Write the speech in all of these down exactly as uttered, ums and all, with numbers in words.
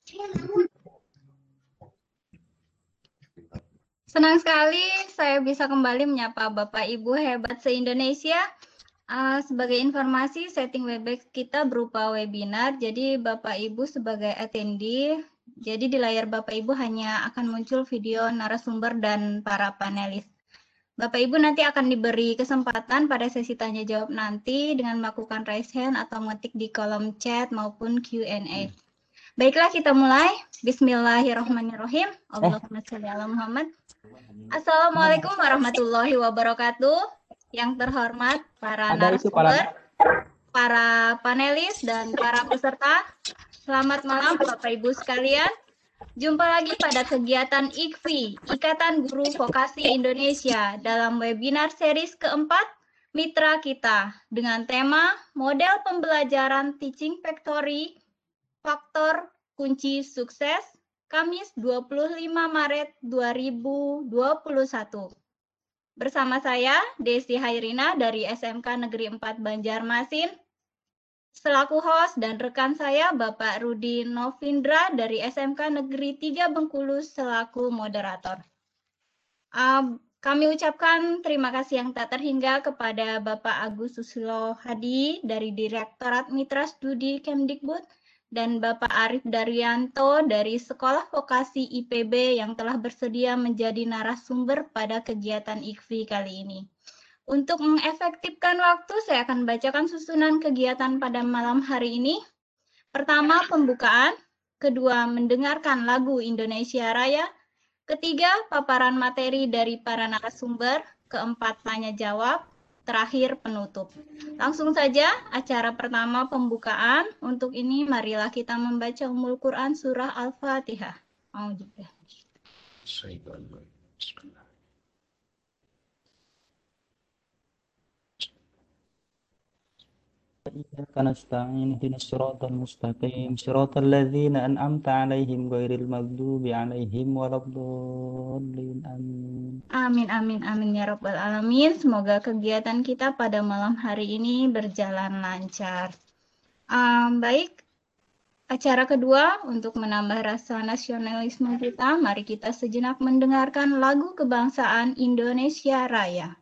Senang sekali saya bisa kembali menyapa Bapak Ibu hebat se-Indonesia. Uh, sebagai informasi, setting Webex kita berupa webinar, jadi Bapak Ibu sebagai attendee, jadi di layar Bapak Ibu hanya akan muncul video narasumber dan para panelis. Bapak Ibu nanti akan diberi kesempatan pada sesi tanya jawab nanti dengan melakukan raise hand atau ngetik di kolom chat maupun Q and A. Baiklah, kita mulai. Bismillahirrahmanirrahim. Allahumma sholli ala Muhammad. Assalamualaikum warahmatullahi wabarakatuh. Yang terhormat para narasumber, para panelis, dan para peserta. Selamat malam Bapak Ibu sekalian. Jumpa lagi pada kegiatan I K V I, Ikatan Guru Vokasi Indonesia, dalam webinar series keempat, Mitra Kita, dengan tema Model Pembelajaran Teaching Factory, Faktor Kunci Sukses, Kamis dua puluh lima Maret dua ribu dua puluh satu. Bersama saya, Desi Hairina dari S M K Negeri empat Banjarmasin, selaku host, dan rekan saya Bapak Rudi Novindra dari S M K Negeri tiga Bengkulu selaku moderator. Um, kami ucapkan terima kasih yang tak terhingga kepada Bapak Agus Susilo Hadi dari Direktorat Mitra Studi Kemdikbud, dan Bapak Arif Daryanto dari Sekolah Vokasi I P B yang telah bersedia menjadi narasumber pada kegiatan I K V I kali ini. Untuk mengefektifkan waktu, saya akan bacakan susunan kegiatan pada malam hari ini. Pertama, pembukaan. Kedua, mendengarkan lagu Indonesia Raya. Ketiga, paparan materi dari para narasumber. Keempat, tanya jawab. Terakhir, penutup. Langsung saja, acara pertama pembukaan. Untuk ini, marilah kita membaca Ummul Quran Surah Al-Fatihah. إياك نستعين اهدنا الصراط المستقيم صراط الذين أنعمت عليهم غير المغضوب عليهم ولا الضالين آمين. Amin, amin, amin ya Rabbal Alamin. Semoga kegiatan kita pada malam hari ini berjalan lancar. Um, baik, acara kedua untuk menambah rasa nasionalisme kita, mari kita sejenak mendengarkan lagu kebangsaan Indonesia Raya.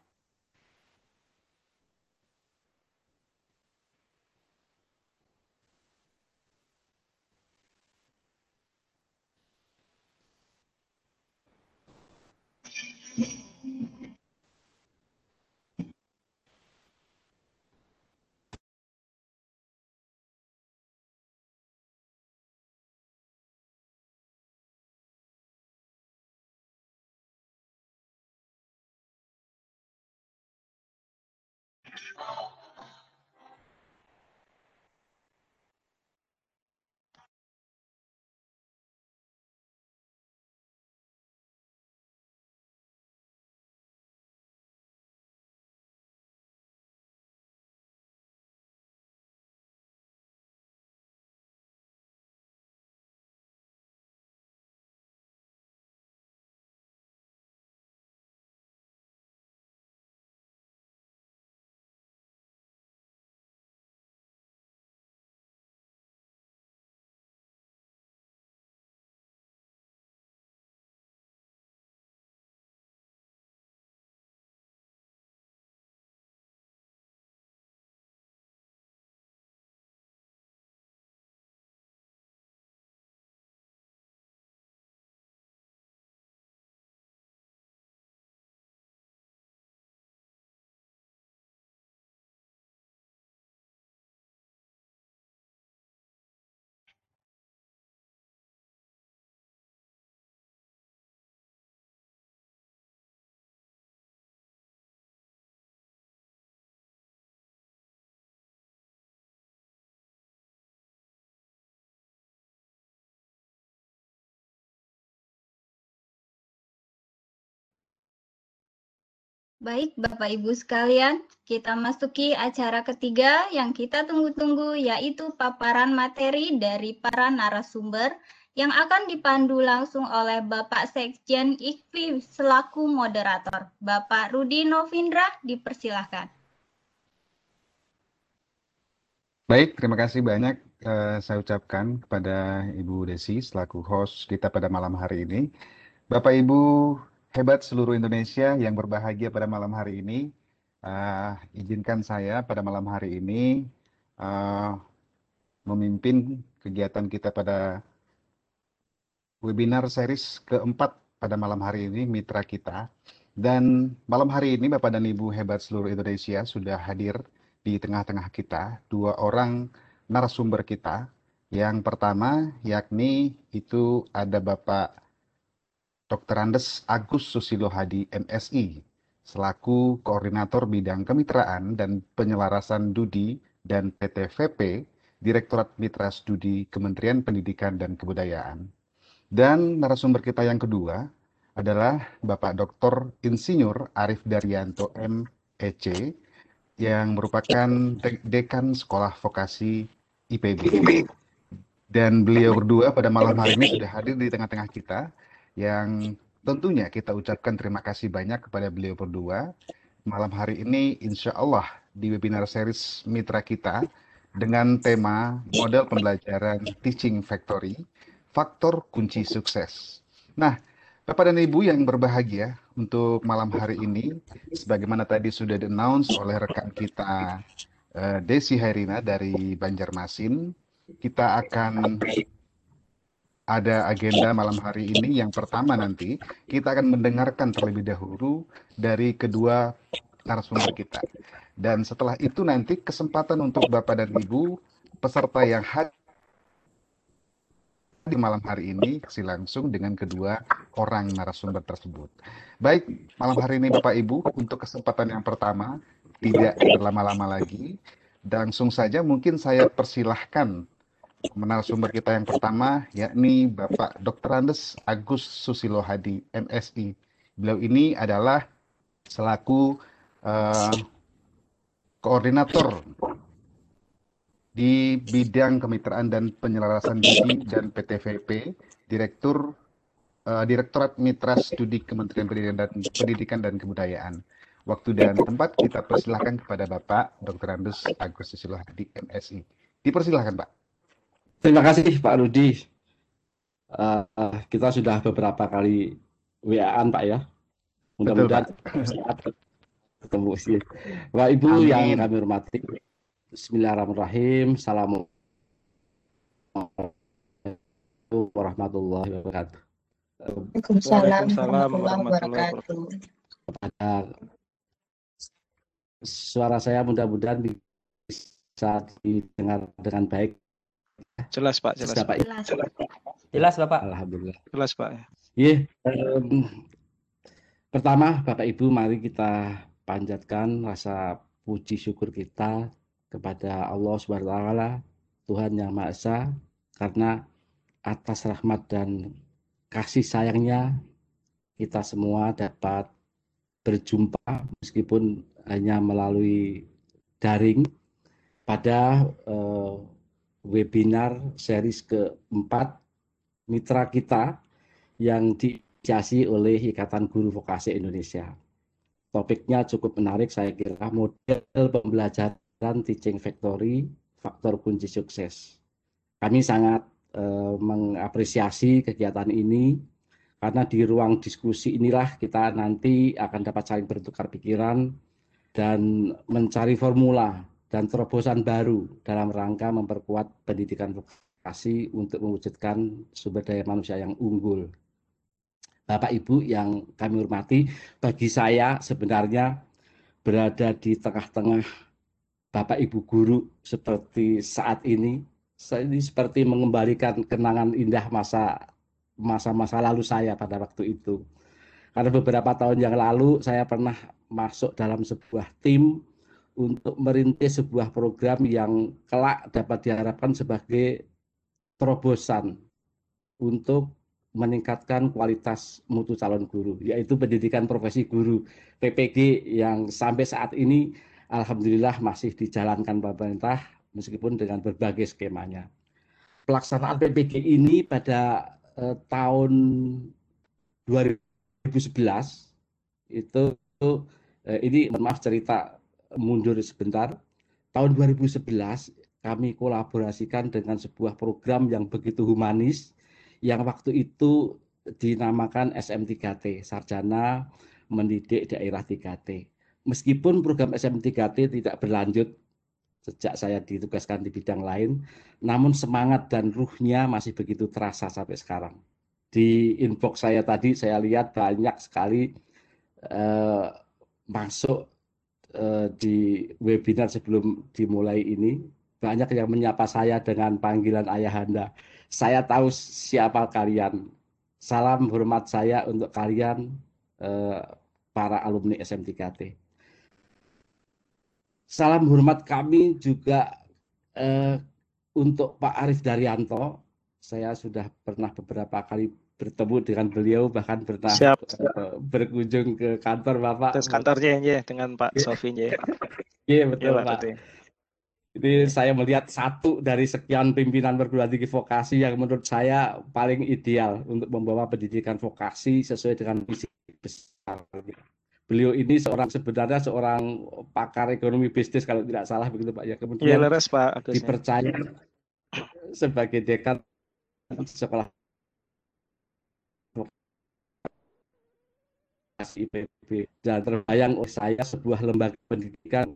Baik, Bapak Ibu sekalian, kita masuki acara ketiga yang kita tunggu-tunggu, yaitu paparan materi dari para narasumber yang akan dipandu langsung oleh Bapak Sekjen I K V I selaku moderator. Bapak Rudi Novindra, dipersilahkan. Baik, terima kasih banyak uh, saya ucapkan kepada Ibu Desi selaku host kita pada malam hari ini. Bapak Ibu hebat seluruh Indonesia yang berbahagia pada malam hari ini, uh, izinkan saya pada malam hari ini uh, memimpin kegiatan kita pada webinar series keempat pada malam hari ini, mitra kita. Dan malam hari ini Bapak dan Ibu hebat seluruh Indonesia sudah hadir di tengah-tengah kita, dua orang narasumber kita. Yang pertama yakni itu ada Bapak doktor Andes Agus Susilo Hadi M Si, selaku Koordinator Bidang Kemitraan dan Penyelarasan Studi dan P T V P, Direktorat Mitra Studi Kementerian Pendidikan dan Kebudayaan. Dan narasumber kita yang kedua adalah Bapak doktor Insinyur Arif Daryanto M C yang merupakan Dekan Sekolah Vokasi I P B. Dan beliau berdua pada malam hari ini sudah hadir di tengah-tengah kita, yang tentunya kita ucapkan terima kasih banyak kepada beliau berdua. Malam hari ini insya Allah di webinar series mitra kita dengan tema model pembelajaran Teaching Factory, faktor kunci sukses. Nah, Bapak dan Ibu yang berbahagia, untuk malam hari ini, sebagaimana tadi sudah di-announce oleh rekan kita uh, Desi Hairina dari Banjarmasin, kita akan ada agenda malam hari ini. Yang pertama nanti kita akan mendengarkan terlebih dahulu dari kedua narasumber kita. Dan setelah itu nanti kesempatan untuk Bapak dan Ibu peserta yang hadir di malam hari ini kasih langsung dengan kedua orang narasumber tersebut. Baik, malam hari ini Bapak Ibu, untuk kesempatan yang pertama, tidak berlama-lama lagi, langsung saja mungkin saya persilahkan narasumber kita yang pertama, yakni Bapak doktor Andes Agus Susilo Hadi M Si. Beliau ini adalah selaku uh, koordinator di bidang kemitraan dan penyelarasan studi dan P T V P, Direktur uh, Direktorat Mitra Studi Kementerian Pendidikan dan, Pendidikan dan Kebudayaan. Waktu dan tempat kita persilahkan kepada Bapak doktor Andes Agus Susilo Hadi M Si. Dipersilahkan, Pak. Terima kasih Pak Rudi. Uh, uh, kita sudah beberapa kali W A-an Pak ya. Mudah-mudahan saat ketemu sih. Bapak Ibu Amin. Yang kami hormati, Bismillahirrahmanirrahim. Assalamualaikum warahmatullahi wabarakatuh. Waalaikumsalam warahmatullahi wabarakatuh. Suara saya mudah-mudahan bisa didengar dengan baik. Jelas Pak, jelas. Pak. Jelas. Jelas Bapak. Alhamdulillah. Jelas Pak. Iya. Um, pertama Bapak Ibu, mari kita panjatkan rasa puji syukur kita kepada Allah Subhanahu wa taala, Tuhan Yang Maha Esa, karena atas rahmat dan kasih sayangnya kita semua dapat berjumpa meskipun hanya melalui daring pada uh, webinar series keempat mitra kita yang diinisiasi oleh Ikatan Guru Vokasi Indonesia. Topiknya cukup menarik, saya kira, model pembelajaran Teaching Factory, faktor kunci sukses. Kami sangat eh, mengapresiasi kegiatan ini, karena di ruang diskusi inilah kita nanti akan dapat saling bertukar pikiran dan mencari formula dan terobosan baru dalam rangka memperkuat pendidikan vokasi untuk mewujudkan sumber daya manusia yang unggul. Bapak Ibu yang kami hormati, bagi saya sebenarnya berada di tengah-tengah Bapak Ibu guru seperti saat ini, ini seperti mengembalikan kenangan indah masa masa-masa lalu saya pada waktu itu. Karena beberapa tahun yang lalu saya pernah masuk dalam sebuah tim untuk merintis sebuah program yang kelak dapat diharapkan sebagai terobosan untuk meningkatkan kualitas mutu calon guru, yaitu pendidikan profesi guru P P G yang sampai saat ini alhamdulillah masih dijalankan pemerintah meskipun dengan berbagai skemanya. Pelaksanaan P P G ini pada eh, tahun dua ribu sebelas itu eh, ini maaf cerita mundur sebentar. Tahun dua ribu sebelas kami kolaborasikan dengan sebuah program yang begitu humanis, yang waktu itu dinamakan S M tiga T, Sarjana Mendidik Daerah tiga T. Meskipun program S M tiga T tidak berlanjut sejak saya ditugaskan di bidang lain, namun semangat dan ruhnya masih begitu terasa sampai sekarang. Di inbox saya tadi saya lihat banyak sekali eh, masuk eh, di webinar sebelum dimulai ini, banyak yang menyapa saya dengan panggilan ayahanda. Saya tahu siapa kalian. Salam hormat saya untuk kalian eh, para alumni S M tiga T. Salam hormat kami juga eh, untuk Pak Arif Daryanto. Saya sudah pernah beberapa kali bertemu dengan beliau, bahkan pernah Siap. eh, berkunjung ke kantor Bapak. Terus kantornya ya dengan Pak Sofin ya. Iya betul Ya, Pak. Pak. Betul. Jadi saya melihat satu dari sekian pimpinan perguruan tinggi vokasi yang menurut saya paling ideal untuk membawa pendidikan vokasi sesuai dengan visi besar. Beliau ini seorang sebenarnya seorang pakar ekonomi bisnis kalau tidak salah begitu Pak ya. Iya, Kemudian leres Pak Agus. dipercaya sebagai dekan sekolah vokasi I P B, dan terbayang oleh saya sebuah lembaga pendidikan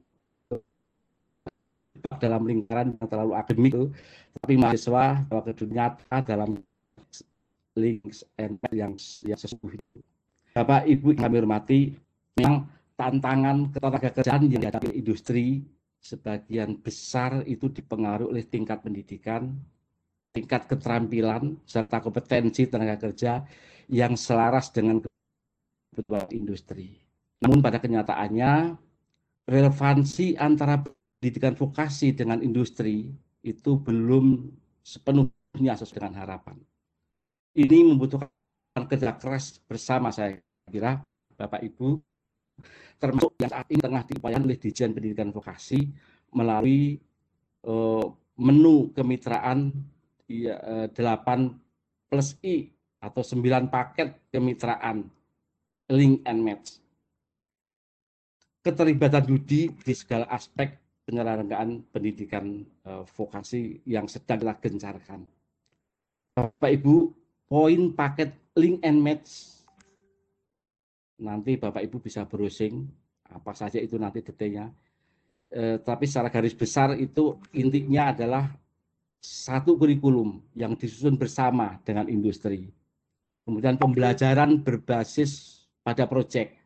dalam lingkaran yang terlalu akademik, tapi mahasiswa bahwa ke dunia nyata dalam links and yang yang sesungguhnya. Bapak Ibu kami hormati, memang tantangan ketenaga kerjaan yang dihadapi industri sebagian besar itu dipengaruhi oleh tingkat pendidikan, tingkat keterampilan serta kompetensi tenaga kerja yang selaras dengan kebutuhan industri. Namun pada kenyataannya relevansi antara pendidikan vokasi dengan industri itu belum sepenuhnya sesuai dengan harapan. Ini membutuhkan kerja keras bersama saya kira Bapak Ibu, termasuk yang saat ini tengah diupayakan oleh Ditjen Pendidikan Vokasi melalui uh, menu kemitraan ya, uh, delapan plus I atau sembilan paket kemitraan link and match. Keterlibatan Dudi di segala aspek penyelenggaraan pendidikan uh, vokasi yang sedang kita gencarkan. Bapak Ibu, poin paket link and match nanti Bapak Ibu bisa browsing apa saja itu nanti detailnya. Eh, tapi secara garis besar itu intinya adalah satu kurikulum yang disusun bersama dengan industri. Kemudian pembelajaran berbasis pada proyek.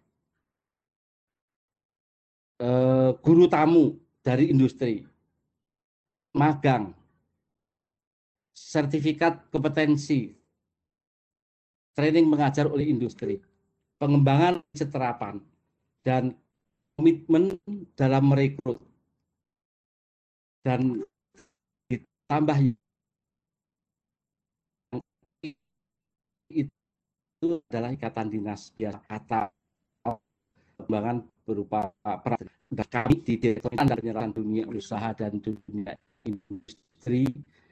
Eh, guru tamu dari industri, magang, sertifikat kompetensi, training mengajar oleh industri, pengembangan seterapan, dan komitmen dalam merekrut. Dan ditambah itu adalah ikatan dinas biasa atau pengembangan berupa peran kami di Direktorat Penyerahan Dunia Usaha dan Dunia Industri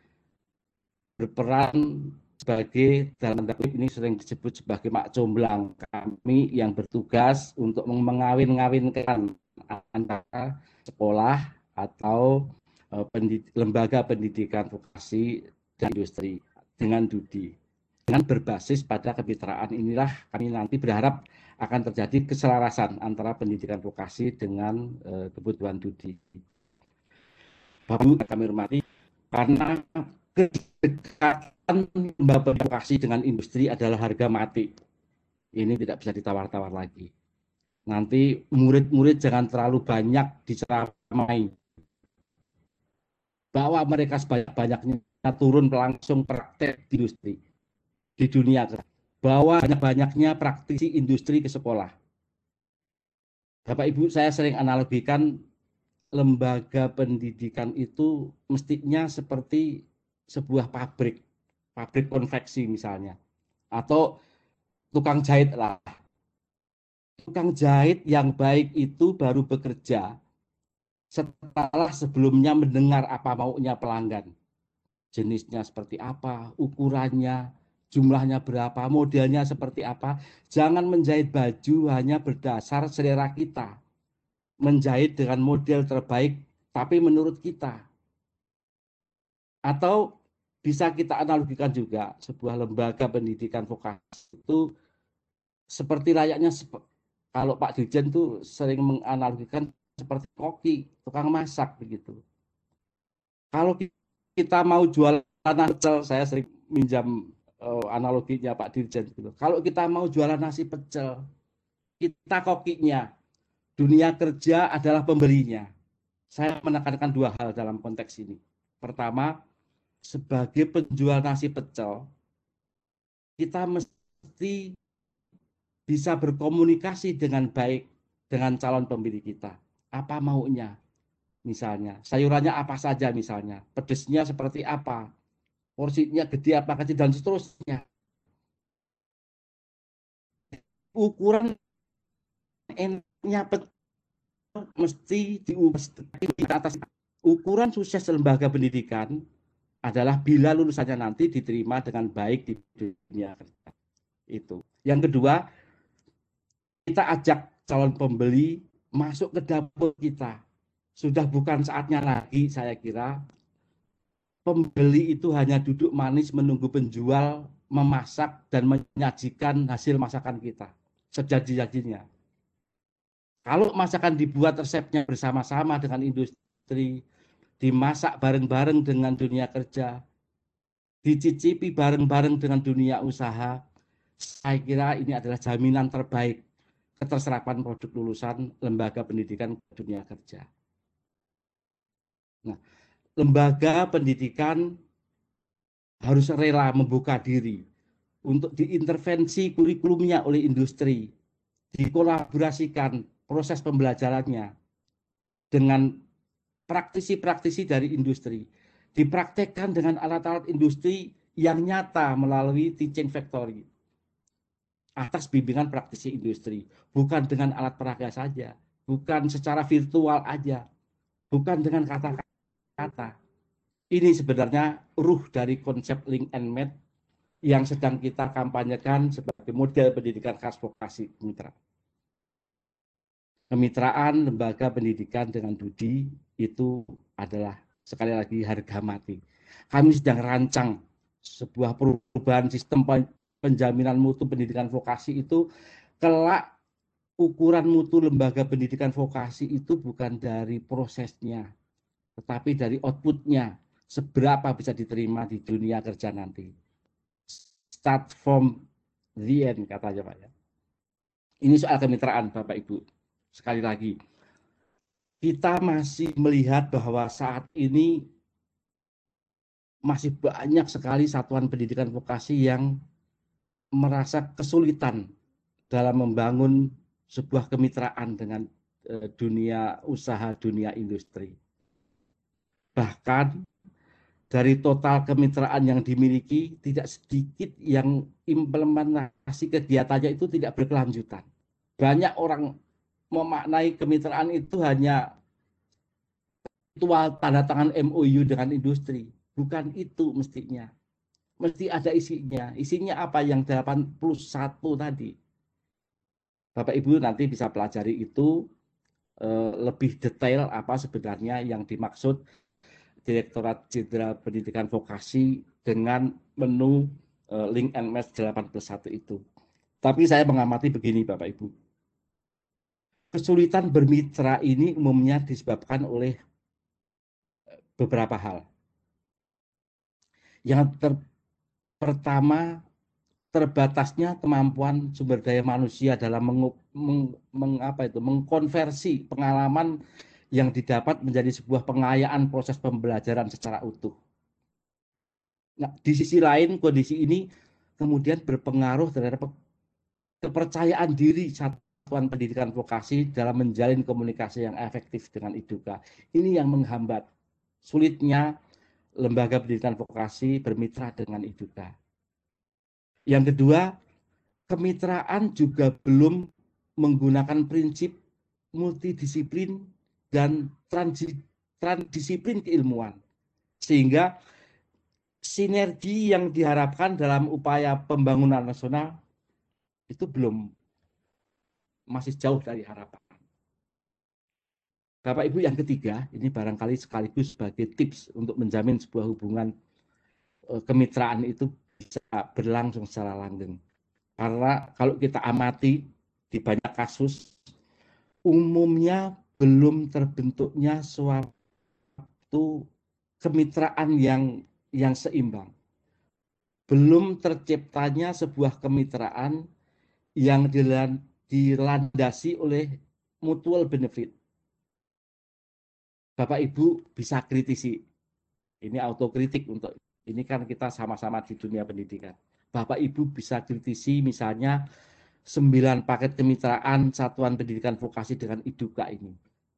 berperan sebagai dalam tanda kutip ini sering disebut sebagai mak comblang kami yang bertugas untuk mengawin-ngawinkan antara sekolah atau pendid- lembaga pendidikan vokasi dan industri dengan Dudi. Dengan berbasis pada kemitraan inilah kami nanti berharap akan terjadi keselarasan antara pendidikan vokasi dengan uh, kebutuhan Dudi. Bapak Ibu kami hormati, karena kedekatan lembaga vokasi dengan industri adalah harga mati. Ini tidak bisa ditawar-tawar lagi. Nanti murid-murid jangan terlalu banyak diceramai bahwa mereka sebanyak-banyaknya turun langsung praktek di industri di dunia, bahwa banyak-banyaknya praktisi industri ke sekolah. Bapak Ibu, saya sering analogikan lembaga pendidikan itu mestinya seperti sebuah pabrik, pabrik konveksi misalnya, atau tukang jahit lah. Tukang jahit yang baik itu baru bekerja setelah sebelumnya mendengar apa maunya pelanggan. Jenisnya seperti apa, ukurannya, jumlahnya berapa, modelnya seperti apa. Jangan menjahit baju hanya berdasar selera kita. Menjahit dengan model terbaik, tapi menurut kita. Atau bisa kita analogikan juga sebuah lembaga pendidikan vokasi itu seperti layaknya kalau Pak Dirjen tuh sering menganalogikan seperti koki, tukang masak begitu. Kalau kita mau jualan pecel, saya sering minjam uh, analoginya Pak Dirjen gitu. Kalau kita mau jualan nasi pecel, kita kokinya, dunia kerja adalah pembelinya. Saya menekankan dua hal dalam konteks ini. Pertama, sebagai penjual nasi pecel, kita mesti bisa berkomunikasi dengan baik dengan calon pembeli kita. Apa maunya? Misalnya, sayurannya apa saja misalnya, pedesnya seperti apa, porsinya gede apa kecil, dan seterusnya. Ukuran enaknya pecel mesti diubah di atas. Ukuran sukses lembaga pendidikan adalah bila lulusannya nanti diterima dengan baik di dunia kerja. Itu. Yang kedua, kita ajak calon pembeli masuk ke dapur kita. Sudah bukan saatnya lagi, saya kira, pembeli itu hanya duduk manis menunggu penjual memasak dan menyajikan hasil masakan kita sejaji-jajinya. Kalau masakan dibuat resepnya bersama-sama dengan industri, dimasak bareng-bareng dengan dunia kerja, dicicipi bareng-bareng dengan dunia usaha, saya kira ini adalah jaminan terbaik keterserapan produk lulusan lembaga pendidikan dunia kerja. Nah, lembaga pendidikan harus rela membuka diri untuk diintervensi kurikulumnya oleh industri, dikolaborasikan proses pembelajarannya dengan praktisi-praktisi dari industri, dipraktekkan dengan alat-alat industri yang nyata melalui teaching factory atas bimbingan praktisi industri, bukan dengan alat peraga saja, bukan secara virtual aja, bukan dengan kata-kata. Ini sebenarnya ruh dari konsep link and match yang sedang kita kampanyekan sebagai model pendidikan khas vokasi kemitraan. Kemitraan lembaga pendidikan dengan Dudi itu adalah sekali lagi harga mati. Kami sedang rancang sebuah perubahan sistem penjaminan mutu pendidikan vokasi itu. Kelak ukuran mutu lembaga pendidikan vokasi itu bukan dari prosesnya, tetapi dari outputnya, seberapa bisa diterima di dunia kerja nanti. Start from the end, katanya Pak ya. Ini soal kemitraan Bapak Ibu. Sekali lagi, kita masih melihat bahwa saat ini masih banyak sekali satuan pendidikan vokasi yang merasa kesulitan dalam membangun sebuah kemitraan dengan dunia usaha, dunia industri. Bahkan dari total kemitraan yang dimiliki, tidak sedikit yang implementasi kegiatannya itu tidak berkelanjutan. Banyak orang memaknai kemitraan itu hanya ritual tanda tangan M O U dengan industri. Bukan itu mestinya. Mesti ada isinya. Isinya apa yang delapan puluh satu tadi. Bapak Ibu nanti bisa pelajari itu eh, lebih detail apa sebenarnya yang dimaksud Direktorat Jenderal Pendidikan Vokasi dengan menu eh, link and match delapan puluh satu itu. Tapi saya mengamati begini Bapak Ibu. Kesulitan bermitra ini umumnya disebabkan oleh beberapa hal. Yang ter, pertama, terbatasnya kemampuan sumber daya manusia dalam meng, meng, meng, apa itu, mengkonversi pengalaman yang didapat menjadi sebuah pengayaan proses pembelajaran secara utuh. Nah, di sisi lain, kondisi ini kemudian berpengaruh terhadap kepercayaan diri satuan pendidikan vokasi dalam menjalin komunikasi yang efektif dengan I D U K A. Ini yang menghambat sulitnya lembaga pendidikan vokasi bermitra dengan I D U K A. Yang kedua, kemitraan juga belum menggunakan prinsip multidisiplin dan transdisiplin keilmuan. Sehingga sinergi yang diharapkan dalam upaya pembangunan nasional itu belum, masih jauh dari harapan. Bapak Ibu, yang ketiga, ini barangkali sekaligus sebagai tips untuk menjamin sebuah hubungan kemitraan itu bisa berlangsung secara langgeng. Karena kalau kita amati di banyak kasus, umumnya belum terbentuknya suatu kemitraan yang yang seimbang. Belum terciptanya sebuah kemitraan yang dilandasi oleh mutual benefit. Bapak Ibu bisa kritisi. Ini autokritik untuk ini kan kita sama-sama di dunia pendidikan. Bapak Ibu bisa kritisi misalnya sembilan paket kemitraan Satuan Pendidikan Vokasi dengan I D U K A ini.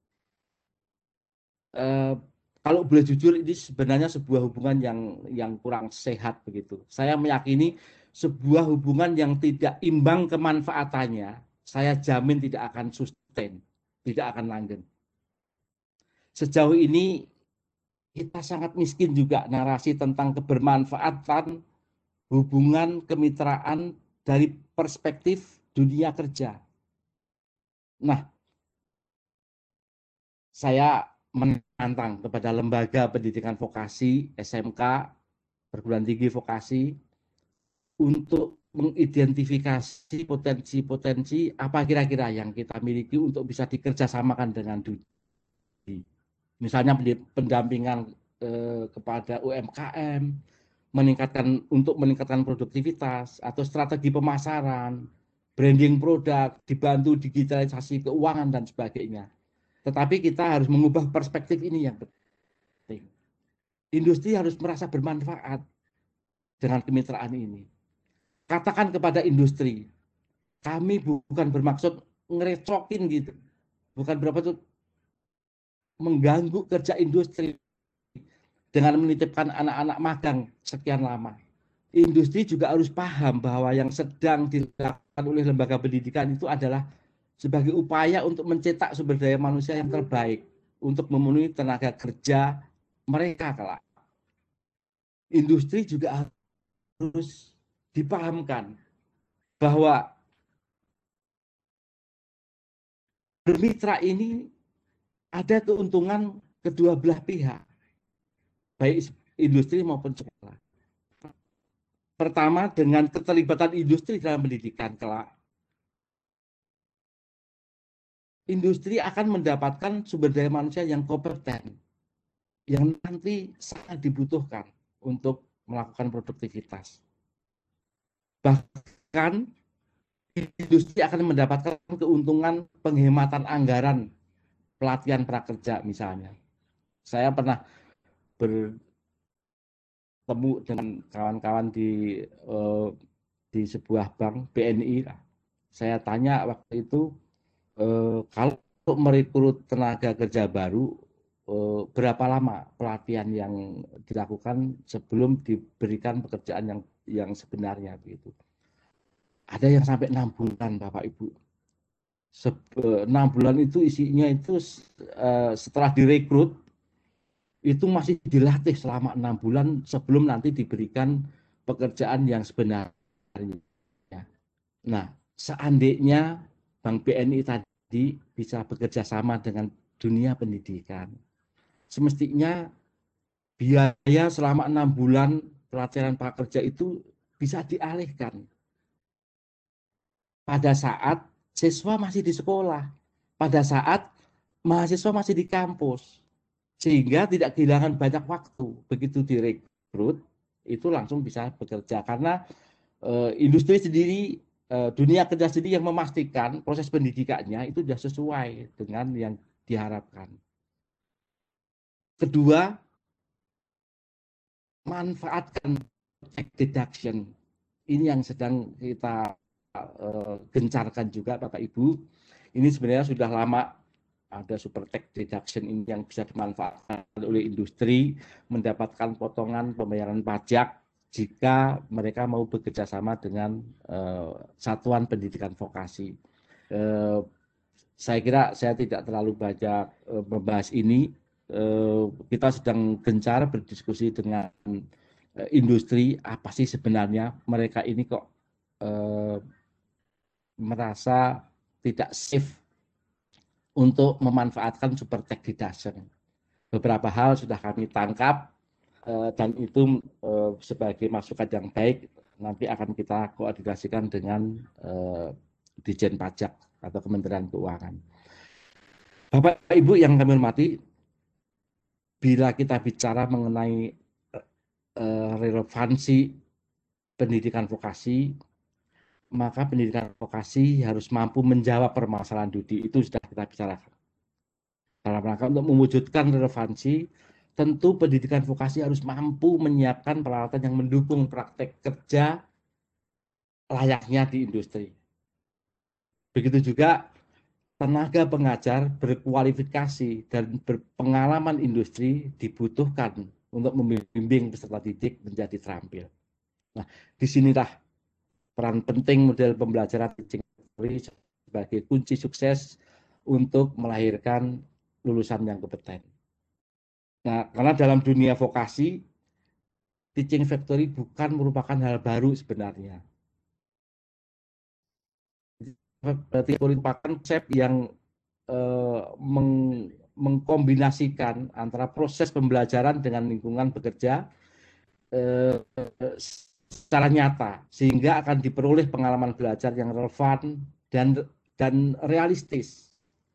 Eh, kalau boleh jujur ini sebenarnya sebuah hubungan yang yang kurang sehat begitu. Saya meyakini sebuah hubungan yang tidak imbang kemanfaatannya, saya jamin tidak akan sustain, tidak akan langgeng. Sejauh ini kita sangat miskin juga narasi tentang kebermanfaatan hubungan kemitraan dari perspektif dunia kerja. Nah, saya menantang kepada lembaga pendidikan vokasi, S M K, perguruan tinggi vokasi, untuk mengidentifikasi potensi-potensi apa kira-kira yang kita miliki untuk bisa dikerjasamakan dengan D U D I. Misalnya pendampingan eh, kepada U M K M, meningkatkan untuk meningkatkan produktivitas atau strategi pemasaran, branding produk, dibantu digitalisasi keuangan dan sebagainya. Tetapi kita harus mengubah perspektif ini yang penting. Industri harus merasa bermanfaat dengan kemitraan ini. Katakan kepada industri, kami bukan bermaksud ngerecokin gitu, bukan bermaksud mengganggu kerja industri dengan menitipkan anak-anak magang sekian lama. Industri juga harus paham bahwa yang sedang dilakukan oleh lembaga pendidikan itu adalah sebagai upaya untuk mencetak sumber daya manusia yang terbaik untuk memenuhi tenaga kerja mereka kelak. Industri juga harus dipahamkan bahwa bermitra ini ada keuntungan kedua belah pihak, baik industri maupun sekolah. Pertama, dengan keterlibatan industri dalam pendidikan kelak, industri akan mendapatkan sumber daya manusia yang kompeten, yang nanti sangat dibutuhkan untuk melakukan produktivitas. Bahkan industri akan mendapatkan keuntungan penghematan anggaran pelatihan prakerja misalnya. Saya pernah bertemu dengan kawan-kawan di eh, di sebuah bank B N I. Saya tanya waktu itu, eh, kalau merekrut tenaga kerja baru, eh, berapa lama pelatihan yang dilakukan sebelum diberikan pekerjaan yang yang sebenarnya begitu. Ada yang sampai enam bulan, Bapak Ibu. enam bulan itu isinya itu setelah direkrut itu masih dilatih selama enam bulan sebelum nanti diberikan pekerjaan yang sebenarnya. Nah, seandainya Bank B N I tadi bisa bekerja sama dengan dunia pendidikan, semestinya biaya selama enam bulan pelatihan prakerja itu bisa dialihkan pada saat siswa masih di sekolah, pada saat mahasiswa masih di kampus, sehingga tidak kehilangan banyak waktu. Begitu direkrut, itu langsung bisa bekerja. Karena e, industri sendiri, e, dunia kerja sendiri yang memastikan proses pendidikannya itu sudah sesuai dengan yang diharapkan. Kedua, manfaatkan tax deduction. Ini yang sedang kita uh, gencarkan juga Bapak Ibu. Ini sebenarnya sudah lama ada super tax deduction ini yang bisa dimanfaatkan oleh industri, mendapatkan potongan pembayaran pajak jika mereka mau bekerja sama dengan uh, satuan pendidikan vokasi. Uh, saya kira saya tidak terlalu banyak uh, membahas ini. Uh, kita sedang gencar berdiskusi dengan uh, industri, apa sih sebenarnya mereka ini kok uh, merasa tidak safe untuk memanfaatkan super tax deduction. Beberapa hal sudah kami tangkap, uh, dan itu uh, sebagai masukan yang baik nanti akan kita koordinasikan dengan uh, Dijen Pajak atau Kementerian Keuangan. Bapak Ibu yang kami hormati, bila kita bicara mengenai uh, relevansi pendidikan vokasi, maka pendidikan vokasi harus mampu menjawab permasalahan studi. Itu sudah kita bicarakan. Dalam rangka untuk mewujudkan relevansi, tentu pendidikan vokasi harus mampu menyiapkan peralatan yang mendukung praktek kerja layaknya di industri. Begitu juga tenaga pengajar berkualifikasi dan berpengalaman industri dibutuhkan untuk membimbing peserta didik menjadi terampil. Nah, disinilah peran penting model pembelajaran teaching factory sebagai kunci sukses untuk melahirkan lulusan yang kompeten. Nah, karena dalam dunia vokasi, teaching factory bukan merupakan hal baru sebenarnya. Teaching factory merupakan konsep yang eh, meng, mengkombinasikan antara proses pembelajaran dengan lingkungan bekerja eh, secara nyata, sehingga akan diperoleh pengalaman belajar yang relevan dan dan realistis.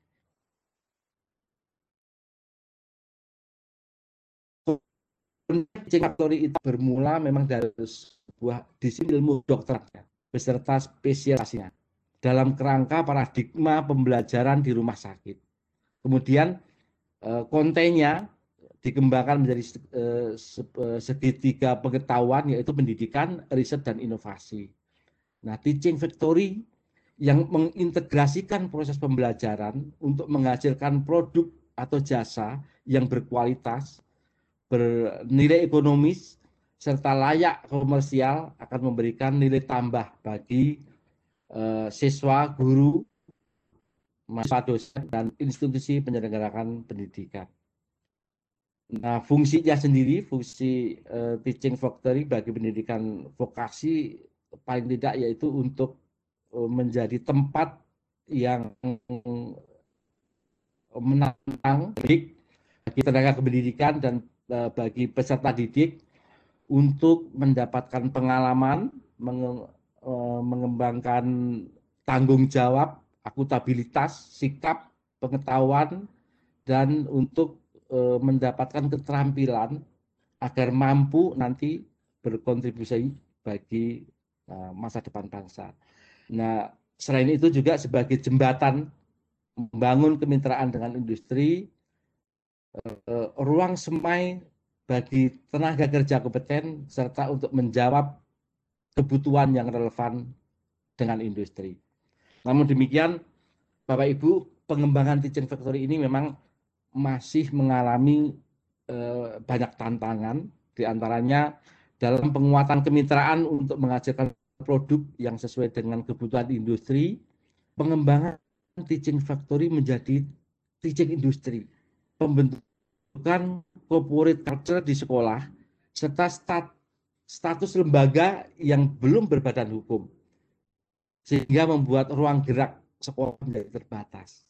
Teaching factory itu bermula memang dari sebuah disiplin ilmu kedokteran beserta spesialisasinya dalam kerangka paradigma pembelajaran di rumah sakit. Kemudian kontennya dikembangkan menjadi segitiga pengetahuan, yaitu pendidikan, riset, dan inovasi. Nah, teaching factory yang mengintegrasikan proses pembelajaran untuk menghasilkan produk atau jasa yang berkualitas, bernilai ekonomis, serta layak komersial akan memberikan nilai tambah bagi uh, siswa, guru, mahasiswa, dosen, dan institusi penyelenggarakan pendidikan. Nah, fungsinya sendiri, fungsi uh, teaching factory bagi pendidikan vokasi paling tidak yaitu untuk uh, menjadi tempat yang menantang bagi tenaga pendidikan dan bagi peserta didik untuk mendapatkan pengalaman, mengembangkan tanggung jawab, akuntabilitas, sikap, pengetahuan, dan untuk mendapatkan keterampilan agar mampu nanti berkontribusi bagi masa depan bangsa. Nah, selain itu juga sebagai jembatan membangun kemitraan dengan industri, ruang semai bagi tenaga kerja kompeten serta untuk menjawab kebutuhan yang relevan dengan industri. Namun demikian, Bapak Ibu, pengembangan teaching factory ini memang masih mengalami eh, banyak tantangan, diantaranya dalam penguatan kemitraan untuk menghasilkan produk yang sesuai dengan kebutuhan industri, pengembangan teaching factory menjadi teaching industri, pembentukan corporate culture di sekolah, serta stat, status lembaga yang belum berbadan hukum, sehingga membuat ruang gerak sekolah menjadi terbatas.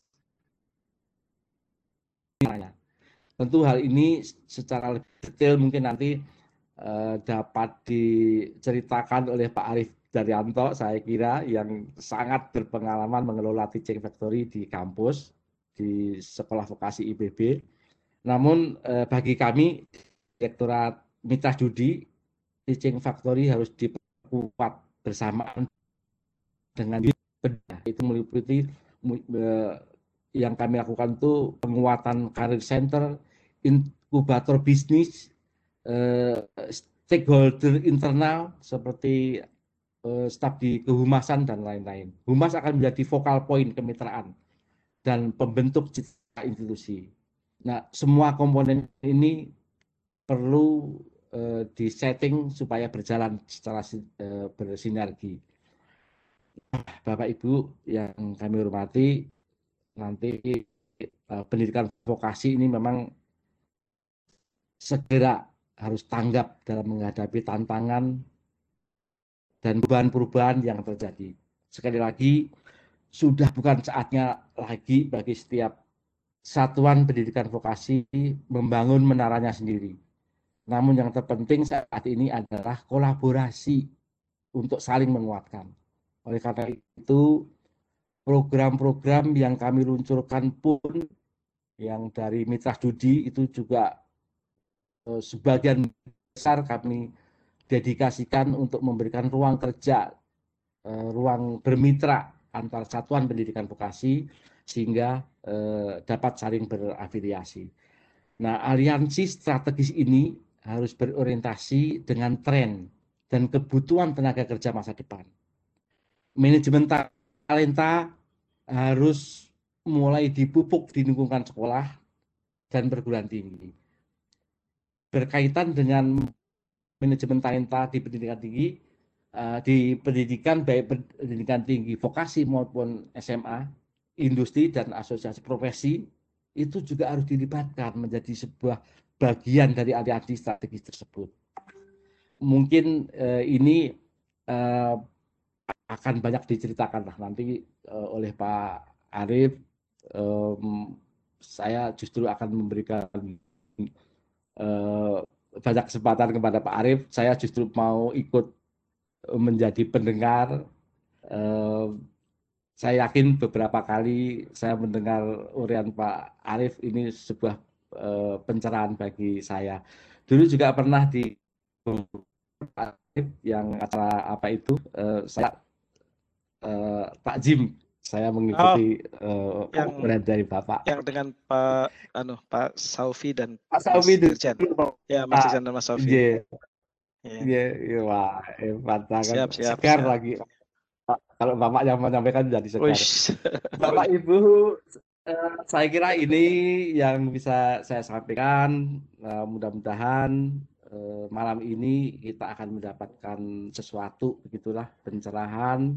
Tentu hal ini secara lebih detail mungkin nanti eh, dapat diceritakan oleh Pak Arif Daryanto, saya kira, yang sangat berpengalaman mengelola teaching factory di kampus, di sekolah vokasi I B B. Namun eh, bagi kami, Direktorat Mitra Studi, teaching factory harus diperkuat bersamaan dengan itu meliputi eh, yang kami lakukan itu penguatan career center, inkubator bisnis, eh, stakeholder internal seperti eh, staf di kehumasan dan lain-lain. Humas akan menjadi focal point kemitraan dan pembentuk citra institusi. Nah, semua komponen ini perlu eh, disetting supaya berjalan secara eh, bersinergi. Bapak Ibu yang kami hormati, nanti eh, pendidikan vokasi ini memang segera harus tanggap dalam menghadapi tantangan dan perubahan-perubahan yang terjadi. Sekali lagi, sudah bukan saatnya lagi bagi setiap satuan pendidikan vokasi membangun menaranya sendiri. Namun yang terpenting saat ini adalah kolaborasi untuk saling menguatkan. Oleh karena itu, program-program yang kami luncurkan pun yang dari mitra studi itu juga eh, sebagian besar kami dedikasikan untuk memberikan ruang kerja, eh, ruang bermitra antar satuan pendidikan vokasi sehingga eh, dapat saling berafiliasi. Nah, aliansi strategis ini harus berorientasi dengan tren dan kebutuhan tenaga kerja masa depan. Manajemen talenta harus mulai dipupuk di lingkungan sekolah dan perguruan tinggi. Berkaitan dengan manajemen talenta di pendidikan tinggi, di pendidikan baik pendidikan tinggi vokasi maupun S M A, industri dan asosiasi profesi itu juga harus dilibatkan menjadi sebuah bagian dari aliansi strategis tersebut. Mungkin eh, ini eh, akan banyak diceritakan lah nanti eh, oleh Pak Arief. Eh, saya justru akan memberikan eh, banyak kesempatan kepada Pak Arief. Saya justru mau ikut menjadi pendengar. Eh, saya yakin beberapa kali saya mendengar urian Pak Arief ini sebuah eh, pencerahan bagi saya. Dulu juga pernah di Pak Arief yang acara apa itu, eh, saya eh, takjim, saya mengikuti Oh, eh, yang urian dari Bapak. yang dengan Pak anu Pak Saufi dan Pak Mas Saufi Dirjen. dulu, Ya, Mas Pak. Dirjen dan Mas Saufi. Iya, Ya. iya, iya, wah, hebat banget, Siap, siap, segar siap. lagi. Kalau Bapak yang menyampaikan jadi segar. Wish. Bapak Ibu, eh, saya kira ini yang bisa saya sampaikan. Eh, mudah-mudahan eh, malam ini kita akan mendapatkan sesuatu, begitulah pencerahan,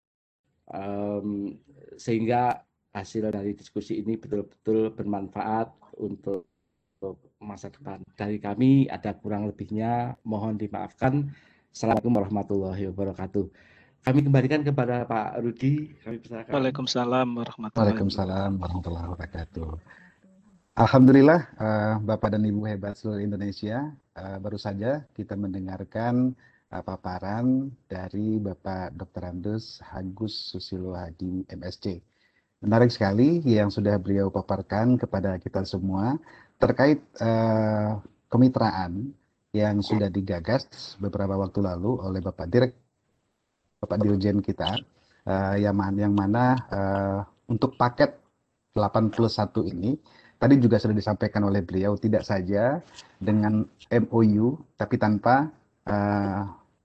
em, sehingga hasil dari diskusi ini betul-betul bermanfaat untuk masa depan. Dari kami ada kurang lebihnya, mohon dimaafkan. Assalamualaikum warahmatullahi wabarakatuh. Kami kembalikan kepada Pak Rudi. Kami persilakan. Waalaikumsalam warahmatullahi wabarakatuh. Waalaikumsalam warahmatullahi wabarakatuh. Alhamdulillah, uh, Bapak dan Ibu hebat seluruh Indonesia, uh, baru saja kita mendengarkan uh, paparan dari Bapak Doktor Andes Agus Susilo Hadi M S C. Menarik sekali yang sudah beliau paparkan kepada kita semua terkait uh, kemitraan yang sudah digagas beberapa waktu lalu oleh Bapak Direk, Bapak Dirjen kita, uh, yang, yang mana uh, untuk paket delapan plus satu ini, tadi juga sudah disampaikan oleh beliau, tidak saja dengan M O U, tapi tanpa uh,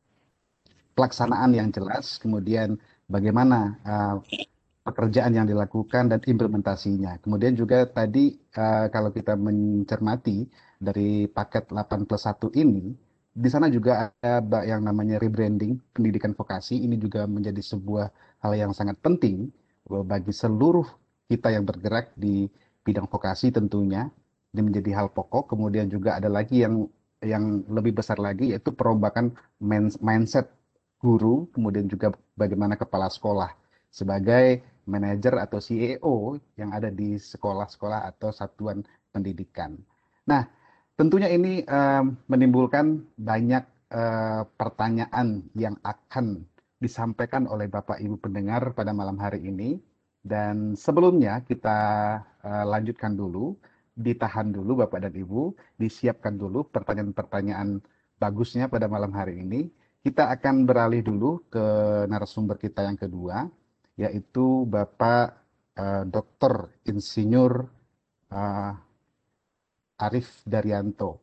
pelaksanaan yang jelas, kemudian bagaimana uh, pekerjaan yang dilakukan dan implementasinya. Kemudian juga tadi uh, kalau kita mencermati dari paket delapan plus satu ini, di sana juga ada yang namanya rebranding pendidikan vokasi. Ini juga menjadi sebuah hal yang sangat penting bagi seluruh kita yang bergerak di bidang vokasi tentunya. Ini menjadi hal pokok. Kemudian juga ada lagi yang yang lebih besar lagi, yaitu perombakan mindset guru, kemudian juga bagaimana kepala sekolah sebagai manajer atau C E O yang ada di sekolah-sekolah atau satuan pendidikan. Nah, tentunya ini uh, menimbulkan banyak uh, pertanyaan yang akan disampaikan oleh Bapak Ibu pendengar pada malam hari ini. Dan sebelumnya kita uh, lanjutkan dulu, ditahan dulu Bapak dan Ibu, disiapkan dulu pertanyaan-pertanyaan bagusnya pada malam hari ini. Kita akan beralih dulu ke narasumber kita yang kedua, yaitu Bapak uh, Doktor Insinyur uh, Arief Daryanto.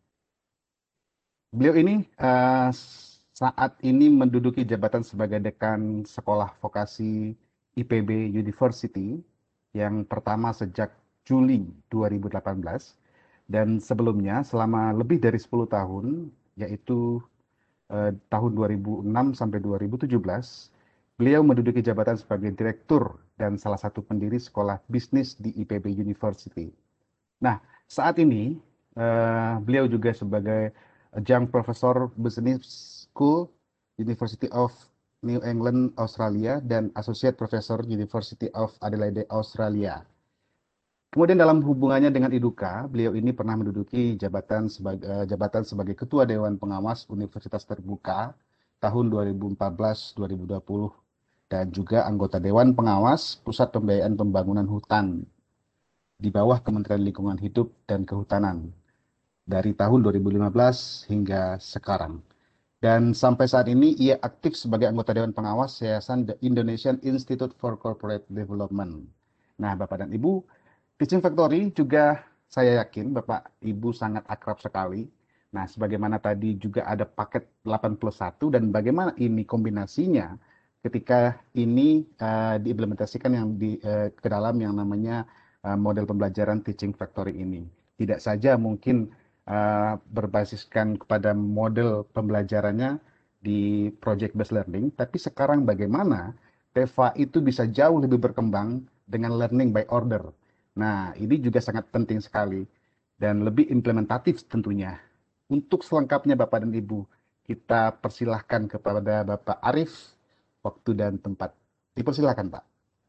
Beliau ini uh, saat ini menduduki jabatan sebagai Dekan Sekolah Vokasi I P B University yang pertama sejak Juli dua ribu delapan belas, dan sebelumnya selama lebih dari sepuluh tahun, yaitu uh, tahun dua ribu enam sampai dua ribu tujuh belas, beliau menduduki jabatan sebagai Direktur dan salah satu pendiri Sekolah Bisnis di I P B University. Nah, saat ini uh, beliau juga sebagai Adjunct Professor Business School University of New England, Australia, dan Associate Professor University of Adelaide, Australia. Kemudian dalam hubungannya dengan Iduka, beliau ini pernah menduduki jabatan sebagai eh, jabatan sebagai Ketua Dewan Pengawas Universitas Terbuka tahun dua ribu empat belas sampai dua ribu dua puluh dan juga anggota Dewan Pengawas Pusat Pembiayaan Pembangunan Hutan di bawah Kementerian Lingkungan Hidup dan Kehutanan dari tahun dua ribu lima belas hingga sekarang. Dan sampai saat ini ia aktif sebagai anggota Dewan Pengawas Yayasan The Indonesian Institute for Corporate Development. Nah, Bapak dan Ibu, Teaching Factory juga saya yakin Bapak Ibu sangat akrab sekali. Nah, sebagaimana tadi juga ada paket delapan plus satu dan bagaimana ini kombinasinya ketika ini uh, diimplementasikan yang di, uh, ke dalam yang namanya uh, model pembelajaran Teaching Factory ini. Tidak saja mungkin uh, berbasiskan kepada model pembelajarannya di project based learning, tapi sekarang bagaimana T E V A itu bisa jauh lebih berkembang dengan learning by order. Nah, ini juga sangat penting sekali dan lebih implementatif tentunya. Untuk selengkapnya Bapak dan Ibu, kita persilahkan kepada Bapak Arif, waktu dan tempat. Dipersilahkan Pak.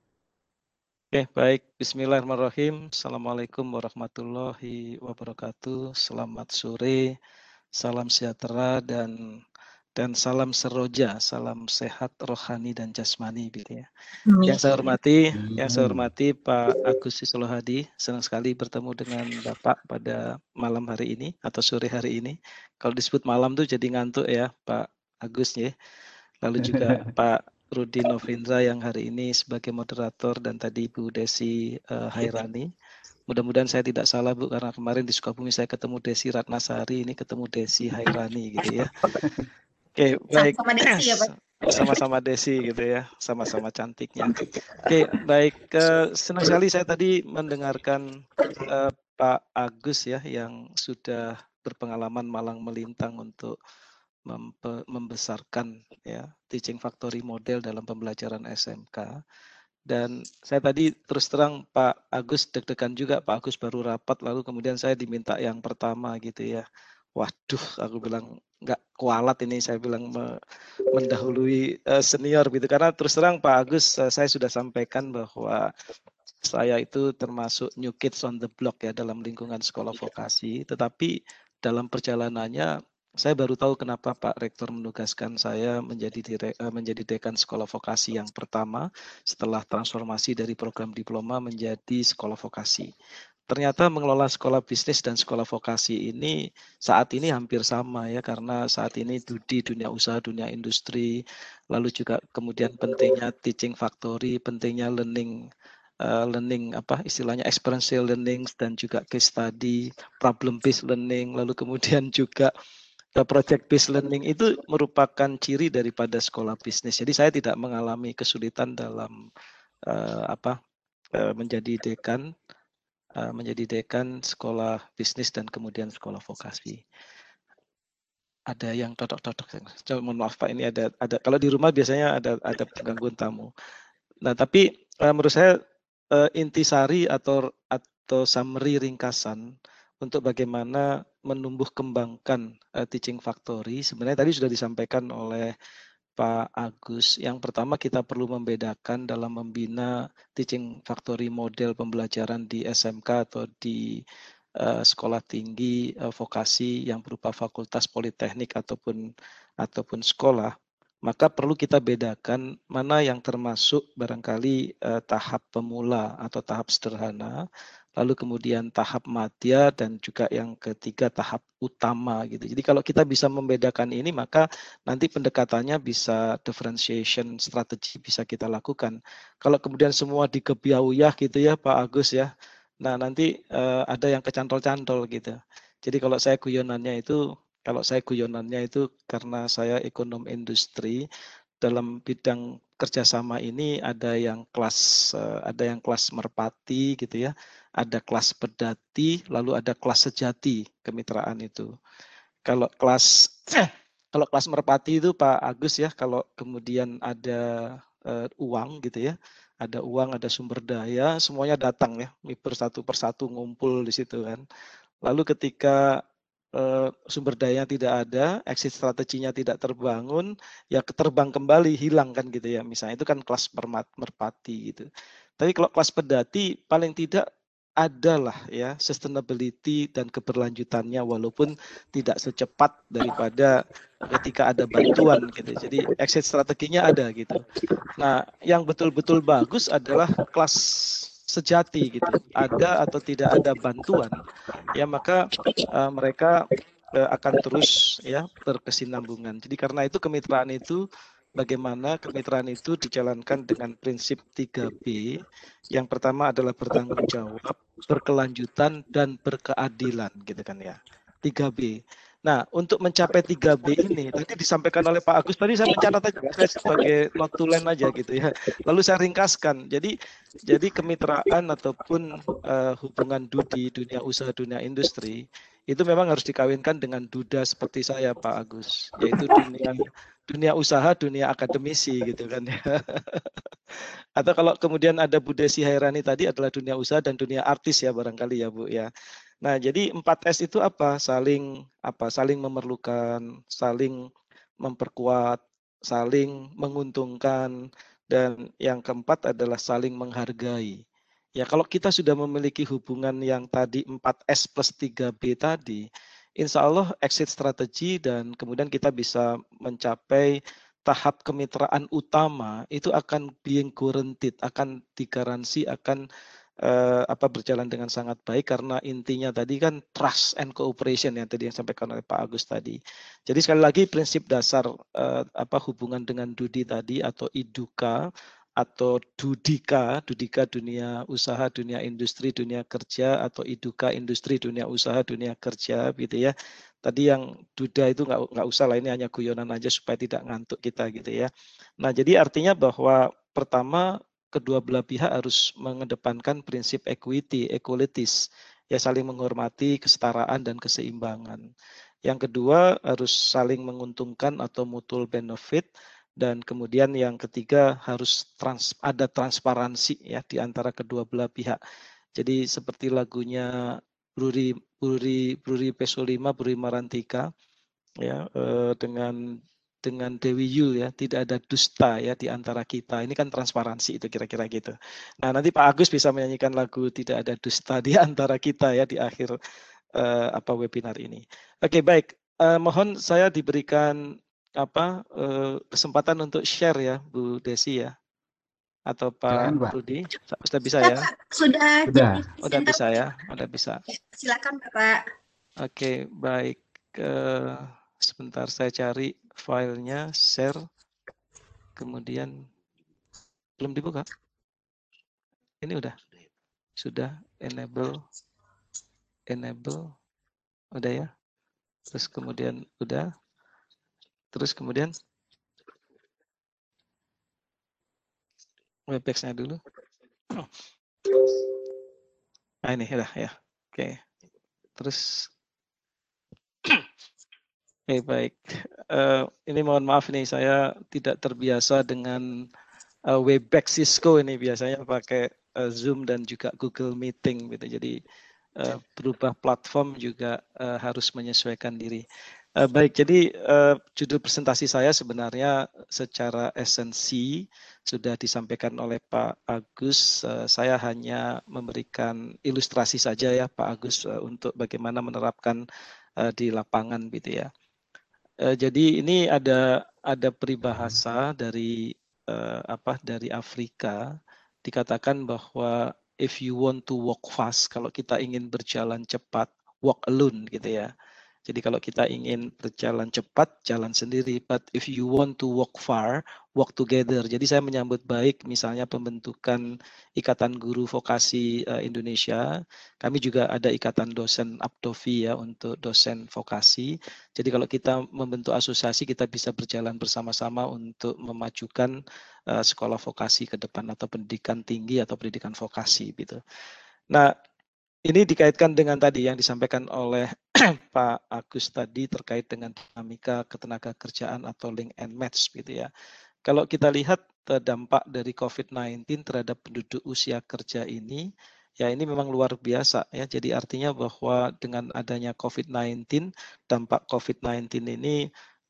Oke, baik. Bismillahirrahmanirrahim. Assalamualaikum warahmatullahi wabarakatuh. Selamat sore, salam sejahtera dan dan salam seroja, salam sehat rohani dan jasmani gitu ya. Yang saya hormati, yang saya hormati Pak Agus Sisolohadi, senang sekali bertemu dengan Bapak pada malam hari ini atau sore hari ini. Kalau disebut malam tuh jadi ngantuk ya Pak Agus ya. Lalu juga Pak Rudi Novindra yang hari ini sebagai moderator dan tadi Bu Desi uh, Hairani. Mudah-mudahan saya tidak salah Bu, karena kemarin di Sukabumi saya ketemu Desi Ratnasari, ini ketemu Desi Hairani gitu ya. Oke, baik. Sama Desi ya, Pak. Sama-sama Desi gitu ya, sama-sama cantiknya. Oke, baik. Uh, senang sekali saya tadi mendengarkan uh, Pak Agus ya, yang sudah berpengalaman malang melintang untuk membesarkan ya Teaching Factory model dalam pembelajaran S M K. Dan saya tadi terus terang Pak Agus deg-degan juga, Pak Agus baru rapat lalu kemudian saya diminta yang pertama gitu ya. Waduh, aku bilang nggak kualat ini, saya bilang me, mendahului uh, senior gitu, karena terus terang Pak Agus uh, saya sudah sampaikan bahwa saya itu termasuk new kids on the block ya dalam lingkungan sekolah vokasi, tetapi dalam perjalanannya saya baru tahu kenapa Pak Rektor menugaskan saya menjadi direk, uh, menjadi dekan sekolah vokasi yang pertama setelah transformasi dari program diploma menjadi sekolah vokasi. Ternyata mengelola sekolah bisnis dan sekolah vokasi ini saat ini hampir sama ya, karena saat ini di dunia usaha, dunia industri, lalu juga kemudian pentingnya teaching factory, pentingnya learning uh, learning apa istilahnya experiential learning dan juga case study, problem based learning, lalu kemudian juga project based learning itu merupakan ciri daripada sekolah bisnis. Jadi saya tidak mengalami kesulitan dalam uh, apa uh, menjadi dekan menjadi dekan sekolah bisnis dan kemudian sekolah vokasi. Ada yang totok-totok. Mohon maaf Pak, ini ada ada kalau di rumah biasanya ada ada gangguan tamu. Nah, tapi uh, menurut saya uh, intisari atau atau summary ringkasan untuk bagaimana menumbuh kembangkan uh, teaching factory sebenarnya tadi sudah disampaikan oleh Pak Agus. Yang pertama kita perlu membedakan dalam membina teaching factory model pembelajaran di S M K atau di uh, sekolah tinggi uh, vokasi yang berupa fakultas politeknik ataupun ataupun sekolah, maka perlu kita bedakan mana yang termasuk barangkali uh, tahap pemula atau tahap sederhana, lalu kemudian tahap madya, dan juga yang ketiga tahap utama gitu. Jadi kalau kita bisa membedakan ini, maka nanti pendekatannya bisa differentiation strategi bisa kita lakukan. Kalau kemudian semua dikebiauyah gitu ya Pak Agus ya, nah nanti uh, ada yang kecantol-cantol gitu. Jadi kalau saya guyonannya itu, kalau saya guyonannya itu karena saya ekonom industri, dalam bidang kerjasama ini ada yang kelas uh, ada yang kelas merpati gitu ya, ada kelas pedati, lalu ada kelas sejati kemitraan itu. Kalau kelas kalau kelas merpati itu Pak Agus ya, kalau kemudian ada uh, uang gitu ya, ada uang, ada sumber daya, semuanya datang ya, bersatu persatu ngumpul di situ kan. Lalu ketika Uh, sumber daya tidak ada, exit strateginya tidak terbangun, ya terbang kembali, hilang kan gitu ya. Misalnya itu kan kelas merpati gitu. Tapi kalau kelas pedati paling tidak adalah ya sustainability dan keberlanjutannya, walaupun tidak secepat daripada ketika ada bantuan gitu. Jadi exit strateginya ada gitu. Nah, yang betul-betul bagus adalah kelas sejati gitu. Ada atau tidak ada bantuan, ya maka uh, mereka uh, akan terus ya berkesinambungan. Jadi karena itu kemitraan itu, bagaimana kemitraan itu dijalankan dengan prinsip tiga B. Yang pertama adalah bertanggung jawab, berkelanjutan, dan berkeadilan gitu kan ya. tiga B. Nah, untuk mencapai tiga B ini, tadi disampaikan oleh Pak Agus, tadi saya mencatat aja, saya sebagai not to land aja gitu ya. Lalu saya ringkaskan, jadi jadi kemitraan ataupun uh, hubungan di dunia usaha, dunia industri, itu memang harus dikawinkan dengan duda seperti saya Pak Agus, yaitu dunia dunia usaha, dunia akademisi gitu kan ya. Atau kalau kemudian ada Bu Desi Hairani tadi adalah dunia usaha dan dunia artis ya barangkali ya Bu ya. Nah, jadi empat S itu apa? Saling apa? Saling memerlukan, saling memperkuat, saling menguntungkan, dan yang keempat adalah saling menghargai. Ya, kalau kita sudah memiliki hubungan yang tadi empat S plus tiga B tadi, insya Allah exit strategi dan kemudian kita bisa mencapai tahap kemitraan utama itu akan being guaranteed, akan digaransi, akan uh, apa berjalan dengan sangat baik, karena intinya tadi kan trust and cooperation yang tadi yang disampaikan oleh Pak Agus tadi. Jadi sekali lagi prinsip dasar uh, apa hubungan dengan Dudi tadi atau iduka atau dudika, dudika dunia usaha, dunia industri, dunia kerja, atau iduka industri, dunia usaha, dunia kerja gitu ya. Tadi yang duda itu nggak nggak usah lah, ini hanya guyonan aja supaya tidak ngantuk kita gitu ya. Nah, jadi artinya bahwa pertama kedua belah pihak harus mengedepankan prinsip equity, equalities, ya saling menghormati, kesetaraan dan keseimbangan. Yang kedua harus saling menguntungkan atau mutual benefit, dan kemudian yang ketiga harus trans, ada transparansi ya di antara kedua belah pihak. Jadi seperti lagunya Bruri Bruri Bruri Peso lima, Bruri Marantika ya, eh, dengan dengan Dewi Yul ya, tidak ada dusta ya di antara kita. Ini kan transparansi itu kira-kira gitu. Nah, nanti Pak Agus bisa menyanyikan lagu Tidak Ada Dusta di antara kita ya di akhir eh, apa webinar ini. Oke, baik. Eh, mohon saya diberikan apa eh, kesempatan untuk share ya Bu Desi ya, atau Pak Silakan, Pak. Rudi, sudah bisa ya? Sudah, Sudah. Udah bisa ya, udah bisa. Silakan Bapak. Oke, baik. Uh, sebentar saya cari filenya, share, kemudian belum dibuka. Ini udah, sudah enable, enable, udah ya. Terus kemudian udah, terus kemudian Webex-nya dulu. Nah ini udah ya, oke. Terus Oke, okay, baik. Uh, ini mohon maaf nih, saya tidak terbiasa dengan uh, Webex Cisco ini, biasanya pakai uh, Zoom dan juga Google Meeting gitu. Jadi uh, berubah platform juga uh, harus menyesuaikan diri. Uh, baik, jadi uh, judul presentasi saya sebenarnya secara esensi sudah disampaikan oleh Pak Agus. Uh, saya hanya memberikan ilustrasi saja ya Pak Agus uh, untuk bagaimana menerapkan uh, di lapangan gitu ya. Uh, jadi ini ada ada peribahasa dari uh, apa dari Afrika, dikatakan bahwa if you want to walk fast, kalau kita ingin berjalan cepat, walk alone gitu ya. Jadi kalau kita ingin berjalan cepat, jalan sendiri. But if you want to walk far, walk together. Jadi saya menyambut baik misalnya pembentukan Ikatan Guru Vokasi uh, Indonesia. Kami juga ada Ikatan Dosen Aptovi ya untuk dosen vokasi. Jadi kalau kita membentuk asosiasi, kita bisa berjalan bersama-sama untuk memajukan uh, sekolah vokasi ke depan atau pendidikan tinggi atau pendidikan vokasi gitu. Nah, ini dikaitkan dengan tadi yang disampaikan oleh Pak Agus tadi terkait dengan dinamika ketenaga kerjaan atau link and match gitu ya. Kalau kita lihat dampak dari COVID sembilan belas terhadap penduduk usia kerja ini, ya ini memang luar biasa ya. Jadi artinya bahwa dengan adanya COVID sembilan belas, dampak COVID sembilan belas ini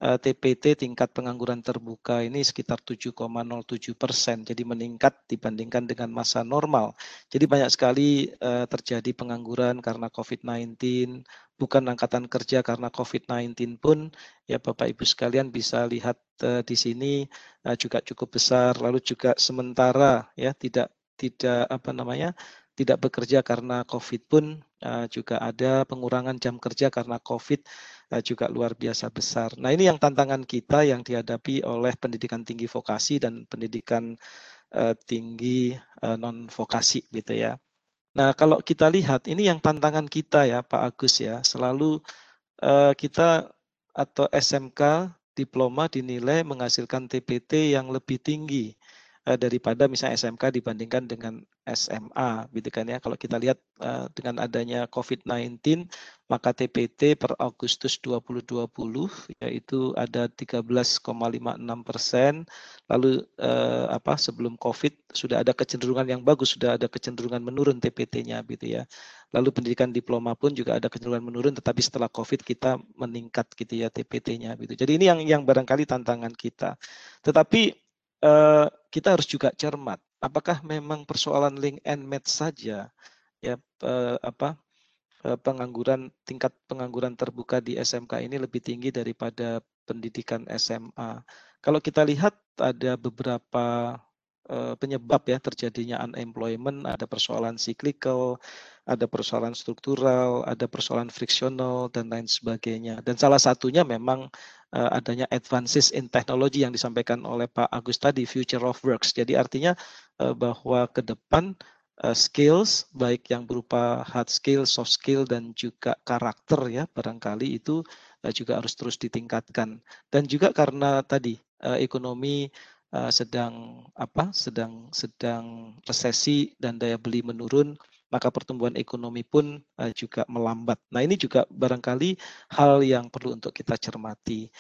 uh, T P T tingkat pengangguran terbuka ini sekitar tujuh koma nol tujuh persen, jadi meningkat dibandingkan dengan masa normal. Jadi banyak sekali uh, terjadi pengangguran karena COVID sembilan belas, bukan angkatan kerja karena COVID sembilan belas pun, ya Bapak Ibu sekalian bisa lihat uh, di sini uh, juga cukup besar. Lalu juga sementara ya tidak tidak apa namanya tidak bekerja karena COVID pun uh, juga ada pengurangan jam kerja karena COVID uh, juga luar biasa besar. Nah ini yang tantangan kita yang dihadapi oleh pendidikan tinggi vokasi dan pendidikan uh, tinggi uh, non vokasi gitu ya. Nah kalau kita lihat ini yang tantangan kita ya Pak Agus ya, selalu uh, kita atau S M K diploma dinilai menghasilkan T P T yang lebih tinggi uh, daripada misalnya S M K dibandingkan dengan S M A gitu kan ya. Kalau kita lihat uh, dengan adanya COVID sembilan belas maka T P T per Agustus dua ribu dua puluh yaitu ada tiga belas koma lima enam persen. Lalu uh, apa sebelum COVID sudah ada kecenderungan yang bagus, sudah ada kecenderungan menurun T P T-nya gitu ya. Lalu pendidikan diploma pun juga ada kecenderungan menurun, tetapi setelah COVID kita meningkat gitu ya T P T-nya gitu. Jadi ini yang yang barangkali tantangan kita. Tetapi uh, kita harus juga cermat. Apakah memang persoalan link and match saja ya uh, apa uh, pengangguran tingkat pengangguran terbuka di S M K ini lebih tinggi daripada pendidikan S M A. Kalau kita lihat ada beberapa uh, penyebab ya terjadinya unemployment, ada persoalan cyclical, ada persoalan struktural, ada persoalan friksional dan lain sebagainya. Dan salah satunya memang uh, adanya advances in technology yang disampaikan oleh Pak Agus tadi, future of works. Jadi artinya uh, bahwa ke depan uh, skills baik yang berupa hard skill, soft skill dan juga karakter ya barangkali itu uh, juga harus terus ditingkatkan. Dan juga karena tadi uh, ekonomi uh, sedang apa? sedang sedang resesi dan daya beli menurun, maka pertumbuhan ekonomi pun uh, juga melambat. Nah ini juga barangkali hal yang perlu untuk kita cermati.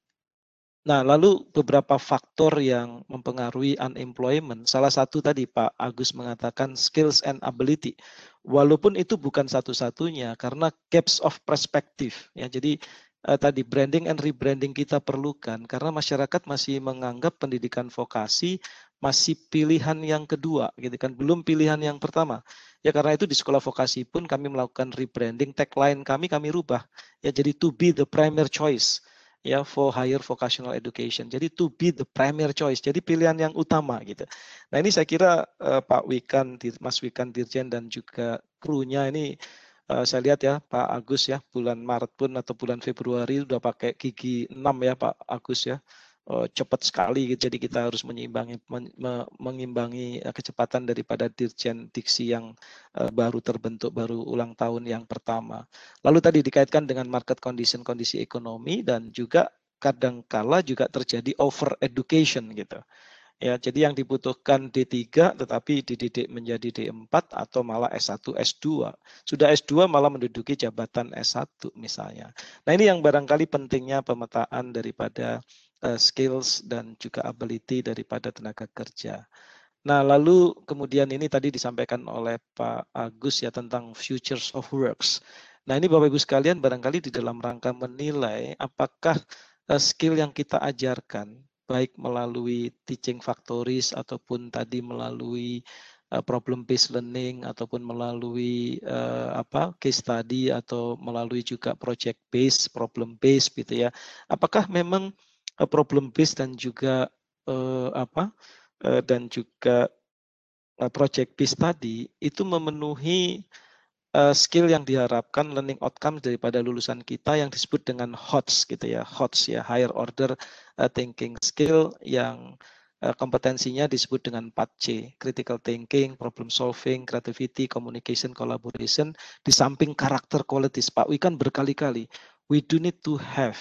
Nah lalu beberapa faktor yang mempengaruhi unemployment, salah satu tadi Pak Agus mengatakan skills and ability. Walaupun itu bukan satu-satunya karena gaps of perspective. Ya, jadi uh, tadi branding and rebranding kita perlukan karena masyarakat masih menganggap pendidikan vokasi masih pilihan yang kedua gitu kan, belum pilihan yang pertama. Ya karena itu di sekolah vokasi pun kami melakukan rebranding, tagline kami kami rubah ya jadi to be the primary choice ya for higher vocational education. Jadi to be the primary choice, jadi pilihan yang utama gitu. Nah ini saya kira uh, Pak Wikan, Mas Wikan Dirjen dan juga krunya ini uh, saya lihat ya Pak Agus ya bulan Maret pun atau bulan Februari udah pakai gigi enam ya Pak Agus ya. Uh, cepat sekali gitu. Jadi kita harus menyimbangi men, me, mengimbangi uh, kecepatan daripada Dirjen Diksi yang uh, baru terbentuk baru ulang tahun yang pertama. Lalu tadi dikaitkan dengan market condition, kondisi ekonomi dan juga kadangkala juga terjadi over education gitu. Ya, jadi yang dibutuhkan D tiga tetapi dididik menjadi D empat atau malah S satu, S dua. Sudah S dua malah menduduki jabatan S satu misalnya. Nah, ini yang barangkali pentingnya pemetaan daripada uh, skills dan juga ability daripada tenaga kerja. Nah, lalu kemudian ini tadi disampaikan oleh Pak Agus ya tentang futures of works. Nah, ini Bapak Ibu sekalian barangkali di dalam rangka menilai apakah uh, skill yang kita ajarkan baik melalui teaching factories ataupun tadi melalui uh, problem based learning ataupun melalui uh, apa case study atau melalui juga project based, problem based gitu ya. Apakah memang uh, problem based dan juga uh, apa uh, dan juga uh, project based tadi itu memenuhi Uh, skill yang diharapkan learning outcome daripada lulusan kita yang disebut dengan H O T S gitu ya, H O T S ya, higher order uh, thinking skill yang uh, kompetensinya disebut dengan empat C, critical thinking, problem solving, creativity, communication, collaboration, di samping karakter qualities. Pak Wikan berkali-kali, we do need to have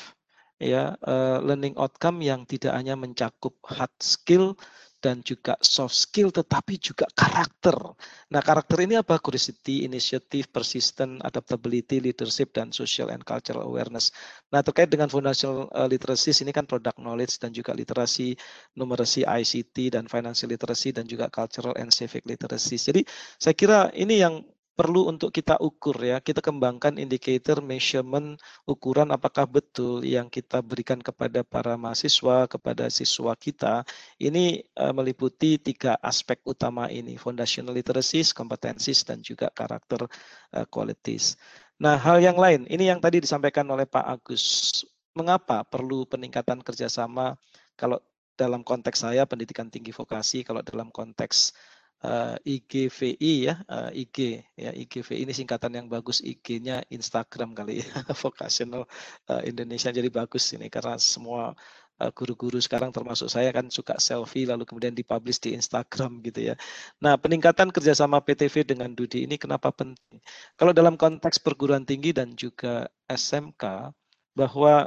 ya uh, learning outcome yang tidak hanya mencakup hard skill dan juga soft skill tetapi juga karakter. Nah, karakter ini apa? Curiosity, initiative, persistent, adaptability, leadership dan social and cultural awareness. Nah, terkait dengan foundational uh, literacy ini kan product knowledge dan juga literasi, numeracy, I C T dan financial literacy dan juga cultural and civic literacy. Jadi, saya kira ini yang perlu untuk kita ukur ya, kita kembangkan indikator measurement ukuran apakah betul yang kita berikan kepada para mahasiswa, kepada siswa kita ini uh, meliputi tiga aspek utama ini, foundational literacies, competencies dan juga karakter uh, qualities. Nah, hal yang lain ini yang tadi disampaikan oleh Pak Agus, mengapa perlu peningkatan kerjasama kalau dalam konteks saya pendidikan tinggi vokasi, kalau dalam konteks Uh, I G V I ya, uh, I G ya, I G V I ini singkatan yang bagus, I G-nya Instagram kali ya, Vocational uh, Indonesia, jadi bagus ini karena semua guru-guru uh, sekarang termasuk saya kan suka selfie lalu kemudian dipublish di Instagram gitu ya. Nah, peningkatan kerjasama P T V dengan D U D I ini kenapa penting? Kalau dalam konteks perguruan tinggi dan juga S M K, bahwa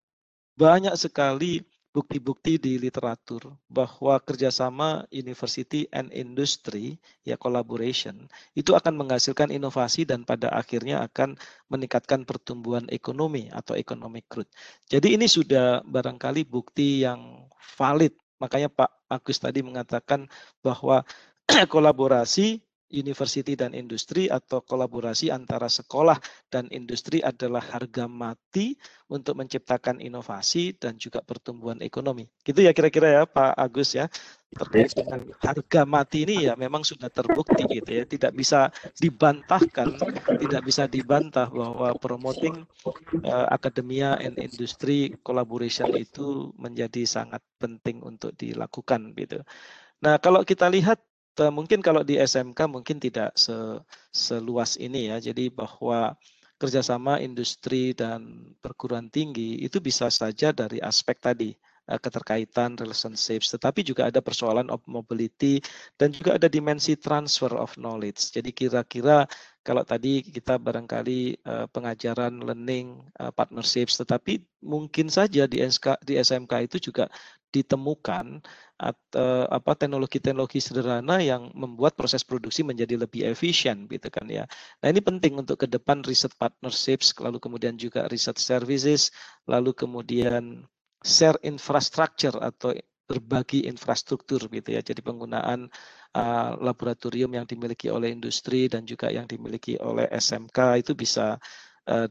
banyak sekali bukti-bukti di literatur bahwa kerjasama university and industry, ya collaboration, itu akan menghasilkan inovasi dan pada akhirnya akan meningkatkan pertumbuhan ekonomi atau economic growth. Jadi ini sudah barangkali bukti yang valid. Makanya Pak Agus tadi mengatakan bahwa kolaborasi university dan industri atau kolaborasi antara sekolah dan industri adalah harga mati untuk menciptakan inovasi dan juga pertumbuhan ekonomi. Gitu ya kira-kira ya Pak Agus ya. Terkait dengan harga mati ini ya memang sudah terbukti gitu ya. Tidak bisa dibantahkan, tidak bisa dibantah bahwa promoting uh, academia and industry collaboration itu menjadi sangat penting untuk dilakukan gitu. Nah, kalau kita lihat mungkin kalau di S M K mungkin tidak se, seluas ini ya. Jadi bahwa kerjasama industri dan perguruan tinggi itu bisa saja dari aspek tadi keterkaitan relationships, tetapi juga ada persoalan of mobility dan juga ada dimensi transfer of knowledge. Jadi kira-kira kalau tadi kita barangkali uh, pengajaran learning uh, partnerships, tetapi mungkin saja di S K, di S M K itu juga ditemukan atau apa teknologi-teknologi sederhana yang membuat proses produksi menjadi lebih efisien gitu kan ya. Nah, ini penting untuk ke depan riset partnerships, lalu kemudian juga riset services, lalu kemudian share infrastructure atau berbagi infrastruktur gitu ya. Jadi penggunaan uh, laboratorium yang dimiliki oleh industri dan juga yang dimiliki oleh S M K itu bisa Uh,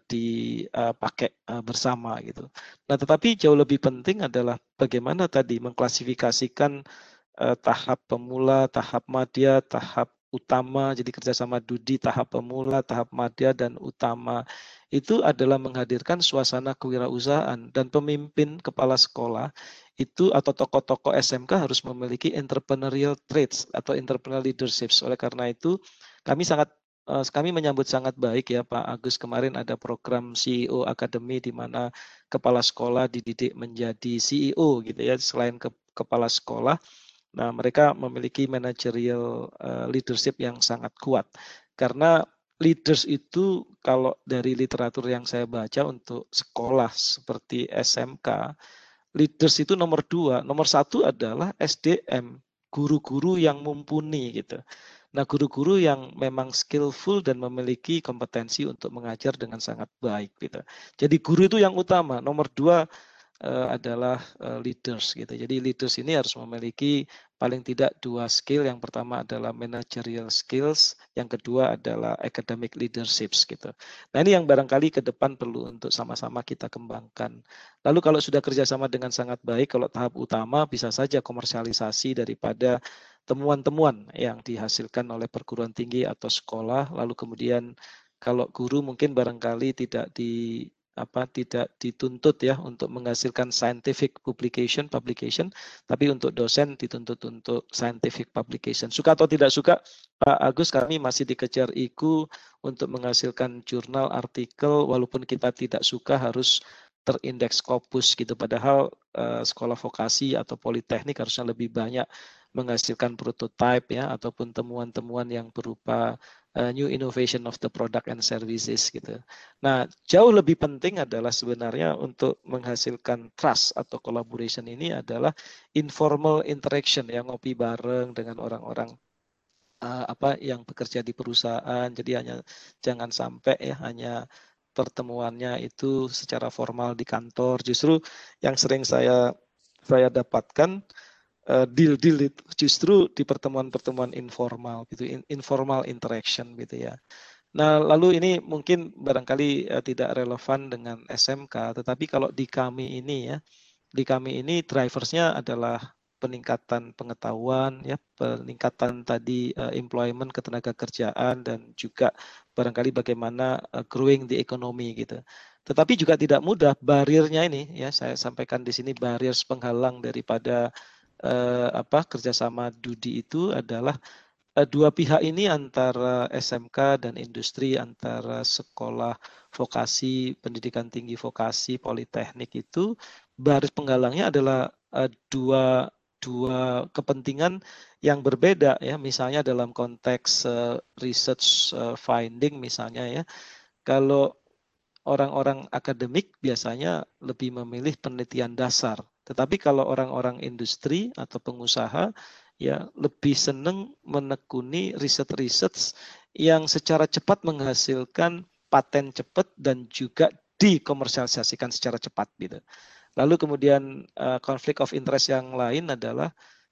dipakai uh, uh, bersama gitu. Nah, tetapi jauh lebih penting adalah bagaimana tadi mengklasifikasikan uh, tahap pemula, tahap madya, tahap utama. Jadi kerjasama D U D I tahap pemula, tahap madya dan utama itu adalah menghadirkan suasana kewirausahaan dan pemimpin kepala sekolah itu atau tokoh-tokoh S M K harus memiliki entrepreneurial traits atau entrepreneurial leadership. Oleh karena itu kami sangat Kami menyambut sangat baik ya Pak Agus, kemarin ada program C E O Academy di mana kepala sekolah dididik menjadi C E O gitu ya, selain ke kepala sekolah. Nah, mereka memiliki managerial uh, leadership yang sangat kuat. Karena leaders itu kalau dari literatur yang saya baca untuk sekolah seperti S M K, leaders itu nomor dua, nomor satu adalah S D M, guru-guru yang mumpuni gitu. Nah, guru-guru yang memang skillful dan memiliki kompetensi untuk mengajar dengan sangat baik gitu. Jadi guru itu yang utama. Nomor dua uh, adalah uh, leaders gitu. Jadi leaders ini harus memiliki paling tidak dua skill. Yang pertama adalah managerial skills, yang kedua adalah academic leaderships gitu. Nah, ini yang barangkali ke depan perlu untuk sama-sama kita kembangkan. Lalu kalau sudah kerjasama dengan sangat baik, kalau tahap utama bisa saja komersialisasi daripada temuan-temuan yang dihasilkan oleh perguruan tinggi atau sekolah, lalu kemudian kalau guru mungkin barangkali tidak di apa tidak dituntut ya untuk menghasilkan scientific publication publication, tapi untuk dosen dituntut untuk scientific publication. Suka atau tidak suka, Pak Agus, kami masih dikejar I Q U untuk menghasilkan jurnal artikel, walaupun kita tidak suka harus terindeks Scopus gitu. Padahal uh, sekolah vokasi atau politeknik harusnya lebih banyak menghasilkan prototype ya ataupun temuan-temuan yang berupa uh, new innovation of the product and services gitu. Nah, jauh lebih penting adalah sebenarnya untuk menghasilkan trust atau collaboration ini adalah informal interaction ya, ngopi bareng dengan orang-orang uh, apa yang bekerja di perusahaan. Jadi hanya jangan sampai ya hanya pertemuannya itu secara formal di kantor. Justru yang sering saya saya dapatkan Uh, deal-deal itu justru di pertemuan-pertemuan informal gitu, in, informal interaction gitu ya. Nah, lalu ini mungkin barangkali uh, tidak relevan dengan S M K, tetapi kalau di kami ini ya, di kami ini driversnya adalah peningkatan pengetahuan, ya, peningkatan tadi uh, employment ketenaga kerjaan dan juga barangkali bagaimana uh, growing the economy gitu. Tetapi juga tidak mudah bariernya ini, ya, saya sampaikan di sini barriers penghalang daripada uh, apa kerjasama D U D I itu adalah dua pihak ini antara S M K dan industri, antara sekolah vokasi, pendidikan tinggi vokasi, politeknik itu baris penggalangnya adalah uh, dua dua kepentingan yang berbeda ya. Misalnya dalam konteks uh, research uh, finding misalnya ya. Kalau orang-orang akademik biasanya lebih memilih penelitian dasar. Tetapi kalau orang-orang industri atau pengusaha ya lebih senang menekuni riset-riset yang secara cepat menghasilkan paten cepat dan juga dikomersialisasikan secara cepat gitu. Lalu kemudian uh, konflik of interest yang lain adalah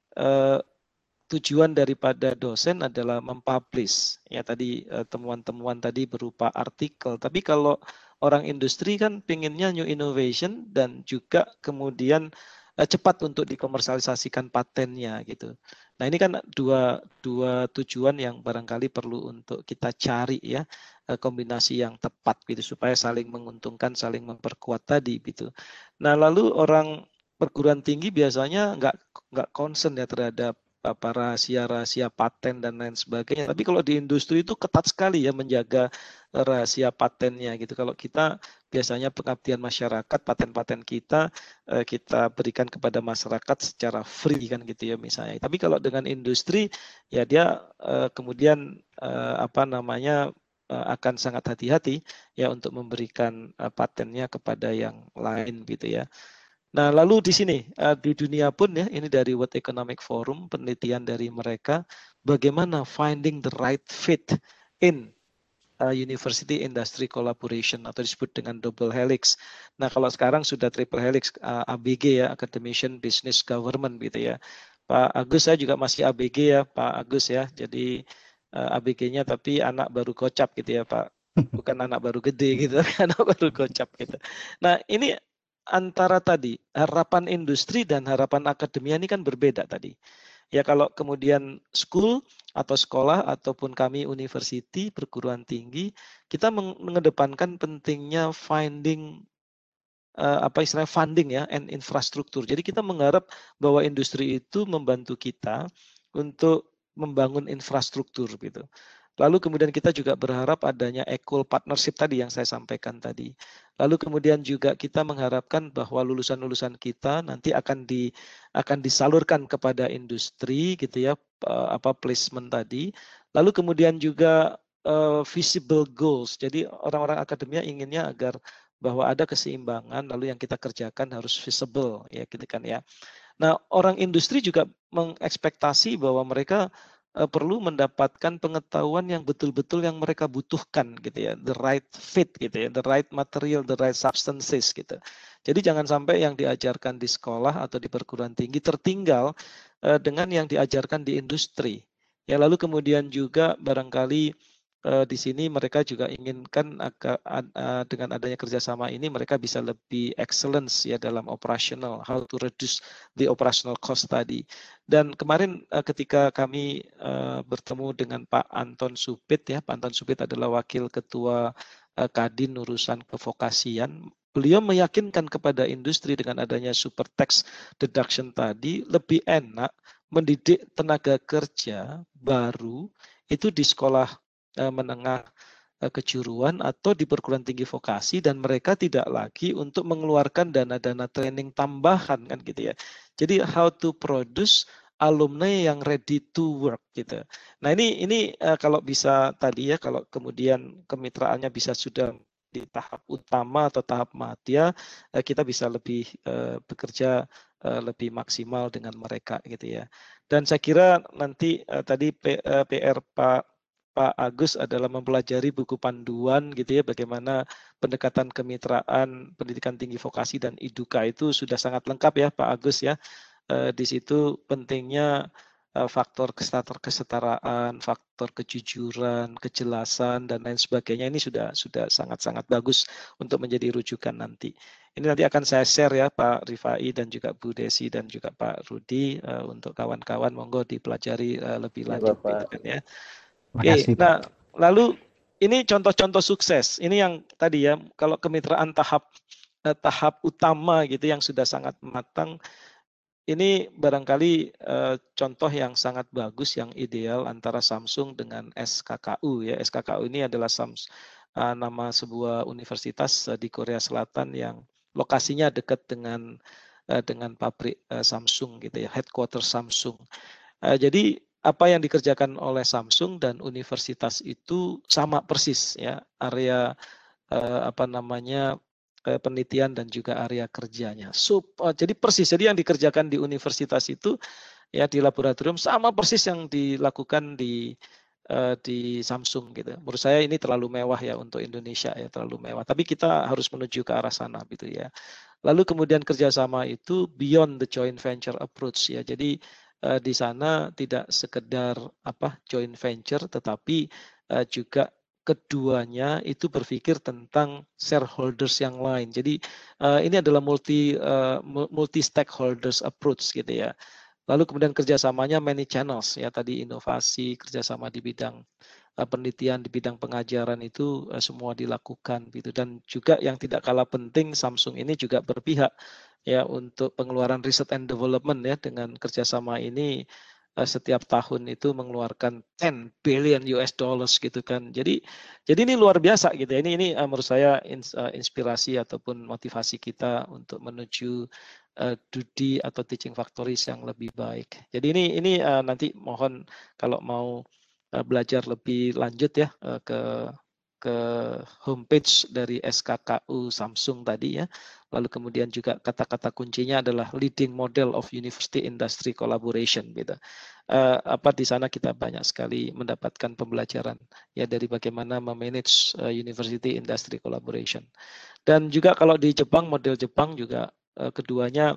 uh, tujuan daripada dosen adalah mempublish ya tadi uh, temuan-temuan tadi berupa artikel. Tapi kalau orang industri kan pinginnya new innovation dan juga kemudian cepat untuk dikomersialisasikan patennya gitu. Nah ini kan dua dua tujuan yang barangkali perlu untuk kita cari ya kombinasi yang tepat gitu supaya saling menguntungkan, saling memperkuat tadi gitu. Nah lalu orang perguruan tinggi biasanya nggak nggak concern ya terhadap apa rahasia-rahasia paten dan lain sebagainya. Tapi kalau di industri itu ketat sekali ya menjaga rahasia patennya gitu. Kalau kita biasanya pengabdian masyarakat, paten-paten kita kita berikan kepada masyarakat secara free kan gitu ya misalnya. Tapi kalau dengan industri ya dia kemudian apa namanya akan sangat hati-hati ya untuk memberikan patennya kepada yang lain gitu ya. Nah, lalu di sini di dunia pun ya, ini dari World Economic Forum, penelitian dari mereka, bagaimana finding the right fit in uh, university industry collaboration atau disebut dengan double helix. Nah, kalau sekarang sudah triple helix, uh, A B G ya, Academician Business Government gitu ya. Pak Agus saya juga masih A B G ya, Pak Agus ya. Jadi uh, A B G-nya tapi anak baru kocap gitu ya, Pak. Bukan anak baru gede gitu, anak baru kocap gitu. Nah, ini antara tadi harapan industri dan harapan akademia ini kan berbeda tadi. Ya kalau kemudian school atau sekolah ataupun kami university perguruan tinggi kita mengedepankan pentingnya finding uh, apa istilahnya funding ya and infrastruktur. Jadi kita mengharap bahwa industri itu membantu kita untuk membangun infrastruktur gitu. Lalu kemudian kita juga berharap adanya equal partnership tadi yang saya sampaikan tadi. Lalu kemudian juga kita mengharapkan bahwa lulusan-lulusan kita nanti akan di akan disalurkan kepada industri gitu ya apa placement tadi. Lalu kemudian juga uh, visible goals. Jadi orang-orang akademia inginnya agar bahwa ada keseimbangan lalu yang kita kerjakan harus visible ya gitu kan ya. Nah, orang industri juga mengekspektasi bahwa mereka perlu mendapatkan pengetahuan yang betul-betul yang mereka butuhkan gitu ya, the right fit gitu ya, the right material, the right substances gitu. Jadi jangan sampai yang diajarkan di sekolah atau di perguruan tinggi tertinggal uh, dengan yang diajarkan di industri. Ya lalu kemudian juga barangkali uh, di sini mereka juga inginkan agak, uh, dengan adanya kerjasama ini mereka bisa lebih excellence ya dalam operational, how to reduce the operational cost tadi. Dan kemarin uh, ketika kami uh, bertemu dengan Pak Anton Supit ya, Pak Anton Supit adalah Wakil Ketua uh, Kadin urusan kevokasian. Beliau meyakinkan kepada industri dengan adanya super tax deduction tadi lebih enak mendidik tenaga kerja baru itu di sekolah uh, menengah kejuruan atau di perguruan tinggi vokasi dan mereka tidak lagi untuk mengeluarkan dana-dana training tambahan kan gitu ya. Jadi how to produce alumni yang ready to work gitu. Nah ini ini uh, kalau bisa tadi ya kalau kemudian kemitraannya bisa sudah di tahap utama atau tahap madya uh, kita bisa lebih uh, bekerja uh, lebih maksimal dengan mereka gitu ya. Dan saya kira nanti uh, tadi P, uh, P R Pak Pak Agus adalah mempelajari buku panduan gitu ya bagaimana pendekatan kemitraan pendidikan tinggi vokasi dan I D U K A itu sudah sangat lengkap ya Pak Agus ya. E, di situ pentingnya uh, faktor kesetaraan, faktor kejujuran, kejelasan dan lain sebagainya ini sudah sudah sangat-sangat bagus untuk menjadi rujukan nanti. Ini nanti akan saya share ya Pak Rifai dan juga Bu Desi dan juga Pak Rudi uh, untuk kawan-kawan, monggo dipelajari uh, lebih Ya lanjut Bapak. gitu kan ya. Oke, Makasih, Pak. nah lalu ini contoh-contoh sukses. Ini yang tadi ya, kalau kemitraan tahap eh, tahap utama gitu yang sudah sangat matang, ini barangkali eh, contoh yang sangat bagus, yang ideal antara Samsung dengan S K K U ya. S K K U ini adalah Sams, eh, nama sebuah universitas eh, di Korea Selatan yang lokasinya dekat dengan eh, dengan pabrik eh, Samsung gitu ya, headquarter Samsung. Eh, jadi apa yang dikerjakan oleh Samsung dan universitas itu sama persis ya, area eh, apa namanya eh, penelitian dan juga area kerjanya. So, eh, jadi persis. Jadi yang dikerjakan di universitas itu ya di laboratorium sama persis yang dilakukan di eh, di Samsung gitu. Menurut saya ini terlalu mewah ya untuk Indonesia ya, terlalu mewah. Tapi kita harus menuju ke arah sana gitu ya. Lalu kemudian kerjasama itu beyond the joint venture approach ya. Jadi eh, di sana tidak sekedar apa joint venture, tetapi eh, juga keduanya itu berpikir tentang shareholders yang lain. Jadi eh, ini adalah multi uh, multi stakeholders approach gitu ya. Lalu kemudian kerjasamanya many channels ya, tadi inovasi, kerjasama di bidang uh, penelitian, di bidang pengajaran itu uh, semua dilakukan gitu. Dan juga yang tidak kalah penting, Samsung ini juga berpihak ya untuk pengeluaran research and development ya, dengan kerjasama ini uh, setiap tahun itu mengeluarkan ten billion U S dollars gitu kan. Jadi jadi ini luar biasa gitu ya. Ini ini uh, menurut saya ins, uh, inspirasi ataupun motivasi kita untuk menuju uh, Dudi atau teaching factories yang lebih baik. Jadi ini ini uh, nanti mohon kalau mau uh, belajar lebih lanjut ya uh, ke ke homepage dari S K K U Samsung tadi ya. Lalu kemudian juga kata-kata kuncinya adalah leading model of university industry collaboration gitu. Uh, apa di sana kita banyak sekali mendapatkan pembelajaran ya dari bagaimana memanage uh, university industry collaboration. Dan juga kalau di Jepang, model Jepang juga uh, keduanya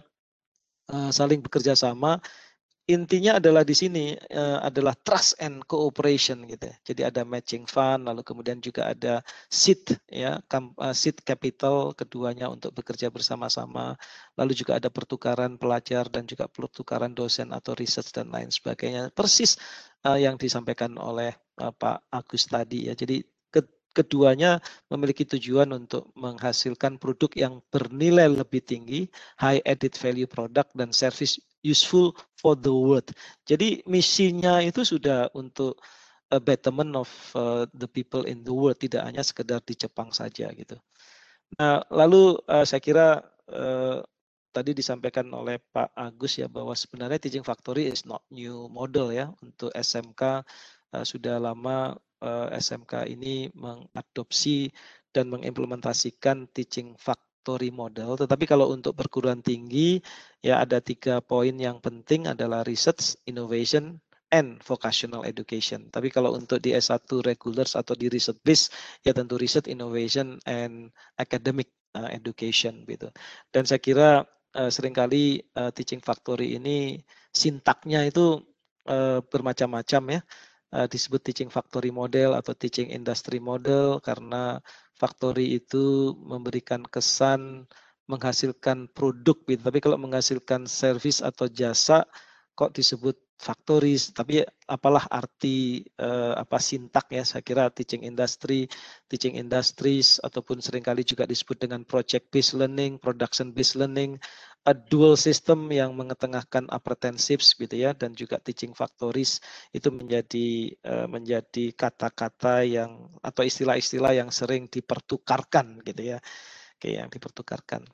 uh, saling bekerja sama. Intinya adalah di sini uh, adalah trust and cooperation gitu ya. Jadi ada matching fund, lalu kemudian juga ada seed ya, uh, seed capital keduanya untuk bekerja bersama-sama. Lalu juga ada pertukaran pelajar dan juga pertukaran dosen atau research dan lain sebagainya. Persis uh, yang disampaikan oleh uh, Pak Agus tadi ya. Jadi keduanya memiliki tujuan untuk menghasilkan produk yang bernilai lebih tinggi, high added value product dan service useful for the world. Jadi misinya itu sudah untuk a betterment of uh, the people in the world, tidak hanya sekedar di Jepang saja gitu. Nah, lalu uh, saya kira uh, tadi disampaikan oleh Pak Agus ya bahwa sebenarnya teaching factory is not new model ya untuk S M K. Uh, sudah lama uh, S M K ini mengadopsi dan mengimplementasikan teaching factory model. Tetapi kalau untuk perguruan tinggi ya ada tiga poin yang penting adalah research, innovation, and vocational education. Tapi kalau untuk di S satu regulars atau di research base ya tentu research, innovation, and academic uh, education gitu. Dan saya kira uh, seringkali uh, teaching factory ini sintaknya itu uh, bermacam-macam ya. Uh, disebut teaching factory model atau teaching industry model karena factory itu memberikan kesan menghasilkan produk gitu. Tapi kalau menghasilkan service atau jasa kok disebut factories, tapi apalah arti uh, apa sintak ya, saya kira teaching industry, teaching industries ataupun seringkali juga disebut dengan project based learning, production based learning, a dual system yang mengetengahkan apprenticeships gitu ya, dan juga teaching factories itu menjadi uh, menjadi kata-kata yang atau istilah-istilah yang sering dipertukarkan gitu ya, kayak yang dipertukarkan.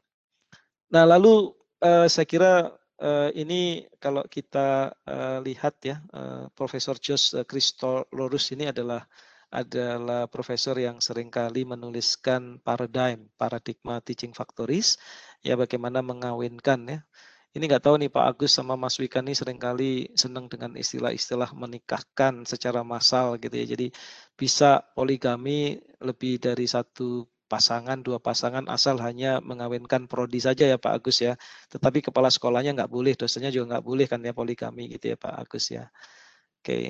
Nah lalu uh, saya kira Uh, ini kalau kita uh, lihat ya, uh, Profesor Josh Christolorus ini adalah adalah profesor yang seringkali menuliskan paradigm, paradigma teaching factories, ya bagaimana mengawinkan ya. Ini nggak tahu nih Pak Agus sama Mas Wika nih seringkali senang dengan istilah-istilah menikahkan secara massal gitu ya. Jadi bisa poligami lebih dari satu pasangan, dua pasangan asal hanya mengawinkan prodi saja ya Pak Agus ya. Tetapi kepala sekolahnya nggak boleh, dosennya juga nggak boleh kan ya poligami gitu ya Pak Agus ya. Oke.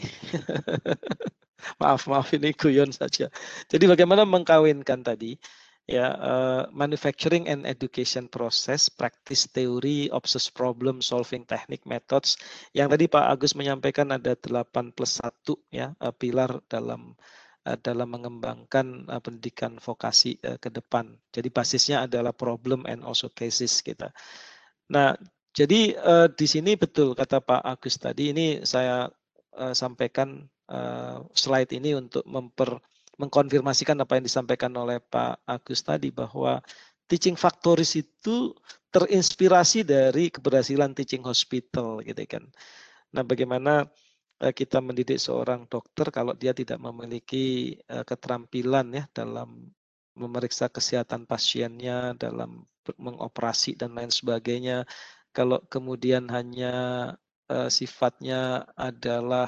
Maaf, maaf ini guyon saja. Jadi bagaimana mengkawinkan tadi ya uh, manufacturing and education process, practice theory, obsess problem solving technique methods. Yang tadi Pak Agus menyampaikan ada delapan plus satu ya uh, pilar dalam uh, dalam mengembangkan uh, pendidikan vokasi uh, ke depan. Jadi basisnya adalah problem and also cases kita. Nah, jadi uh, di sini betul kata Pak Agus tadi, ini saya uh, sampaikan uh, slide ini untuk memper mengkonfirmasikan apa yang disampaikan oleh Pak Agus tadi, bahwa teaching factories itu terinspirasi dari keberhasilan teaching hospital gitu kan. Nah, bagaimana uh, kita mendidik seorang dokter kalau dia tidak memiliki uh, keterampilan ya dalam memeriksa kesehatan pasiennya, dalam mengoperasi dan lain sebagainya. Kalau kemudian hanya uh, sifatnya adalah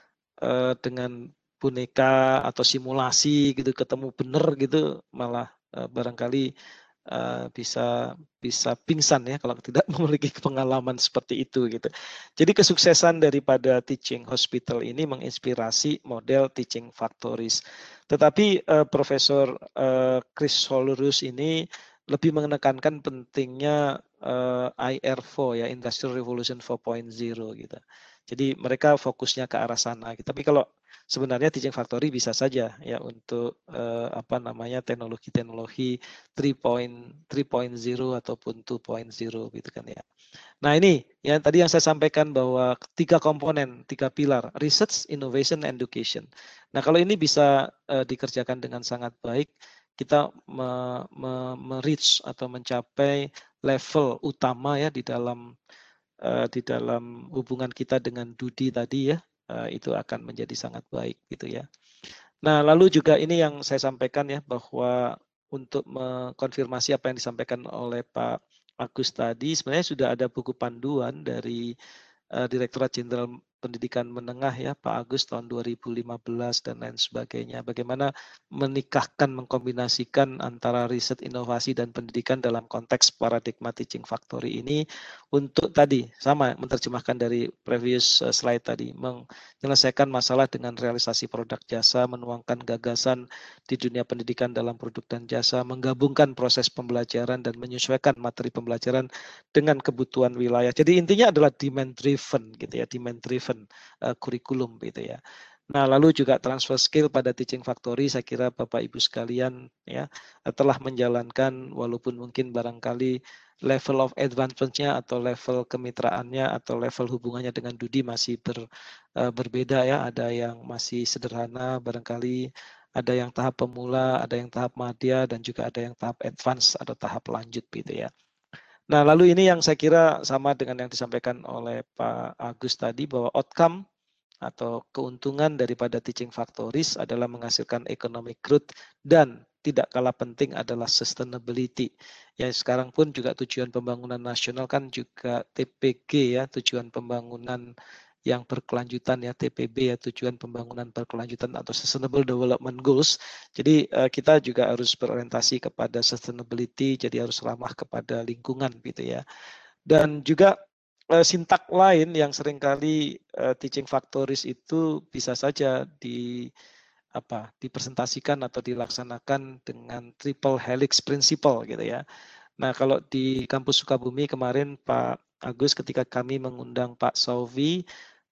uh, dengan boneka atau simulasi gitu, ketemu benar gitu, malah uh, barangkali uh, bisa bisa pingsan ya kalau tidak memiliki pengalaman seperti itu gitu. Jadi kesuksesan daripada teaching hospital ini menginspirasi model teaching factories. Tetapi uh, Profesor uh, Chris Solurus ini lebih menekankan pentingnya uh, I R empat ya, Industrial Revolution empat titik nol gitu. Jadi mereka fokusnya ke arah sana. Tapi kalau sebenarnya teaching factory bisa saja ya untuk uh, apa namanya teknologi-teknologi tiga titik nol ataupun dua titik nol gitu kan ya. Nah ini yang tadi yang saya sampaikan bahwa tiga komponen, tiga pilar, research, innovation, education. Nah kalau ini bisa uh, dikerjakan dengan sangat baik, kita me-reach me, me atau mencapai level utama ya di dalam uh, di dalam hubungan kita dengan Dudi tadi ya, uh, itu akan menjadi sangat baik gitu ya. Nah lalu juga ini yang saya sampaikan ya, bahwa untuk mengkonfirmasi apa yang disampaikan oleh Pak Agus tadi, sebenarnya sudah ada buku panduan dari uh, Direktorat Jenderal Pendidikan Menengah ya Pak Agus tahun dua ribu lima belas dan lain sebagainya. Bagaimana menikahkan, mengkombinasikan antara riset, inovasi dan pendidikan dalam konteks paradigma teaching factory ini untuk tadi sama menerjemahkan dari previous slide tadi, menyelesaikan masalah dengan realisasi produk jasa, menuangkan gagasan di dunia pendidikan dalam produk dan jasa, menggabungkan proses pembelajaran dan menyesuaikan materi pembelajaran dengan kebutuhan wilayah. Jadi intinya adalah demand driven gitu ya, demand driven uh, kurikulum gitu ya. Nah, lalu juga transfer skill pada teaching factory, saya kira Bapak Ibu sekalian ya telah menjalankan, walaupun mungkin barangkali level of advancement-nya atau level kemitraannya atau level hubungannya dengan Dudi masih ber, uh, berbeda ya. Ada yang masih sederhana, barangkali ada yang tahap pemula, ada yang tahap madya, dan juga ada yang tahap advance atau tahap lanjut gitu ya. Nah, lalu ini yang saya kira sama dengan yang disampaikan oleh Pak Agus tadi, bahwa outcome atau keuntungan daripada teaching factories adalah menghasilkan economic growth dan tidak kalah penting adalah sustainability. Ya, sekarang pun juga tujuan pembangunan nasional kan juga T P G ya, tujuan pembangunan yang berkelanjutan ya, T P B ya, tujuan pembangunan berkelanjutan atau Sustainable Development Goals. Jadi uh, kita juga harus berorientasi kepada sustainability, jadi harus ramah kepada lingkungan gitu ya. Dan juga uh, sintak lain yang seringkali uh, teaching factories itu bisa saja di apa dipresentasikan atau dilaksanakan dengan triple helix principle gitu ya. Nah, kalau di kampus Sukabumi kemarin Pak Agus ketika kami mengundang Pak Sofi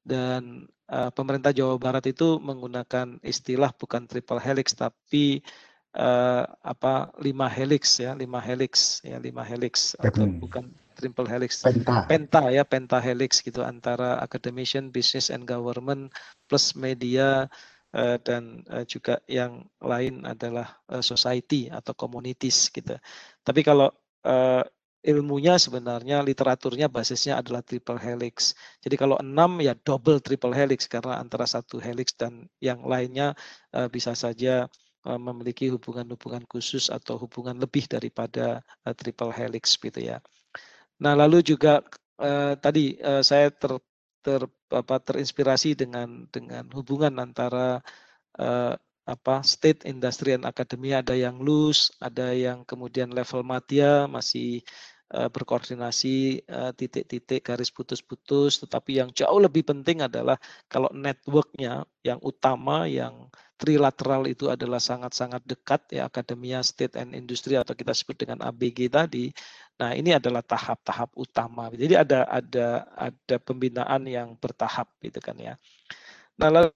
dan uh, pemerintah Jawa Barat itu menggunakan istilah bukan triple helix tapi uh, apa lima helix ya, lima helix ya, lima helix atau Hmm. bukan triple helix, Penta. penta ya, penta helix gitu antara academician, business and government plus media uh, dan uh, juga yang lain adalah uh, society atau communities gitu. Tapi kalau uh, ilmunya sebenarnya literaturnya basisnya adalah triple helix. Jadi kalau enam ya double triple helix karena antara satu helix dan yang lainnya uh, bisa saja uh, memiliki hubungan-hubungan khusus atau hubungan lebih daripada uh, triple helix gitu ya. Nah, lalu juga uh, tadi uh, saya ter, ter apa terinspirasi dengan dengan hubungan antara uh, apa state, industry, and academia ada yang loose, ada yang kemudian level madya masih uh, berkoordinasi uh, titik-titik garis putus-putus, tetapi yang jauh lebih penting adalah kalau networknya yang utama, yang trilateral itu adalah sangat-sangat dekat ya, akademia, state, and industry atau kita sebut dengan A B G tadi. Nah ini adalah tahap-tahap utama. Jadi ada ada ada pembinaan yang bertahap gitu kan ya. Nah lalu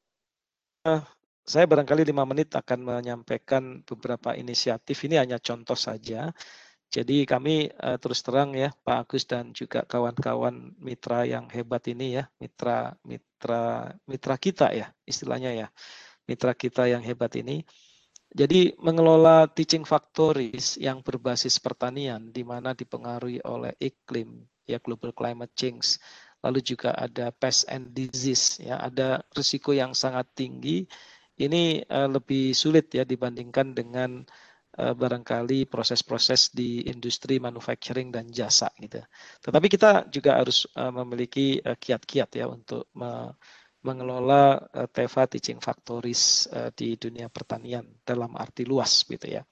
saya barangkali lima menit akan menyampaikan beberapa inisiatif. Ini hanya contoh saja. Jadi kami uh, terus terang ya Pak Agus dan juga kawan-kawan mitra yang hebat ini ya, mitra mitra mitra kita ya istilahnya ya, mitra kita yang hebat ini. Jadi mengelola teaching factories yang berbasis pertanian di mana dipengaruhi oleh iklim ya, global climate change. Lalu juga ada pest and disease ya, ada risiko yang sangat tinggi. Ini uh, lebih sulit ya dibandingkan dengan uh, barangkali proses-proses di industri manufacturing dan jasa gitu. Tetapi kita juga harus uh, memiliki uh, kiat-kiat ya untuk me mengelola uh, T E V A teaching factories uh, di dunia pertanian dalam arti luas gitu ya.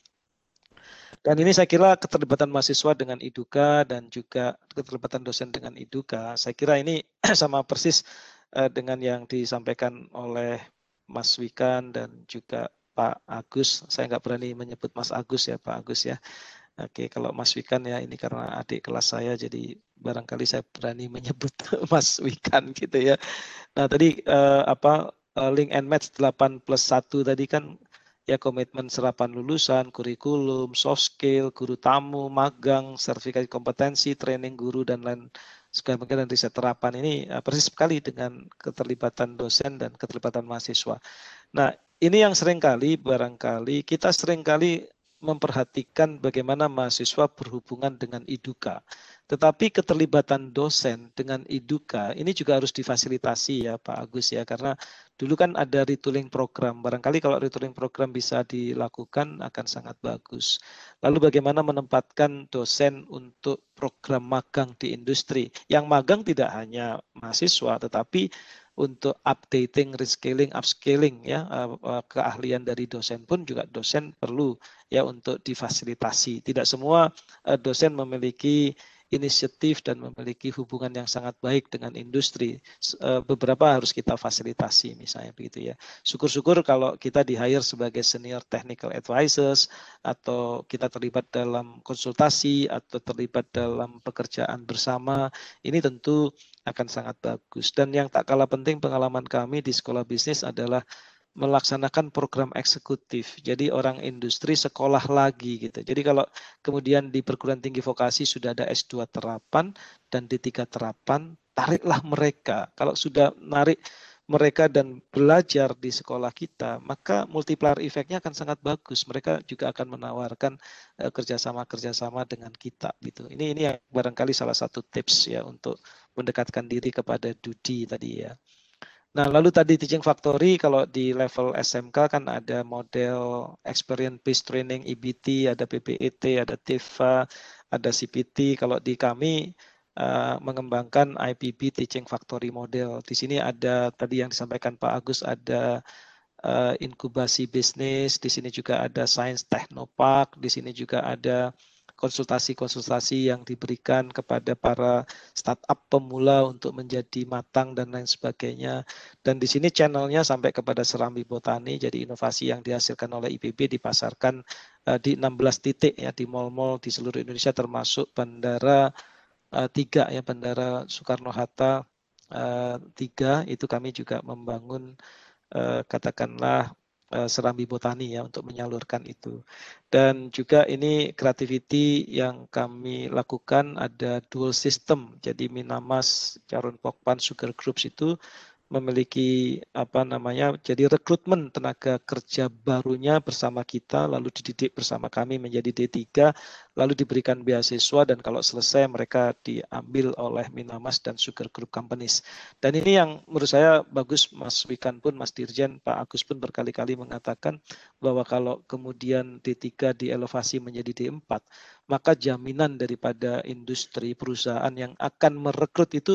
Dan ini saya kira keterlibatan mahasiswa dengan Iduka dan juga keterlibatan dosen dengan Iduka, saya kira ini sama persis uh, dengan yang disampaikan oleh Mas Wikan dan juga Pak Agus. Saya nggak berani menyebut Mas Agus ya, Pak Agus ya. Oke, kalau Mas Wikan ya ini karena adik kelas saya, jadi barangkali saya berani menyebut Mas Wikan gitu ya. Nah tadi uh, apa uh, link and match delapan plus satu tadi kan ya, komitmen serapan lulusan, kurikulum, soft skill, guru tamu, magang, sertifikasi kompetensi, training guru dan lain sebagainya, dan riset terapan ini uh, persis sekali dengan keterlibatan dosen dan keterlibatan mahasiswa. Nah ini yang seringkali barangkali kita seringkali memperhatikan bagaimana mahasiswa berhubungan dengan Iduka. Tetapi keterlibatan dosen dengan Iduka ini juga harus difasilitasi ya Pak Agus ya, karena dulu kan ada retooling program. Barangkali kalau retooling program bisa dilakukan akan sangat bagus. Lalu bagaimana menempatkan dosen untuk program magang di industri. Yang magang tidak hanya mahasiswa tetapi untuk updating, reskilling, upscaling ya, keahlian dari dosen pun juga dosen perlu ya untuk difasilitasi. Tidak semua dosen memiliki inisiatif dan memiliki hubungan yang sangat baik dengan industri. Beberapa harus kita fasilitasi misalnya begitu ya. Syukur-syukur kalau kita di hire sebagai senior technical advisors atau kita terlibat dalam konsultasi atau terlibat dalam pekerjaan bersama, ini tentu akan sangat bagus. Dan yang tak kalah penting pengalaman kami di sekolah bisnis adalah melaksanakan program eksekutif. Jadi orang industri sekolah lagi gitu. Jadi kalau kemudian di perguruan tinggi vokasi sudah ada S dua terapan dan D tiga terapan, tariklah mereka. Kalau sudah narik mereka dan belajar di sekolah kita, maka multiplier efeknya akan sangat bagus. Mereka juga akan menawarkan uh, kerjasama-kerjasama dengan kita gitu. Ini ini yang barangkali salah satu tips ya untuk mendekatkan diri kepada Dudi tadi ya. Nah, lalu tadi teaching factory kalau di level S M K kan ada model experience based training E B T, ada P B E T, ada T E V A, ada C P T. Kalau di kami uh, mengembangkan I P B teaching factory model. Di sini ada tadi yang disampaikan Pak Agus, ada uh, inkubasi bisnis, di sini juga ada science technopark, di sini juga ada konsultasi-konsultasi yang diberikan kepada para startup pemula untuk menjadi matang dan lain sebagainya. Dan di sini channelnya sampai kepada Serambi Botani, jadi inovasi yang dihasilkan oleh I P B dipasarkan uh, di enam belas titik ya, di mal-mal di seluruh Indonesia, termasuk Bandara uh, tiga ya, Bandara Soekarno-Hatta uh, tiga, itu kami juga membangun uh, katakanlah Serambi Botani ya untuk menyalurkan itu. Dan juga ini creativity yang kami lakukan ada dual system. Jadi Minamas, Carun Pokpan, Sugar Groups itu memiliki apa namanya, jadi rekrutmen tenaga kerja barunya bersama kita, lalu dididik bersama kami menjadi D tiga, lalu diberikan beasiswa, dan kalau selesai mereka diambil oleh Minamas dan Sugar Group Companies. Dan ini yang menurut saya bagus, Mas Wikan pun, Mas Dirjen, Pak Agus pun berkali-kali mengatakan bahwa kalau kemudian D tiga dielevasi menjadi D empat, maka jaminan daripada industri perusahaan yang akan merekrut itu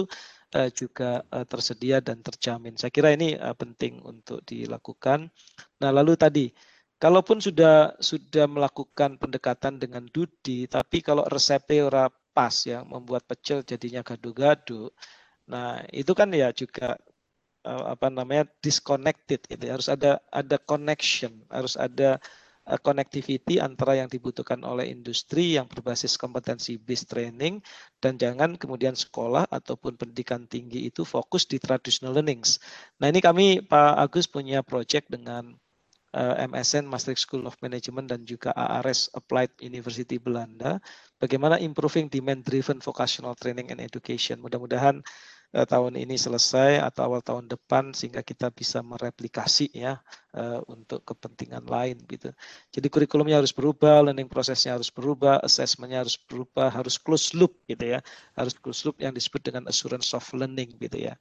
uh, juga uh, tersedia dan terjamin. Saya kira ini uh, penting untuk dilakukan. Nah, lalu tadi, kalaupun sudah sudah melakukan pendekatan dengan Dudi, tapi kalau resepnya ora pas ya, membuat pecel jadinya gaduh-gaduh. Nah, itu kan ya juga uh, apa namanya disconnected gitu ya. Harus ada ada connection, harus ada uh, connectivity antara yang dibutuhkan oleh industri yang berbasis kompetensi based training, dan jangan kemudian sekolah ataupun pendidikan tinggi itu fokus di traditional learnings. Nah, ini kami Pak Agus punya project dengan M S N Maastricht School of Management dan juga A R S Applied University Belanda, bagaimana improving demand driven vocational training and education. Mudah-mudahan uh, tahun ini selesai atau awal tahun depan sehingga kita bisa mereplikasi ya uh, untuk kepentingan lain gitu. Jadi kurikulumnya harus berubah, learning prosesnya harus berubah, assessmentnya harus berubah, harus closed loop gitu ya, harus closed loop yang disebut dengan assurance of learning gitu ya.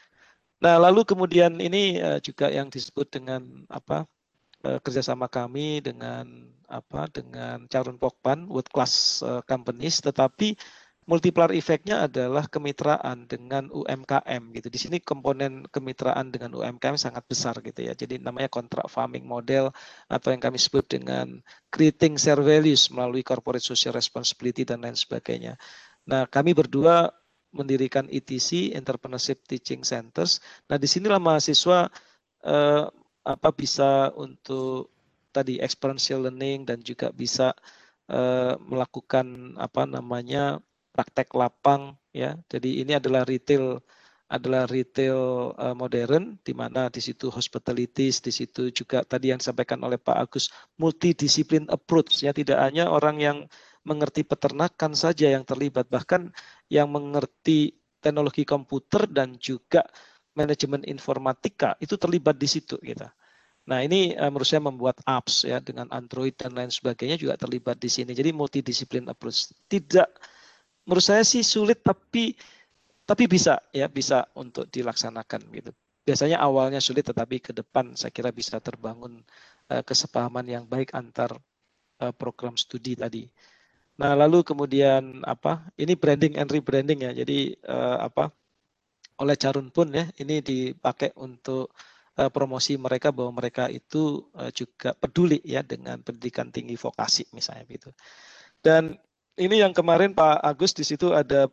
Nah, lalu kemudian ini uh, juga yang disebut dengan apa? kerjasama kami dengan apa dengan Carun Pokpan world class uh, companies, tetapi multiplier efeknya adalah kemitraan dengan U M K M gitu. Di sini komponen kemitraan dengan U M K M sangat besar gitu ya. Jadi namanya contract farming model atau yang kami sebut dengan creating share values melalui corporate social responsibility dan lain sebagainya. Nah, kami berdua mendirikan E T C, Entrepreneurship Teaching Centers. Nah, disinilah mahasiswa uh, apa bisa untuk tadi experiential learning dan juga bisa uh, melakukan apa namanya praktek lapang ya. Jadi ini adalah retail adalah retail uh, modern di mana di situ hospitalities, di situ juga tadi yang disampaikan oleh Pak Agus multidisiplin approach ya, tidak hanya orang yang mengerti peternakan saja yang terlibat, bahkan yang mengerti teknologi komputer dan juga manajemen informatika itu terlibat di situ gitu. Nah, ini uh, menurut saya membuat apps ya dengan Android dan lain sebagainya juga terlibat di sini. Jadi multidisiplin approach. Tidak, menurut saya sih sulit, tapi tapi bisa ya, bisa untuk dilaksanakan gitu. Biasanya awalnya sulit, tetapi ke depan saya kira bisa terbangun uh, kesepahaman yang baik antar uh, program studi tadi. Nah, lalu kemudian apa? Ini branding and rebranding ya. Jadi uh, apa? Oleh Carun pun ya, ini dipakai untuk uh, promosi mereka bahwa mereka itu uh, juga peduli ya dengan pendidikan tinggi vokasi misalnya gitu. Dan ini yang kemarin Pak Agus di situ ada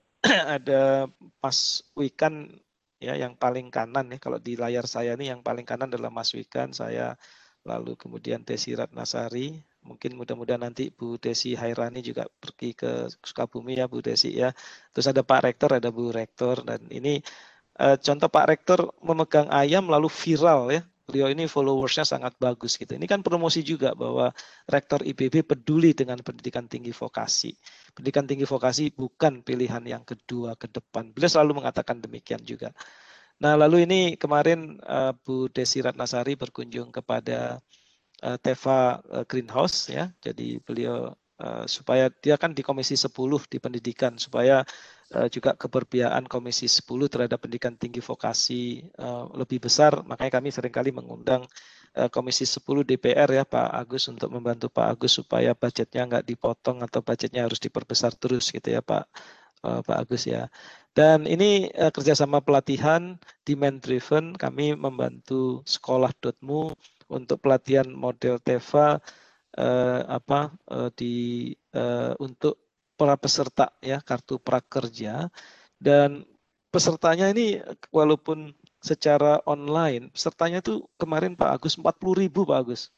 ada Mas Wikan ya yang paling kanan ya, kalau di layar saya ini yang paling kanan adalah Mas Wikan, saya lalu kemudian Desi Ratnasari, mungkin mudah-mudahan nanti Bu Desi Hairani juga pergi ke Sukabumi ya Bu Desi ya. Terus ada Pak Rektor, ada Bu Rektor, dan ini Uh, contoh Pak Rektor memegang ayam lalu viral ya. Beliau ini followersnya sangat bagus gitu. Ini kan promosi juga bahwa Rektor I B B peduli dengan pendidikan tinggi vokasi. Pendidikan tinggi vokasi bukan pilihan yang kedua ke depan. Beliau selalu mengatakan demikian juga. Nah, lalu ini kemarin uh, Bu Desi Ratnasari berkunjung kepada uh, Teva uh, Greenhouse ya. Jadi beliau uh, supaya dia kan di Komisi sepuluh di pendidikan, supaya Uh, juga keberpihakan Komisi sepuluh terhadap pendidikan tinggi vokasi uh, lebih besar, makanya kami seringkali mengundang uh, Komisi sepuluh D P R ya Pak Agus untuk membantu Pak Agus supaya budgetnya nggak dipotong atau budgetnya harus diperbesar terus gitu ya Pak uh, Pak Agus ya. Dan ini uh, kerjasama pelatihan demand driven, kami membantu sekolah.mu untuk pelatihan model Teva uh, apa uh, di uh, untuk para peserta ya kartu prakerja, dan pesertanya ini walaupun secara online pesertanya itu kemarin Pak Agus empat puluh ribu Pak Agus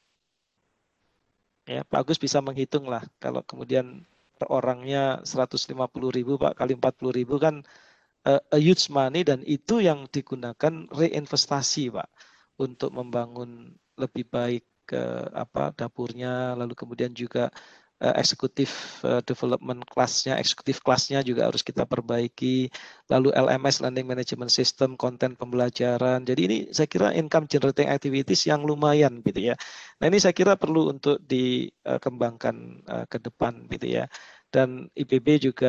ya. Pak Agus bisa menghitung lah kalau kemudian per orangnya seratus lima puluh ribu Pak kali empat puluh ribu kan uh, a huge money, dan itu yang digunakan reinvestasi Pak untuk membangun lebih baik ke apa dapurnya, lalu kemudian juga eksekutif uh, development kelasnya, eksekutif kelasnya juga harus kita perbaiki. Lalu L M S, Learning Management System, konten pembelajaran. Jadi ini saya kira income generating activities yang lumayan gitu ya. Nah, ini saya kira perlu untuk dikembangkan uh, ke depan gitu ya. Dan I B B juga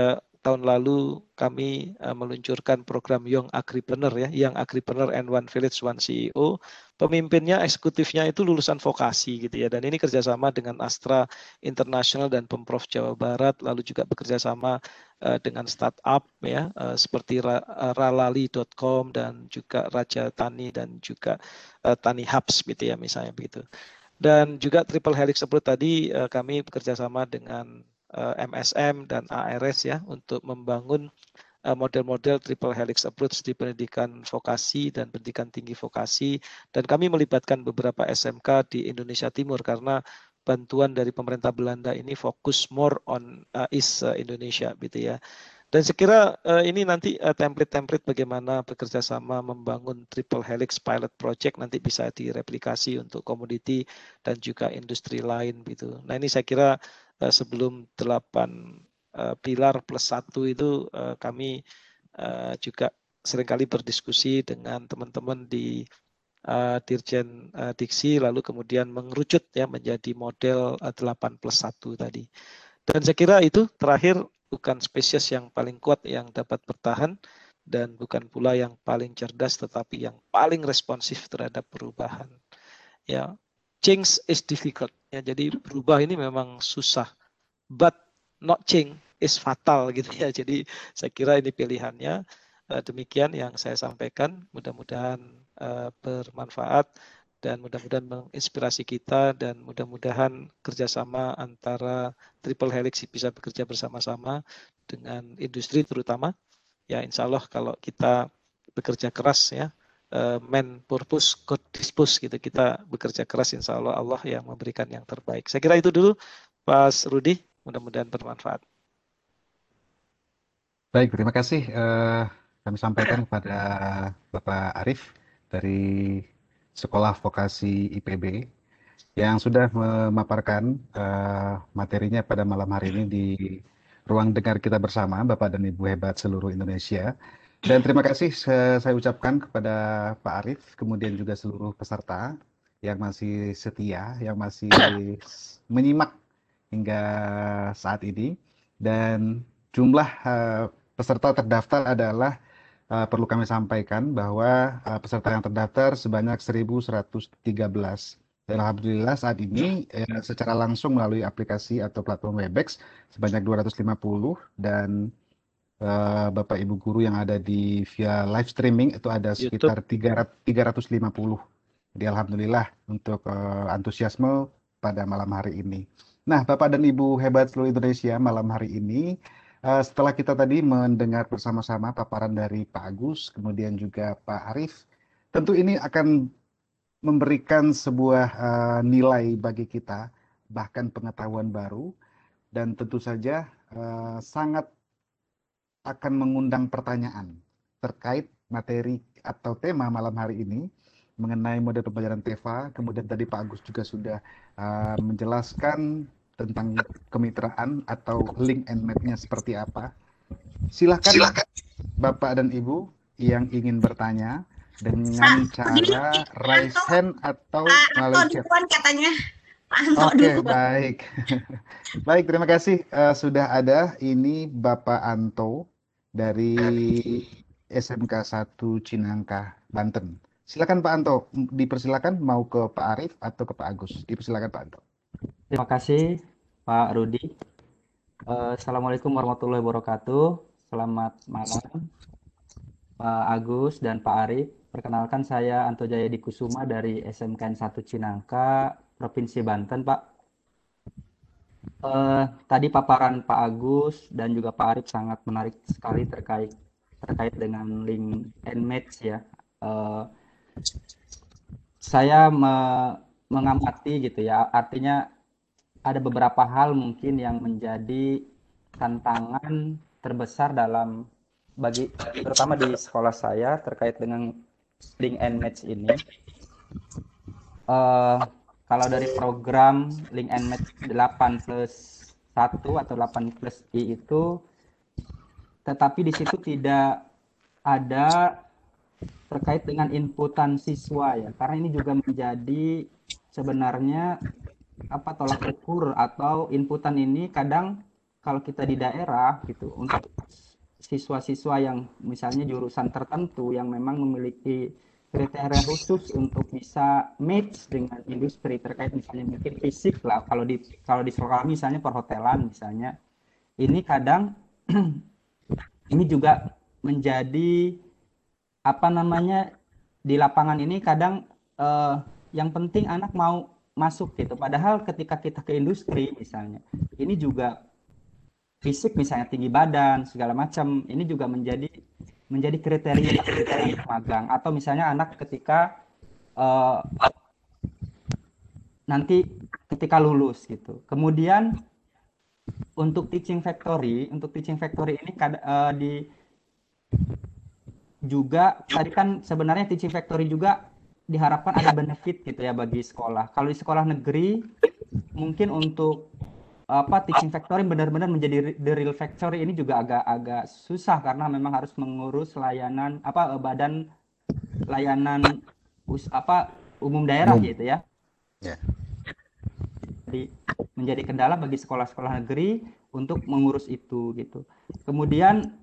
tahun lalu kami uh, meluncurkan program Young Agripreneur ya, Young Agripreneur and One Village One C E O. Pemimpinnya, eksekutifnya itu lulusan vokasi gitu ya. Dan ini kerjasama dengan Astra International dan Pemprov Jawa Barat, lalu juga bekerja sama uh, dengan startup ya, uh, seperti ra ralali dot com dan juga Raja Tani dan juga uh, Tani Hubs gitu ya misalnya begitu. Dan juga Triple Helix Approach tadi uh, kami bekerja sama dengan uh, M S M dan A R S ya untuk membangun model-model uh, Triple Helix Approach di pendidikan vokasi dan pendidikan tinggi vokasi, dan kami melibatkan beberapa S M K di Indonesia Timur karena bantuan dari pemerintah Belanda ini fokus more on uh, East uh, Indonesia gitu ya. Dan saya kira uh, ini nanti uh, template-template bagaimana bekerja sama membangun Triple Helix Pilot Project nanti bisa direplikasi untuk komoditi dan juga industri lain gitu. Nah ini saya kira uh, sebelum delapan uh, pilar plus satu itu uh, kami uh, juga seringkali berdiskusi dengan teman-teman di uh, Dirjen uh, Diksi, lalu kemudian mengerucut ya menjadi model uh, delapan plus satu tadi. Dan saya kira itu terakhir, bukan spesies yang paling kuat yang dapat bertahan dan bukan pula yang paling cerdas tetapi yang paling responsif terhadap perubahan. Ya, change is difficult. Ya, jadi berubah ini memang susah, but not change is fatal gitu ya. Jadi saya kira ini pilihannya. Demikian yang saya sampaikan. Mudah-mudahan uh, bermanfaat dan mudah-mudahan menginspirasi kita, dan mudah-mudahan kerjasama antara Triple Helix bisa bekerja bersama-sama dengan industri terutama. Ya insya Allah kalau kita bekerja keras ya, uh, man purpose, God dispose gitu, kita bekerja keras insya Allah Allah yang memberikan yang terbaik. Saya kira itu dulu Mas Rudi, mudah-mudahan bermanfaat. Baik, terima kasih. Uh, kami sampaikan kepada Bapak Arif dari Sekolah Vokasi I P B yang sudah memaparkan uh, materinya pada malam hari ini di ruang dengar kita bersama, Bapak dan Ibu hebat seluruh Indonesia. Dan terima kasih saya, saya ucapkan kepada Pak Arif, kemudian juga seluruh peserta yang masih setia, yang masih menyimak hingga saat ini. Dan jumlah uh, peserta terdaftar adalah Uh, perlu kami sampaikan bahwa uh, peserta yang terdaftar sebanyak seribu seratus tiga belas. Dan alhamdulillah saat ini eh, secara langsung melalui aplikasi atau platform Webex sebanyak dua ratus lima puluh, dan uh, Bapak Ibu guru yang ada di via live streaming itu ada sekitar tiga ratus lima puluh. Jadi alhamdulillah untuk uh, antusiasme pada malam hari ini. Nah, Bapak dan Ibu hebat seluruh Indonesia, malam hari ini Uh, setelah kita tadi mendengar bersama-sama paparan dari Pak Agus, kemudian juga Pak Arif, tentu ini akan memberikan sebuah uh, nilai bagi kita, bahkan pengetahuan baru, dan tentu saja uh, sangat akan mengundang pertanyaan terkait materi atau tema malam hari ini mengenai model pembelajaran T E V A. Kemudian tadi Pak Agus juga sudah uh, menjelaskan tentang kemitraan atau link and match-nya seperti apa. Silakan, Silakan Bapak dan Ibu yang ingin bertanya dengan Pak, cara raise hand atau melalui chat. Katanya. Oke, okay, baik. Baik, terima kasih. Uh, sudah ada ini Bapak Anto dari S M K satu Cinangka, Banten. Silakan Pak Anto, dipersilakan mau ke Pak Arif atau ke Pak Agus. Dipersilakan Pak Anto. Terima kasih Pak Rudi. Uh, Assalamualaikum warahmatullahi wabarakatuh. Selamat malam Pak Agus dan Pak Arif. Perkenalkan saya Anto Jaya Dikusuma dari S M K N satu Cinangka, Provinsi Banten, Pak. Uh, tadi paparan Pak Agus dan juga Pak Arif sangat menarik sekali terkait terkait dengan link and match ya. Uh, saya me mengamati gitu ya, artinya ada beberapa hal mungkin yang menjadi tantangan terbesar dalam bagi terutama di sekolah saya terkait dengan link and match ini. Uh, kalau dari program link and match delapan plus satu atau delapan plus I itu, tetapi di situ tidak ada terkait dengan inputan siswa ya, karena ini juga menjadi sebenarnya apa tolak ukur atau inputan ini kadang kalau kita di daerah gitu, untuk siswa-siswa yang misalnya jurusan tertentu yang memang memiliki kriteria khusus untuk bisa match dengan industri terkait misalnya mungkin fisik lah, kalau di kalau di sekolah misalnya perhotelan misalnya, ini kadang ini juga menjadi apa namanya, di lapangan ini kadang eh, yang penting anak mau masuk gitu, padahal ketika kita ke industri misalnya, ini juga fisik misalnya tinggi badan segala macam, ini juga menjadi menjadi kriteria untuk magang, atau misalnya anak ketika uh, nanti ketika lulus gitu. Kemudian untuk teaching factory, untuk teaching factory ini uh, di juga tadi kan sebenarnya teaching factory juga diharapkan ada benefit gitu ya bagi sekolah. Kalau di sekolah negeri mungkin untuk apa teaching factory benar-benar menjadi the real factory ini juga agak-agak susah karena memang harus mengurus layanan apa badan layanan us, apa umum daerah Umum. gitu ya. Ya. Jadi menjadi kendala bagi sekolah-sekolah negeri untuk mengurus itu gitu. Kemudian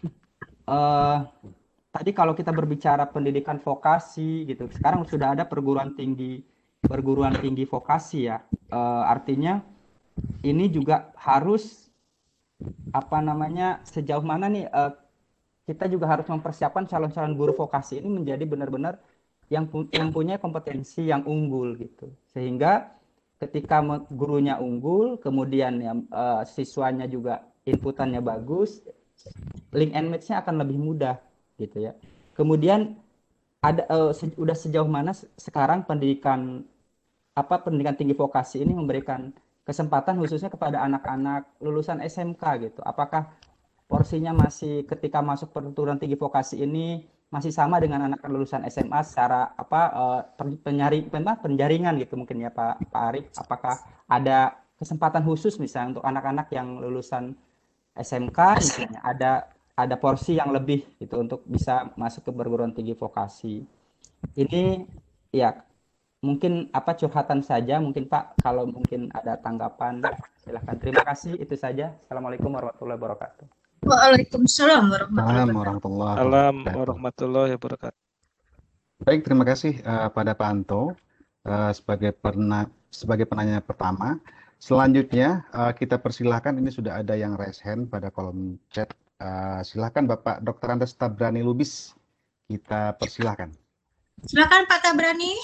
eh, tadi kalau kita berbicara pendidikan vokasi gitu, sekarang sudah ada perguruan tinggi perguruan tinggi vokasi ya. Eh, artinya ini juga harus apa namanya sejauh mana nih uh, kita juga harus mempersiapkan calon-calon guru vokasi ini menjadi benar-benar yang mempunyai kompetensi yang unggul gitu, sehingga ketika gurunya unggul kemudian ya, uh, siswanya juga inputannya bagus, link and match-nya akan lebih mudah gitu ya. Kemudian ada uh, se udah sejauh mana sekarang pendidikan apa pendidikan tinggi vokasi ini memberikan kesempatan khususnya kepada anak-anak lulusan S M K gitu. Apakah porsinya masih ketika masuk perguruan tinggi vokasi ini masih sama dengan anak lulusan S M A secara apa uh, penyari penjaringan gitu mungkin ya Pak Pak Arif? Apakah ada kesempatan khusus misalnya untuk anak-anak yang lulusan S M K misalnya ada ada porsi yang lebih gitu untuk bisa masuk ke perguruan tinggi vokasi? Ini ya mungkin apa curhatan saja mungkin Pak, kalau mungkin ada tanggapan silahkan. Terima kasih, itu saja. Assalamualaikum warahmatullahi wabarakatuh. Waalaikumsalam warahmatullahi wabarakatuh. Salam warahmatullahi wabarakatuh. Baik, terima kasih uh, pada Pak Anto uh, sebagai pernah sebagai penanya pertama. Selanjutnya uh, kita persilahkan, ini sudah ada yang raise hand pada kolom chat. Uh, silahkan Bapak Doktor Andes Tabrani Lubis, kita persilahkan. Silakan Pak Tabrani.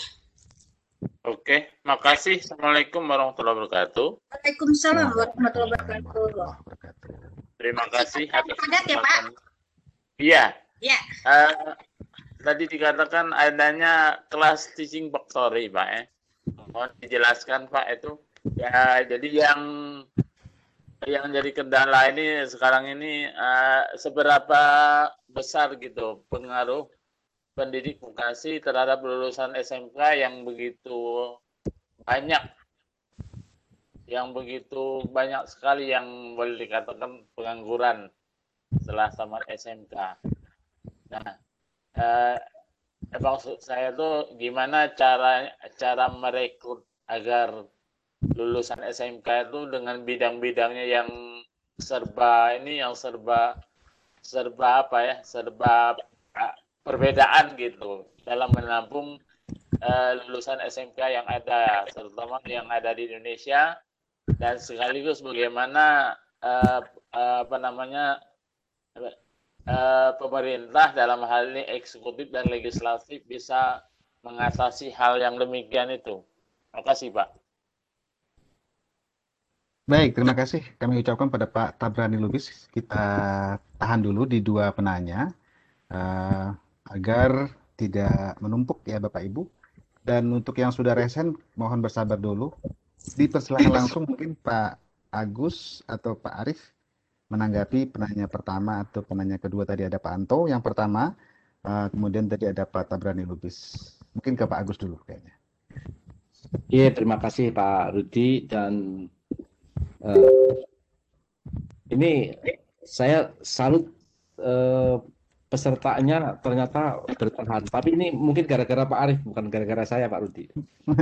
Oke, makasih. Assalamualaikum warahmatullahi wabarakatuh. Waalaikumsalam warahmatullahi wabarakatuh. Terima kasih atas padat ya Pak. Iya. Ya. Uh, tadi dikatakan adanya kelas teaching factory, Pak. Eh. Mohon dijelaskan, Pak, itu. Ya, jadi yang yang jadi kendala ini sekarang ini uh, seberapa besar gitu pengaruh pendidik vokasi terhadap lulusan S M K yang begitu banyak, yang begitu banyak sekali yang boleh dikatakan pengangguran setelah tamat S M K. Nah, eh, maksud saya tuh gimana cara cara merekrut agar lulusan S M K itu dengan bidang-bidangnya yang serba ini, yang serba serba apa ya, serba perbedaan gitu dalam menampung uh, lulusan S M K yang ada, terutama yang ada di Indonesia, dan sekaligus bagaimana uh, uh, apa namanya uh, pemerintah dalam hal ini eksekutif dan legislatif bisa mengatasi hal yang demikian itu. Terima kasih, Pak. Baik, terima kasih kami ucapkan pada Pak Tabrani Lubis. Kita tahan dulu di dua penanya uh, agar tidak menumpuk ya Bapak Ibu. Dan untuk yang sudah resen, mohon bersabar dulu. Dipersilakan langsung mungkin Pak Agus atau Pak Arif menanggapi penanya pertama atau penanya kedua. Tadi ada Pak Anto yang pertama, uh, kemudian tadi ada Pak Tabrani Lubis. Mungkin ke Pak Agus dulu kayaknya. Iya, terima kasih Pak Rudi. Dan uh, ini saya salut uh, pesertanya ternyata bertahan. Tapi ini mungkin gara-gara Pak Arif, bukan gara-gara saya, Pak Rudi.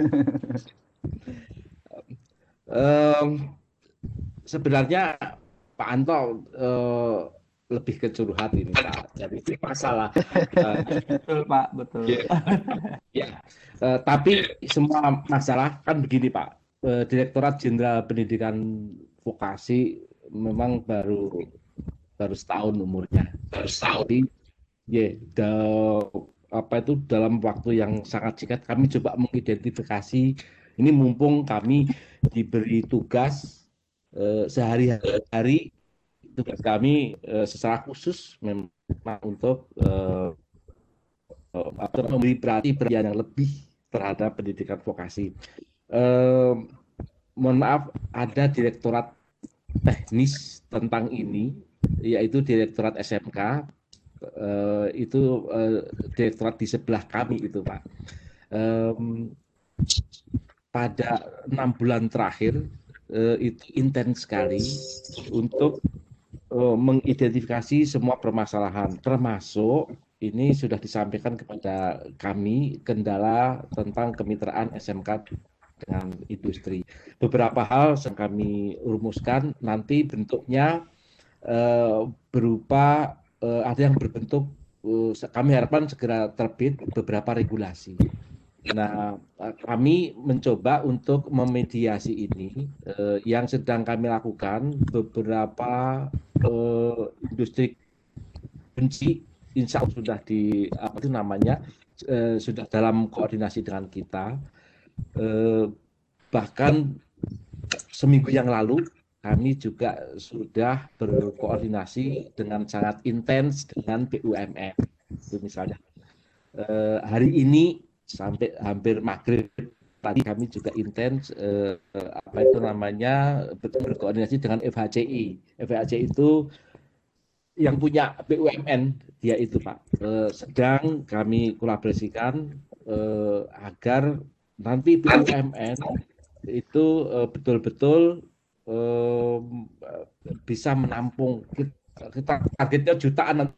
um, sebenarnya Pak Anto eh, lebih ke curhat ini Pak. Jadi masalah. eh, Betul Pak, betul. ya, ya. Eh, tapi semua masalah kan begini Pak. Eh, Direktorat Jenderal Pendidikan Vokasi memang baru baru setahun umurnya. Baru setahun. Tapi ya, da- apa itu dalam waktu yang sangat singkat kami coba mengidentifikasi ini mumpung kami diberi tugas eh, sehari-hari tugas kami eh, secara khusus memang untuk eh, eh, apa, memberi perhatian perhatian yang lebih terhadap pendidikan vokasi. Eh, mohon maaf, ada direktorat teknis tentang ini, yaitu direktorat S M K. Eh, itu eh, direktorat di sebelah kami itu Pak. Um, pada enam bulan terakhir eh, itu intens sekali untuk eh, mengidentifikasi semua permasalahan, termasuk ini sudah disampaikan kepada kami kendala tentang kemitraan S M K dengan industri. Beberapa hal yang kami rumuskan nanti bentuknya eh, berupa eh, ada yang berbentuk eh, kami harapkan segera terbit beberapa regulasi. Nah, kami mencoba untuk memediasi ini eh, yang sedang kami lakukan beberapa eh, industri benci insya Allah sudah di apa itu namanya eh, sudah dalam koordinasi dengan kita. Eh, bahkan seminggu yang lalu kami juga sudah berkoordinasi dengan sangat intens dengan B U M N. Itu misalnya eh, hari ini sampai hampir maghrib tadi kami juga intens eh, apa itu namanya berkoordinasi dengan F H C I. F H C I itu yang punya B U M N dia itu Pak. Eh, sedang kami kolaborasikan eh, agar nanti B U M N itu eh, betul-betul eh, bisa menampung kita, kita targetnya jutaan nanti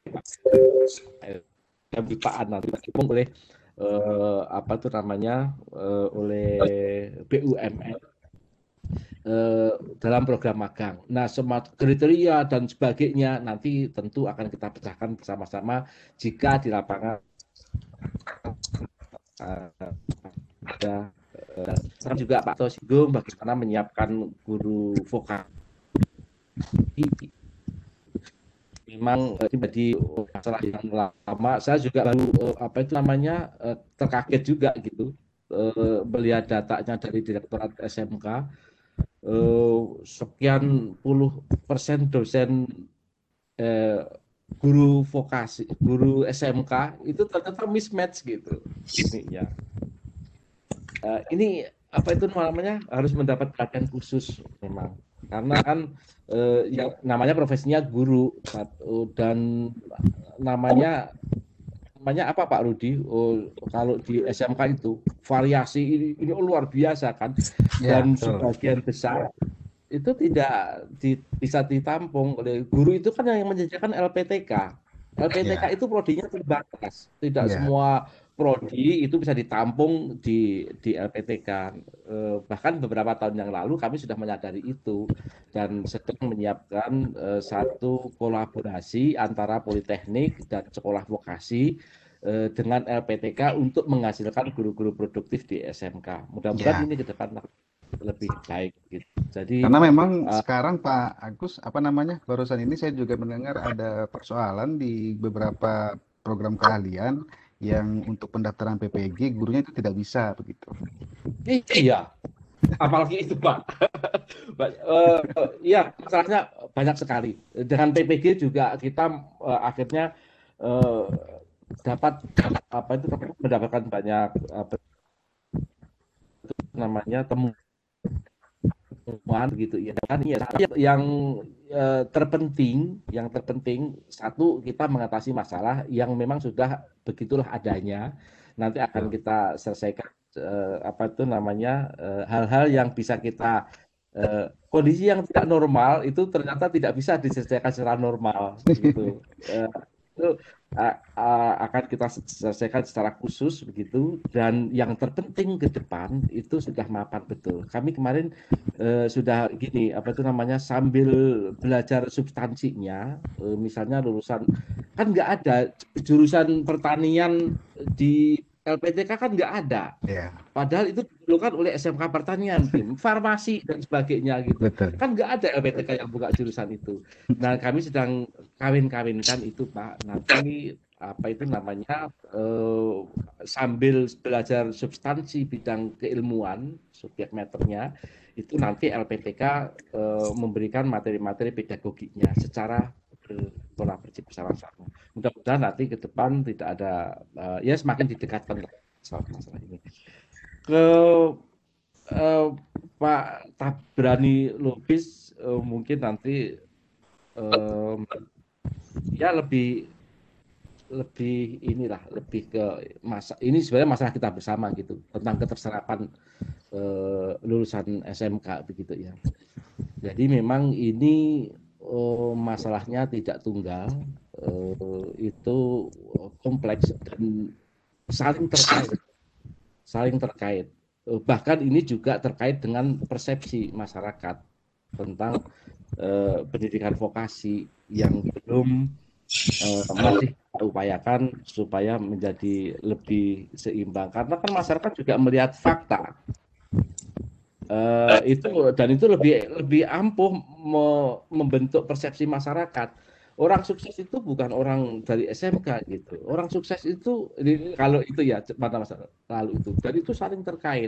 jutaan nanti didukung oleh eh, apa itu namanya eh, oleh B U M N eh, dalam program magang. Nah, semua kriteria dan sebagainya nanti tentu akan kita pecahkan bersama-sama jika di lapangan eh, ada eh, sekarang juga Pak To singgung bagaimana menyiapkan guru vokasi. Memang eh, menjadi masalah yang lama. Saya juga baru eh, apa itu namanya eh, terkaget juga gitu eh, melihat datanya dari Direktorat S M K eh, sekian puluh persen dosen eh, guru vokasi, guru S M K itu ternyata mismatch gitu. Ini ya. Eh, ini apa itu namanya harus mendapat perhatian khusus memang. Karena kan eh, yang namanya profesinya guru dan namanya namanya apa Pak Rudi? Oh, kalau di S M K itu variasi ini, ini luar biasa kan, dan ya, sebagian besar itu tidak di, bisa ditampung oleh guru. Itu kan yang menyediakan L P T K. L P T K ya. Itu prodinya terbatas, tidak ya. Semua prodi itu bisa ditampung di di L P T K. Eh, bahkan beberapa tahun yang lalu kami sudah menyadari itu dan sedang menyiapkan eh, satu kolaborasi antara politeknik dan sekolah vokasi eh, dengan L P T K untuk menghasilkan guru-guru produktif di S M K. Mudah-mudahan ya. Ini ke depan lebih baik gitu. Jadi karena memang uh, sekarang Pak Agus apa namanya barusan ini saya juga mendengar ada persoalan di beberapa program keahlian yang untuk pendaftaran P P G gurunya itu tidak bisa begitu. Iya, apalagi itu Pak. uh, ya masalahnya banyak sekali. Dengan P P G juga kita uh, akhirnya uh, dapat apa itu mendapatkan banyak apa namanya temuan gitu ya kan ya. Yang uh, terpenting, yang terpenting satu kita mengatasi masalah yang memang sudah begitulah adanya. Nanti akan kita selesaikan uh, apa itu namanya hal-hal uh, yang bisa kita uh, kondisi yang tidak normal itu ternyata tidak bisa diselesaikan secara normal gitu. Uh, itu uh, uh, akan kita selesaikan secara khusus begitu. Dan yang terpenting ke depan itu sudah mapan betul. Kami kemarin uh, sudah gini, apa itu namanya, sambil belajar substansinya, uh, misalnya lulusan kan nggak ada jurusan pertanian di L P T K kan nggak ada. Yeah. Padahal itu diperlukan oleh S M K pertanian, farmasi dan sebagainya gitu. Betul. Kan nggak ada L P T K yang buka jurusan itu. Nah, kami sedang kawin-kawinkan itu, Pak. Nanti apa itu namanya, eh, sambil belajar substansi bidang keilmuan, subjek maternya, itu nanti L P T K eh, memberikan materi-materi pedagoginya secara kolaborasi bersama-sama. Mudah-mudahan nanti ke depan tidak ada uh, ya semakin didekatkan soal masalah ini. Ke uh, Pak Tabrani Lubis uh, mungkin nanti uh, ya lebih lebih inilah lebih ke masa ini sebenarnya masalah kita bersama gitu tentang keterserapan uh, lulusan S M K begitu ya. Jadi memang ini Oh, masalahnya tidak tunggal, uh, itu kompleks dan saling terkait, saling terkait. Uh, bahkan ini juga terkait dengan persepsi masyarakat tentang uh, pendidikan vokasi yang belum uh, masih kita upayakan supaya menjadi lebih seimbang. Karena kan masyarakat juga melihat fakta. Uh, itu dan itu lebih lebih ampuh me, membentuk persepsi masyarakat. Orang sukses itu bukan orang dari S M K gitu. Orang sukses itu ini, kalau itu ya pada masa lalu itu dan itu saling terkait.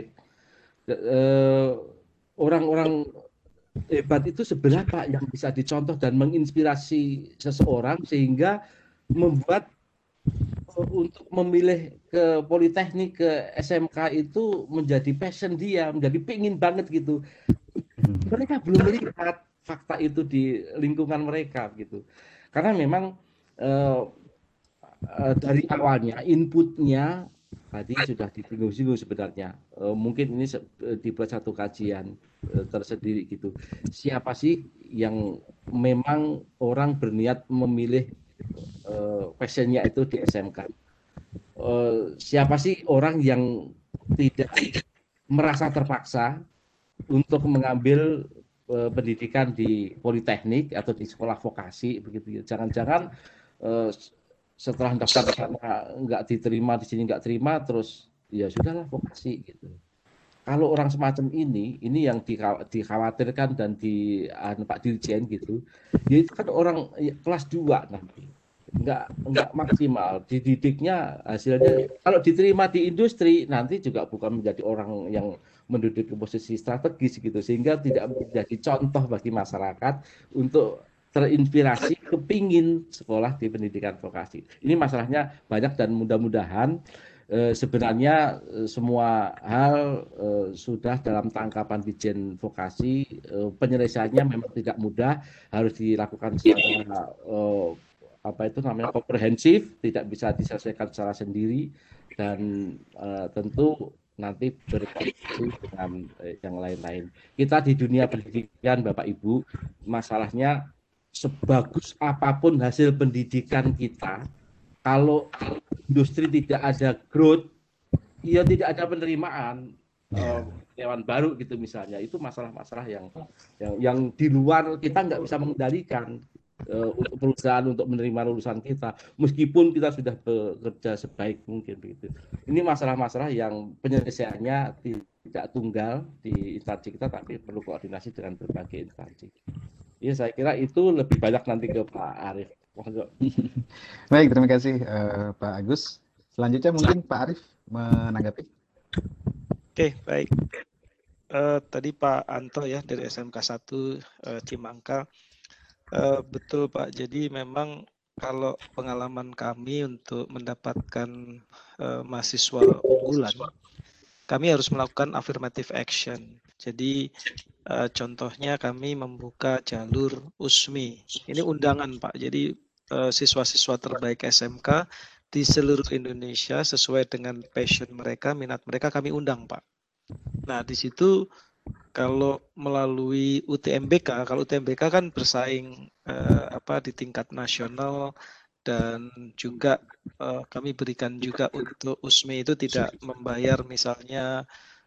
Uh, orang-orang hebat itu seberapa yang bisa dicontoh dan menginspirasi seseorang sehingga membuat untuk memilih ke politeknik ke S M K itu menjadi passion dia, menjadi pingin banget gitu. Mereka belum melihat fakta itu di lingkungan mereka gitu. Karena memang eh, eh, dari awalnya inputnya tadi sudah disinggung-singgung sebenarnya. Eh, mungkin ini dibuat satu kajian eh, tersendiri gitu. Siapa sih yang memang orang berniat memilih Uh, passionnya itu di S M K. Uh, siapa sih orang yang tidak merasa terpaksa untuk mengambil uh, pendidikan di politeknik atau di sekolah vokasi begitu ya. Jangan-jangan uh, setelah daftar nggak diterima di sini nggak terima terus ya sudahlah vokasi gitu. Kalau orang semacam ini, ini yang dikhawatirkan dan di uh, Pak Dirjen gitu, ya itu kan orang ya, kelas dua nanti, enggak enggak maksimal, dididiknya hasilnya, kalau diterima di industri nanti juga bukan menjadi orang yang menduduki posisi strategis gitu, sehingga tidak menjadi contoh bagi masyarakat untuk terinspirasi kepingin sekolah di pendidikan vokasi. Ini masalahnya banyak dan mudah-mudahan Eh, sebenarnya eh, semua hal eh, sudah dalam tangkapan Ditjen Vokasi, eh, penyelesaiannya memang tidak mudah, harus dilakukan secara eh, apa itu namanya komprehensif, tidak bisa diselesaikan secara sendiri dan eh, tentu nanti berkoordinasi dengan eh, yang lain-lain. Kita di dunia pendidikan Bapak Ibu, masalahnya sebagus apapun hasil pendidikan kita, kalau industri tidak ada growth, ya tidak ada penerimaan karyawan uh, baru gitu misalnya. Itu masalah-masalah yang yang yang di luar kita nggak bisa mengendalikan uh, untuk perusahaan untuk menerima lulusan kita, meskipun kita sudah bekerja sebaik mungkin begitu. Ini masalah-masalah yang penyelesaiannya tidak tunggal di instansi kita, tapi perlu koordinasi dengan berbagai instansi. Ya saya kira itu lebih banyak nanti ke Pak Arief. Baik, terima kasih uh, Pak Agus. Selanjutnya mungkin Pak Arief menanggapi. Oke, baik. Uh, tadi Pak Anto ya dari S M K satu uh, Cimangka. Uh, betul Pak, jadi memang kalau pengalaman kami untuk mendapatkan uh, mahasiswa unggulan, kami harus melakukan affirmative action. Jadi uh, contohnya kami membuka jalur U S M I. Ini undangan Pak, jadi siswa-siswa terbaik S M K di seluruh Indonesia sesuai dengan passion mereka, minat mereka kami undang Pak. Nah di situ kalau melalui U T M B K, kalau U T M B K kan bersaing eh, apa di tingkat nasional dan juga uh, kami berikan juga untuk U S M I itu tidak membayar misalnya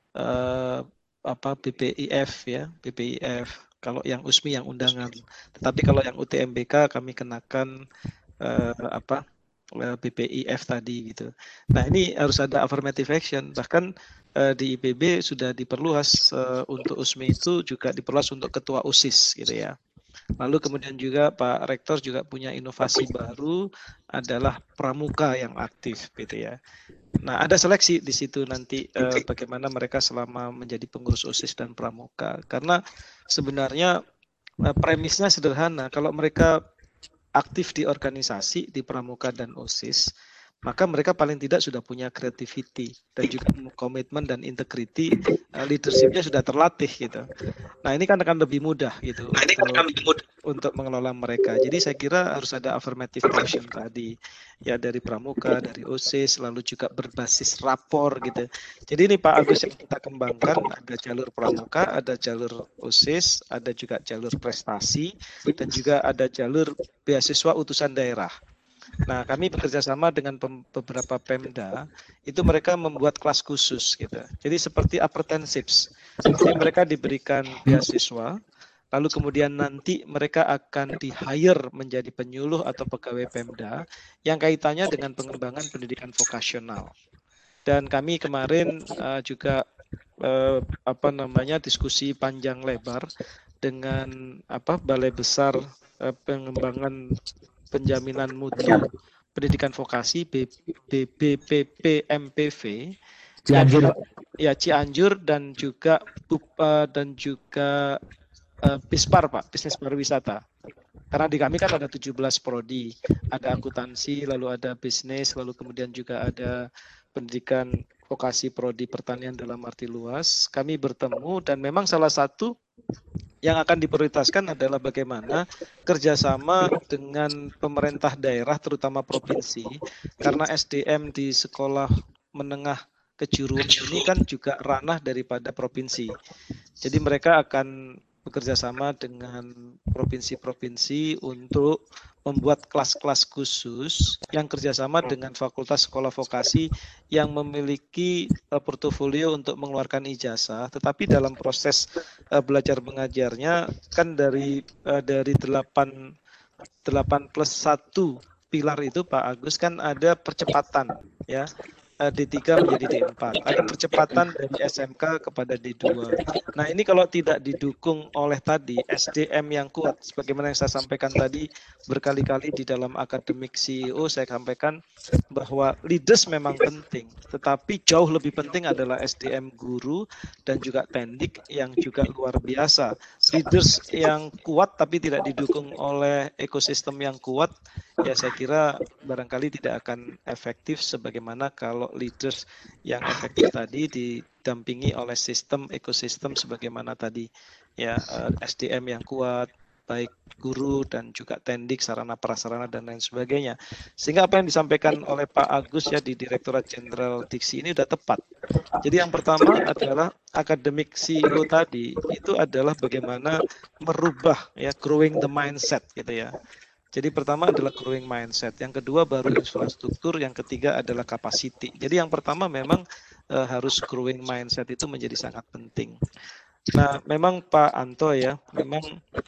uh, apa B P I F ya, B P I F kalau yang U S M I yang undangan. Tetapi kalau yang U T M B K kami kenakan uh, apa B P I F tadi gitu. Nah, ini harus ada affirmative action. Bahkan uh, di I P B sudah diperluas uh, untuk U S M I itu juga diperluas untuk ketua O S I S gitu ya. Lalu kemudian juga Pak Rektor juga punya inovasi baru adalah pramuka yang aktif gitu ya. Nah, ada seleksi di situ nanti eh, bagaimana mereka selama menjadi pengurus O S I S dan pramuka. Karena sebenarnya eh, premisnya sederhana, kalau mereka aktif di organisasi, di pramuka dan O S I S, maka mereka paling tidak sudah punya creativity dan juga komitmen dan integrity, uh, leadershipnya sudah terlatih gitu. Nah, ini kan akan lebih mudah gitu untuk, untuk mengelola mereka. Jadi saya kira harus ada affirmative action tadi ya, dari pramuka, dari O S I S, lalu juga berbasis rapor gitu. Jadi ini Pak Agus yang kita kembangkan, ada jalur pramuka, ada jalur O S I S, ada juga jalur prestasi, dan juga ada jalur beasiswa utusan daerah. Nah, kami bekerja sama dengan beberapa Pemda, itu mereka membuat kelas khusus gitu. Jadi seperti apprenticeships. Jadi mereka diberikan beasiswa, lalu kemudian nanti mereka akan di-hire menjadi penyuluh atau pegawai Pemda yang kaitannya dengan pengembangan pendidikan vokasional. Dan kami kemarin uh, juga uh, apa namanya diskusi panjang lebar dengan apa Balai Besar uh, Pengembangan Penjaminan Mutu Pendidikan Vokasi B B P P M P V Cianjur, ya Cianjur dan juga uh, dan juga uh, Bispar Pak, bisnis pariwisata. Karena di kami kan ada tujuh belas prodi, ada akuntansi, lalu ada bisnis, lalu kemudian juga ada pendidikan vokasi prodi pertanian dalam arti luas. Kami bertemu dan memang salah satu yang akan diprioritaskan adalah bagaimana kerjasama dengan pemerintah daerah, terutama provinsi, karena S D M di sekolah menengah kejuruan ini kan juga ranah daripada provinsi. Jadi mereka akan bekerja sama dengan provinsi-provinsi untuk membuat kelas-kelas khusus yang kerjasama dengan fakultas sekolah vokasi yang memiliki uh, portofolio untuk mengeluarkan ijazah, tetapi dalam proses uh, belajar mengajarnya kan dari uh, dari delapan delapan plus satu pilar itu Pak Agus kan ada percepatan ya. D tiga menjadi D empat. Ada percepatan dari S M K kepada D dua. Nah, ini kalau tidak didukung oleh tadi S D M yang kuat, sebagaimana yang saya sampaikan tadi berkali-kali di dalam akademik C E O, saya sampaikan bahwa leaders memang penting, tetapi jauh lebih penting adalah S D M guru dan juga tendik yang juga luar biasa. Leaders yang kuat tapi tidak didukung oleh ekosistem yang kuat, ya saya kira barangkali tidak akan efektif sebagaimana kalau leaders yang efektif tadi didampingi oleh sistem ekosistem sebagaimana tadi ya, S D M yang kuat, baik guru dan juga tendik, sarana prasarana dan lain sebagainya. Sehingga apa yang disampaikan oleh Pak Agus ya di Direktorat Jenderal Diksi ini sudah tepat. Jadi yang pertama adalah akademik C E O tadi itu adalah bagaimana merubah ya, growing the mindset gitu ya. Jadi pertama adalah growing mindset, yang kedua baru infrastruktur, yang ketiga adalah capacity. Jadi yang pertama memang uh, harus growing mindset itu menjadi sangat penting. Nah, memang Pak Anto ya, memang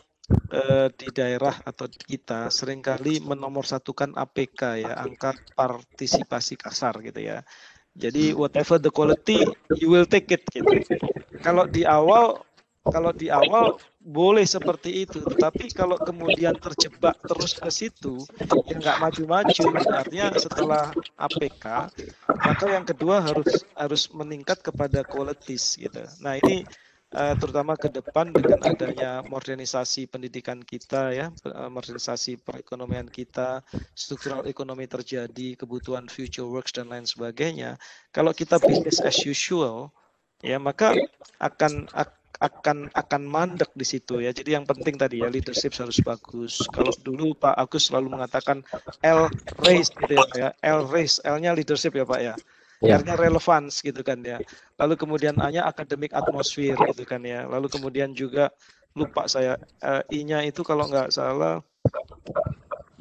uh, di daerah atau kita seringkali menomorsatukan A P K ya, angka partisipasi kasar gitu ya. Jadi whatever the quality, you will take it gitu. Kalau di awal Kalau di awal boleh seperti itu, tetapi kalau kemudian terjebak terus ke situ, ya nggak maju-maju. Artinya setelah A P K, maka yang kedua harus harus meningkat kepada qualities gitu. Nah ini uh, terutama ke depan dengan adanya modernisasi pendidikan kita ya, modernisasi perekonomian kita, struktural ekonomi terjadi, kebutuhan future works dan lain sebagainya. Kalau kita business as usual, ya maka akan akan akan mandek di situ ya. Jadi yang penting tadi ya, leadership harus bagus. Kalau dulu Pak Agus selalu mengatakan L race gitu ya, L race, L-nya leadership ya Pak ya. Ya. R-nya relevance gitu kan ya. Lalu kemudian A-nya academic atmosphere gitu kan ya. Lalu kemudian juga lupa saya uh, I-nya itu kalau nggak salah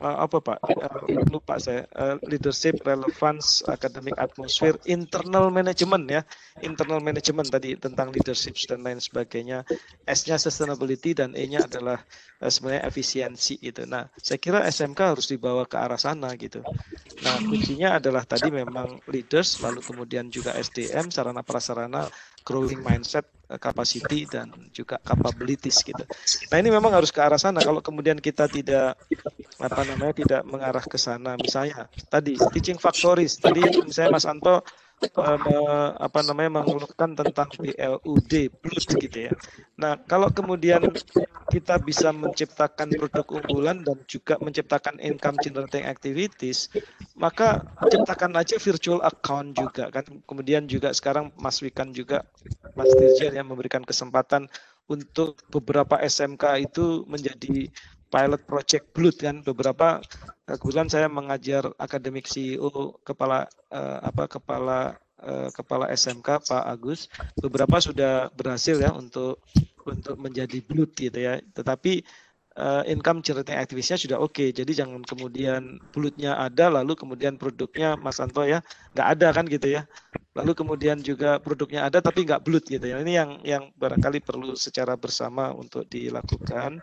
uh, apa Pak? Uh, lupa saya. Uh, leadership, relevance, academic atmosphere, internal management ya. Internal management tadi tentang leadership dan lain sebagainya. S-nya sustainability dan E-nya adalah uh, sebenarnya efisiensi gitu. Nah, saya kira S M K harus dibawa ke arah sana gitu. Nah, kuncinya adalah tadi memang leaders, lalu kemudian juga S D M, sarana prasarana, growing mindset, capacity dan juga capabilities gitu. Nah, ini memang harus ke arah sana. Kalau kemudian kita tidak apa namanya tidak mengarah ke sana, misalnya tadi teaching factories, tadi misalnya Mas Anto uh, me, apa namanya mengeluhkan tentang B L U D, blood gitu ya. Nah, kalau kemudian kita bisa menciptakan produk unggulan dan juga menciptakan income generating activities, maka ciptakan aja virtual account juga kan. Kemudian juga sekarang Mas Wikan juga Mas Dirjen yang memberikan kesempatan untuk beberapa S M K itu menjadi pilot project Blood kan. Beberapa kebetulan saya mengajar akademik C E O kepala eh, apa kepala eh, kepala S M K Pak Agus. Beberapa sudah berhasil ya untuk untuk menjadi Blood gitu ya. Tetapi uh, income generating activities-nya sudah oke. Okay. Jadi jangan kemudian Blood-nya ada lalu kemudian produknya Mas Anto ya nggak ada kan gitu ya. Lalu kemudian juga produknya ada tapi nggak Blood gitu ya. Ini yang yang barangkali perlu secara bersama untuk dilakukan.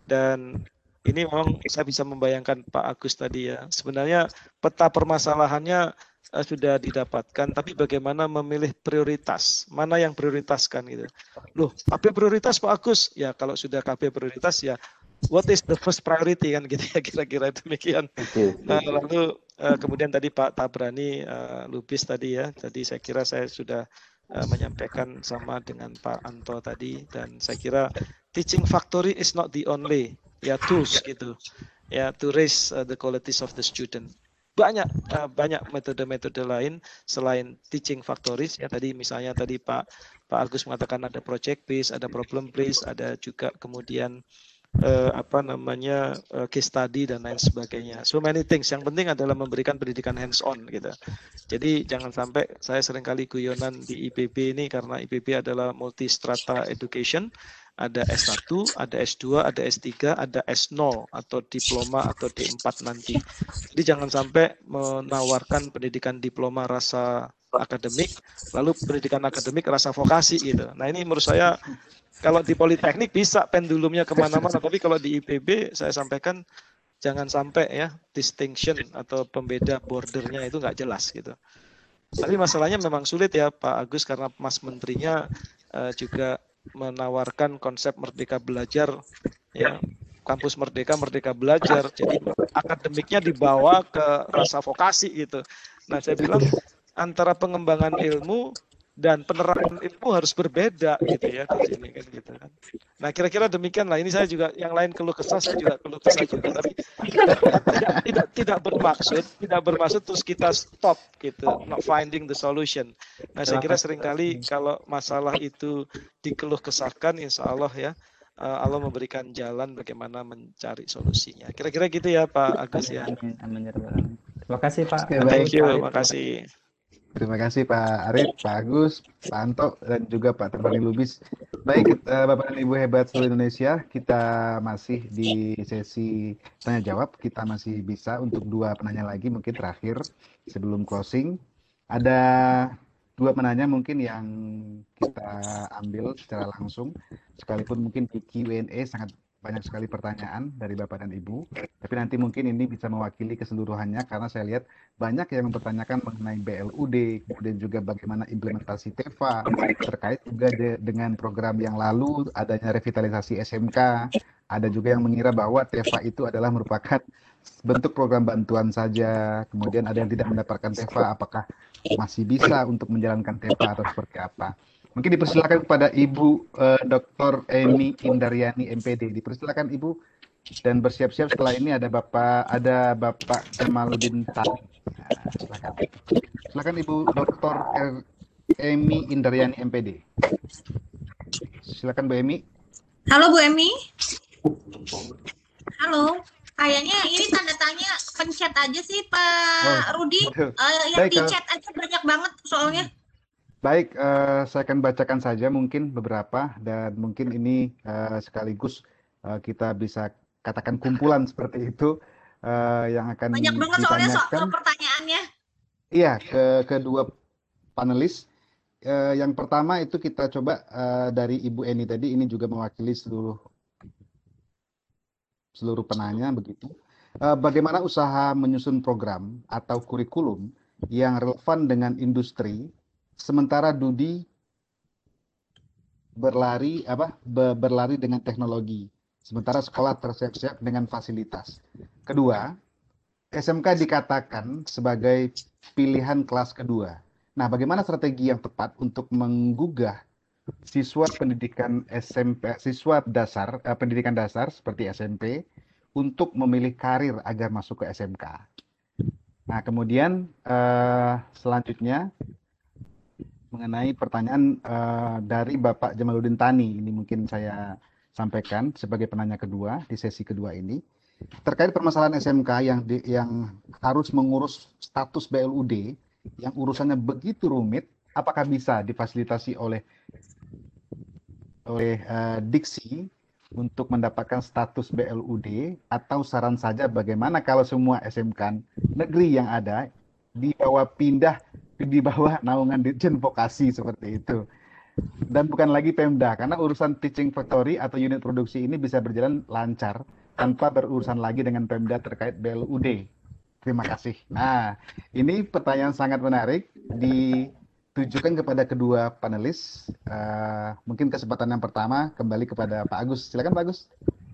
Dan ini memang saya bisa membayangkan Pak Agus tadi ya. Sebenarnya peta permasalahannya uh, sudah didapatkan, tapi bagaimana memilih prioritas, mana yang prioritaskan gitu. Loh, K P prioritas Pak Agus, ya kalau sudah K P prioritas ya, what is the first priority kan gitu ya kira-kira demikian. Nah lalu uh, kemudian tadi Pak Tabrani uh, Lubis tadi ya, tadi saya kira saya sudah uh, menyampaikan sama dengan Pak Anto tadi dan saya kira teaching factory is not the only ya tools gitu ya to raise uh, the qualities of the student. Banyak uh, banyak metode-metode lain selain teaching factories ya tadi misalnya tadi Pak Pak Agus mengatakan ada project based, ada problem based, ada juga kemudian uh, apa namanya uh, case study dan lain sebagainya. So many things. Yang penting adalah memberikan pendidikan hands on gitu. Jadi jangan sampai saya seringkali guyonan di I P B ini karena I P B adalah multi strata education. Ada S satu, ada S dua, ada S tiga, ada S nol atau diploma atau D empat nanti. Jadi jangan sampai menawarkan pendidikan diploma rasa akademik, lalu pendidikan akademik rasa vokasi gitu. Nah ini menurut saya kalau di politeknik bisa pendulumnya kemana-mana, tapi kalau di I P B saya sampaikan jangan sampai ya distinction atau pembeda bordernya itu nggak jelas gitu. Tapi masalahnya memang sulit ya Pak Agus karena Mas Menterinya uh, juga menawarkan konsep merdeka belajar ya kampus merdeka merdeka belajar jadi akademiknya dibawa ke rasa vokasi gitu. Nah saya bilang antara pengembangan ilmu dan penerapan ilmu harus berbeda gitu ya di sini kan gitu kan. Nah kira-kira demikian lah. Ini saya juga yang lain keluh kesah saya juga keluh kesah juga tapi tidak, tidak tidak bermaksud tidak bermaksud terus kita stop gitu not finding the solution. Nah saya kira seringkali kalau masalah itu dikeluh kesahkan insya Allah ya Allah memberikan jalan bagaimana mencari solusinya. Kira-kira gitu ya Pak Agus ya. Amin, amin. Terima kasih Pak. Thank you, terima kasih. Terima kasih Pak Arif, Pak Agus, Pak Anto, dan juga Pak Tabrani Lubis. Baik, Bapak dan Ibu hebat seluruh Indonesia, kita masih di sesi tanya jawab. Kita masih bisa untuk dua penanya lagi, mungkin terakhir sebelum closing. Ada dua penanya mungkin yang kita ambil secara langsung, sekalipun mungkin di Q and A sangat banyak sekali pertanyaan dari Bapak dan Ibu, tapi nanti mungkin ini bisa mewakili keseluruhannya karena saya lihat banyak yang mempertanyakan mengenai B L U D, kemudian juga bagaimana implementasi T E F A, terkait juga de dengan program yang lalu adanya revitalisasi S M K, ada juga yang mengira bahwa T E F A itu adalah merupakan bentuk program bantuan saja, kemudian ada yang tidak mendapatkan T E F A, apakah masih bisa untuk menjalankan T E F A atau seperti apa? Mungkin dipersilakan kepada Ibu uh, Doktor Emi Indaryani M P D. Dipersilakan Ibu dan bersiap-siap setelah ini ada Bapak ada Bapak Kemaluddin Tani. Nah, silakan. Silakan Ibu Doktor Emi Indaryani M P D. Silakan Bu Emi. Halo Bu Emi. Halo. Kayaknya ini tanda tanya pencet aja sih Pak oh, Rudi. Uh, yang Baik, di chat aja banyak banget soalnya. Baik, uh, saya akan bacakan saja mungkin beberapa dan mungkin ini uh, sekaligus uh, kita bisa katakan kumpulan seperti itu. uh, yang akan banyak banget soalnya soal ditanyakan. pertanyaannya. Iya, ke kedua panelis. Uh, yang pertama itu kita coba uh, dari Ibu Eni tadi, ini juga mewakili seluruh seluruh penanya begitu. Uh, bagaimana usaha menyusun program atau kurikulum yang relevan dengan industri, sementara Dudi berlari apa be, berlari dengan teknologi, sementara sekolah tersiap-siap dengan fasilitas. Kedua, S M K dikatakan sebagai pilihan kelas kedua. Nah, bagaimana strategi yang tepat untuk menggugah siswa pendidikan S M P, siswa dasar, eh, pendidikan dasar seperti S M P untuk memilih karir agar masuk ke S M K? Nah, kemudian eh, selanjutnya mengenai pertanyaan uh, dari Bapak Jamaluddin Tani, ini mungkin saya sampaikan sebagai penanya kedua di sesi kedua ini, terkait permasalahan S M K yang di, yang harus mengurus status B L U D yang urusannya begitu rumit, apakah bisa difasilitasi oleh oleh uh, Diksi untuk mendapatkan status B L U D, atau saran saja bagaimana kalau semua S M K negeri yang ada dibawa pindah di bawah naungan Ditjen Vokasi seperti itu, dan bukan lagi Pemda, karena urusan teaching factory atau unit produksi ini bisa berjalan lancar tanpa berurusan lagi dengan Pemda terkait B L U D. Terima kasih. Nah, ini pertanyaan sangat menarik ditujukan kepada kedua panelis. Uh, mungkin kesempatan yang pertama kembali kepada Pak Agus. Silakan Pak Agus.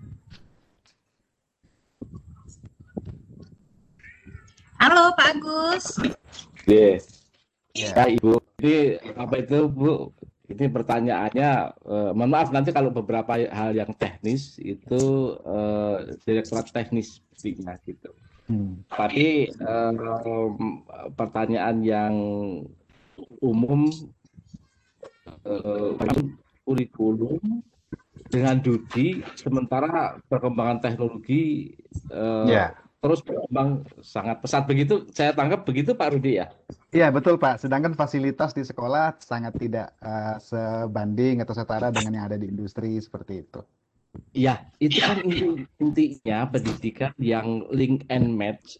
Halo Pak Agus. Yes. Ya Ibu, ini apa itu Bu? Ini pertanyaannya, eh, mohon maaf nanti kalau beberapa hal yang teknis itu eh, direktorat teknis sepertinya gitu. Hmm. Tapi eh, pertanyaan yang umum, eh, kurikulum dengan Dudi, sementara perkembangan teknologi eh, yeah. terus berkembang sangat pesat, begitu saya tangkap begitu Pak Rudi ya? Iya betul Pak, sedangkan fasilitas di sekolah sangat tidak uh, sebanding atau setara dengan yang ada di industri seperti itu. Iya, itu kan inti, intinya pendidikan yang link and match.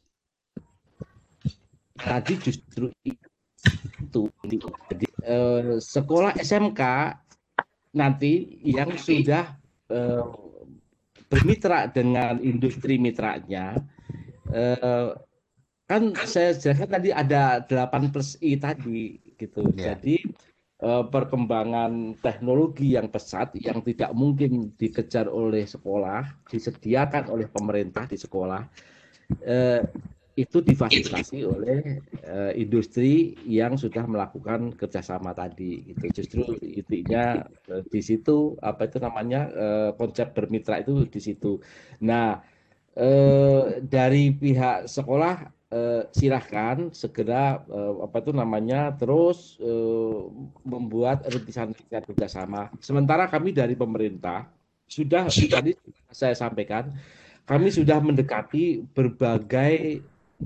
Tadi justru itu, jadi uh, sekolah S M K nanti yang sudah uh, bermitra dengan industri mitranya, uh, kan saya jelaskan tadi ada delapan plus I tadi gitu. Yeah. Jadi eh, perkembangan teknologi yang pesat yang tidak mungkin dikejar oleh sekolah, disediakan oleh pemerintah di sekolah, eh, itu difasilitasi oleh eh, industri yang sudah melakukan kerjasama tadi gitu. Justru intinya eh, di situ apa itu namanya eh, konsep bermitra itu di situ. Nah, eh, dari pihak sekolah Uh, silahkan segera uh, apa itu namanya terus uh, membuat rintisan kerjasama. Sementara kami dari pemerintah sudah tadi saya sampaikan, kami sudah mendekati berbagai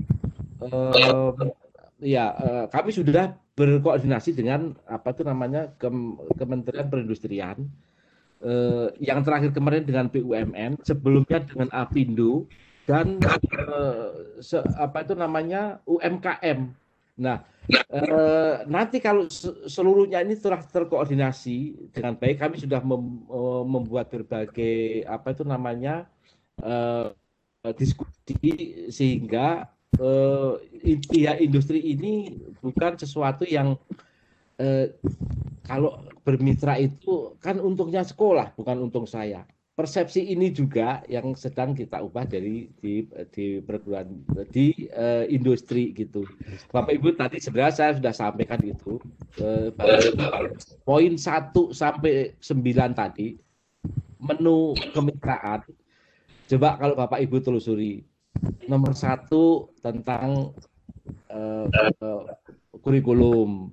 uh, ya uh, kami sudah berkoordinasi dengan apa itu namanya Kem Kementerian Perindustrian, uh, yang terakhir kemarin dengan B U M N, sebelumnya dengan Apindo, dan eh, se, apa itu namanya U M K M. Nah, eh, nanti kalau seluruhnya ini telah terkoordinasi dengan baik, kami sudah mem, eh, membuat berbagai apa itu namanya eh, diskusi sehingga eh, pihak industri ini bukan sesuatu yang eh, kalau bermitra itu kan untungnya sekolah, bukan untung saya. Persepsi ini juga yang sedang kita ubah dari di di perguruan di uh, industri gitu. Bapak Ibu tadi sebenarnya saya sudah sampaikan itu uh, poin satu sampai sembilan tadi menu kemitraan. Coba kalau Bapak Ibu telusuri, nomor satu tentang uh, uh, kurikulum,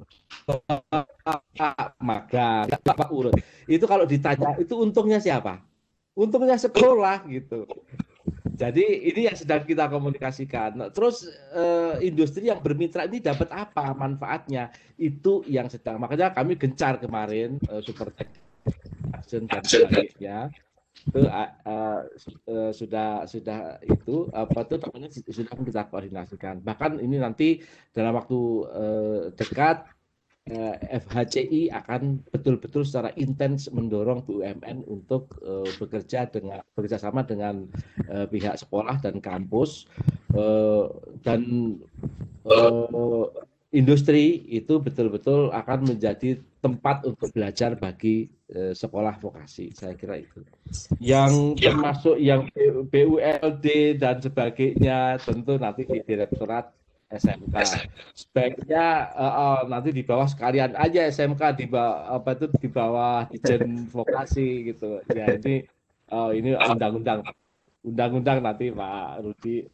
magang, Bapak urut. Itu kalau ditanya itu untungnya siapa? Untungnya sekolah gitu. Jadi ini yang sedang kita komunikasikan. Nah, terus eh, industri yang bermitra ini dapat apa manfaatnya? Itu yang sedang. Makanya kami gencar kemarin eh, Super Tech Action dan sebagainya itu uh, uh, sudah sudah itu apa tuh namanya sudah kita koordinasikan. Bahkan ini nanti dalam waktu uh, dekat uh, F H C I akan betul-betul secara intens mendorong B U M N untuk uh, bekerja dengan bekerja sama dengan uh, pihak sekolah dan kampus uh, dan uh, industri itu betul-betul akan menjadi tempat untuk belajar bagi uh, sekolah vokasi. Saya kira itu. Yang termasuk yang B U L D dan sebagainya tentu nanti di Direktorat S M K. Sebaiknya uh, uh, nanti di bawah sekalian aja S M K di bawah apa itu di bawah Dijen Vokasi gitu. Ya ini uh, ini undang-undang undang-undang nanti Pak Rudi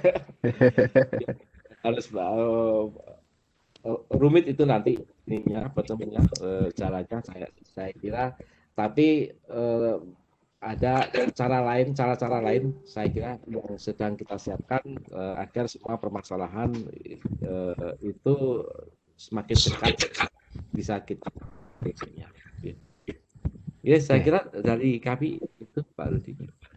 harus uh, rumit itu nanti ininya pertemuannya uh, jalannya saya saya kira, tapi uh, ada cara lain cara-cara lain saya kira yang sedang kita siapkan uh, agar semua permasalahan uh, itu semakin dekat bisa kita ya. Ya saya kira dari kami itu Pak Rudi.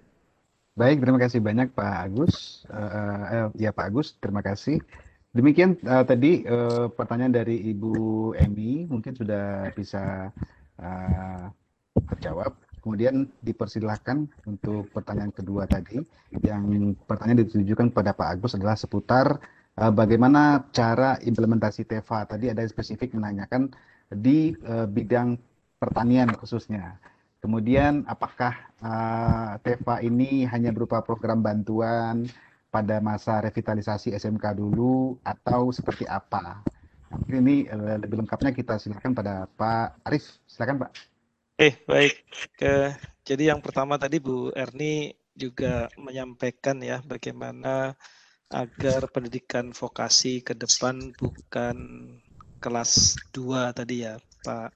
Baik, terima kasih banyak Pak Agus. Uh, uh, ya Pak Agus, terima kasih. Demikian uh, tadi uh, pertanyaan dari Ibu Emi, mungkin sudah bisa uh, terjawab. Kemudian dipersilahkan untuk pertanyaan kedua tadi, yang pertanyaan ditujukan kepada Pak Agus adalah seputar uh, bagaimana cara implementasi T E V A. Tadi ada yang spesifik menanyakan di uh, bidang pertanian khususnya. Kemudian apakah uh, T E V A ini hanya berupa program bantuan pada masa revitalisasi S M K dulu atau seperti apa? Nah, mungkin ini uh, lebih lengkapnya kita silakan pada Pak Arif. Silakan Pak. Eh baik, ke jadi yang pertama tadi Bu Erni juga menyampaikan ya bagaimana agar pendidikan vokasi ke depan bukan kelas dua tadi ya Pak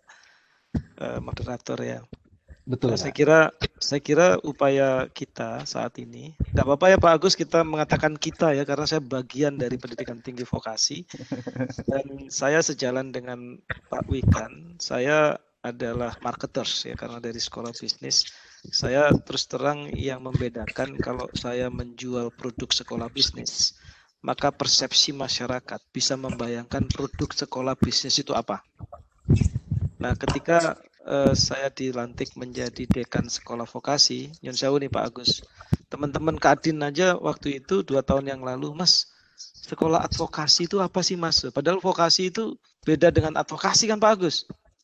eh, moderator ya. Betul. Nah, saya kira saya kira upaya kita saat ini, nggak apa-apa ya Pak Agus kita mengatakan kita ya karena saya bagian dari pendidikan tinggi vokasi dan saya sejalan dengan Pak Wikan, saya adalah marketers ya karena dari sekolah bisnis saya terus terang yang membedakan kalau saya menjual produk sekolah bisnis maka persepsi masyarakat bisa membayangkan produk sekolah bisnis itu apa. Nah ketika Uh, saya dilantik menjadi dekan sekolah vokasi, Nyun Sewu nih Pak Agus. Teman-teman Kadin aja waktu itu dua tahun yang lalu, Mas, sekolah advokasi itu apa sih Mas? Padahal vokasi itu beda dengan advokasi kan Pak Agus.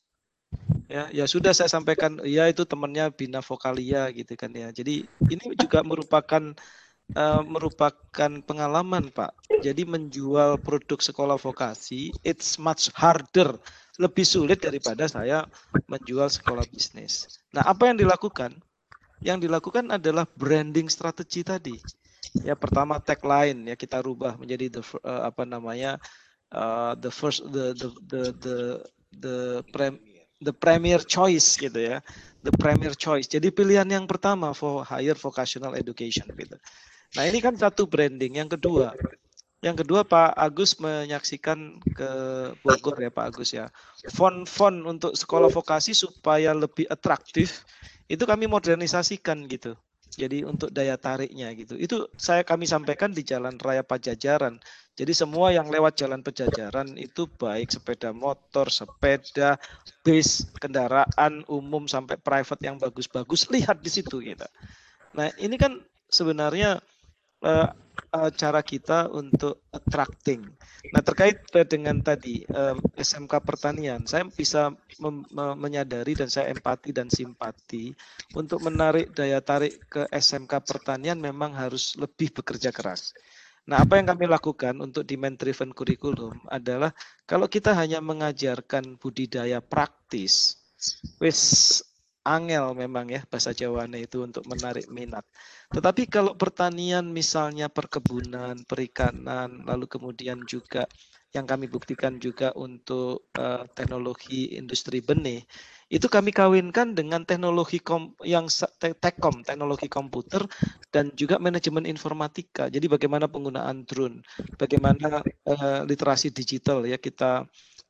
Ya, ya sudah saya sampaikan, ya itu temannya Bina Vokalia gitu kan ya. Jadi ini juga merupakan uh, merupakan pengalaman Pak. Jadi menjual produk sekolah vokasi, it's much harder. Lebih sulit daripada saya menjual sekolah bisnis. Nah, apa yang dilakukan? Yang dilakukan adalah branding strategi tadi. Ya, pertama tagline ya kita rubah menjadi the uh, apa namanya uh, the first the the the the the, prem, the premier choice gitu ya. The premier choice. Jadi pilihan yang pertama for higher vocational education gitu. Nah, ini kan satu branding. Yang kedua, Yang kedua Pak Agus menyaksikan ke Bogor ya Pak Agus ya. Font-font untuk sekolah vokasi supaya lebih atraktif itu kami modernisasikan gitu. Jadi untuk daya tariknya gitu. Itu saya kami sampaikan di Jalan Raya Pajajaran. Jadi semua yang lewat Jalan Pajajaran itu baik sepeda motor, sepeda, bis, kendaraan umum sampai private yang bagus-bagus lihat di situ gitu. Nah, ini kan sebenarnya uh, uh, cara kita untuk attracting. Nah, terkait dengan tadi uh, S M K pertanian, saya bisa menyadari dan saya empati dan simpati untuk menarik daya tarik ke S M K pertanian memang harus lebih bekerja keras. Nah, apa yang kami lakukan untuk demand driven curriculum adalah kalau kita hanya mengajarkan budidaya praktis, wis angel memang ya bahasa Jawane itu untuk menarik minat. Tetapi kalau pertanian misalnya perkebunan, perikanan, lalu kemudian juga yang kami buktikan juga untuk uh, teknologi industri benih, itu kami kawinkan dengan teknologi kom yang tekom, teknologi komputer dan juga manajemen informatika. Jadi bagaimana penggunaan drone, bagaimana uh, literasi digital ya kita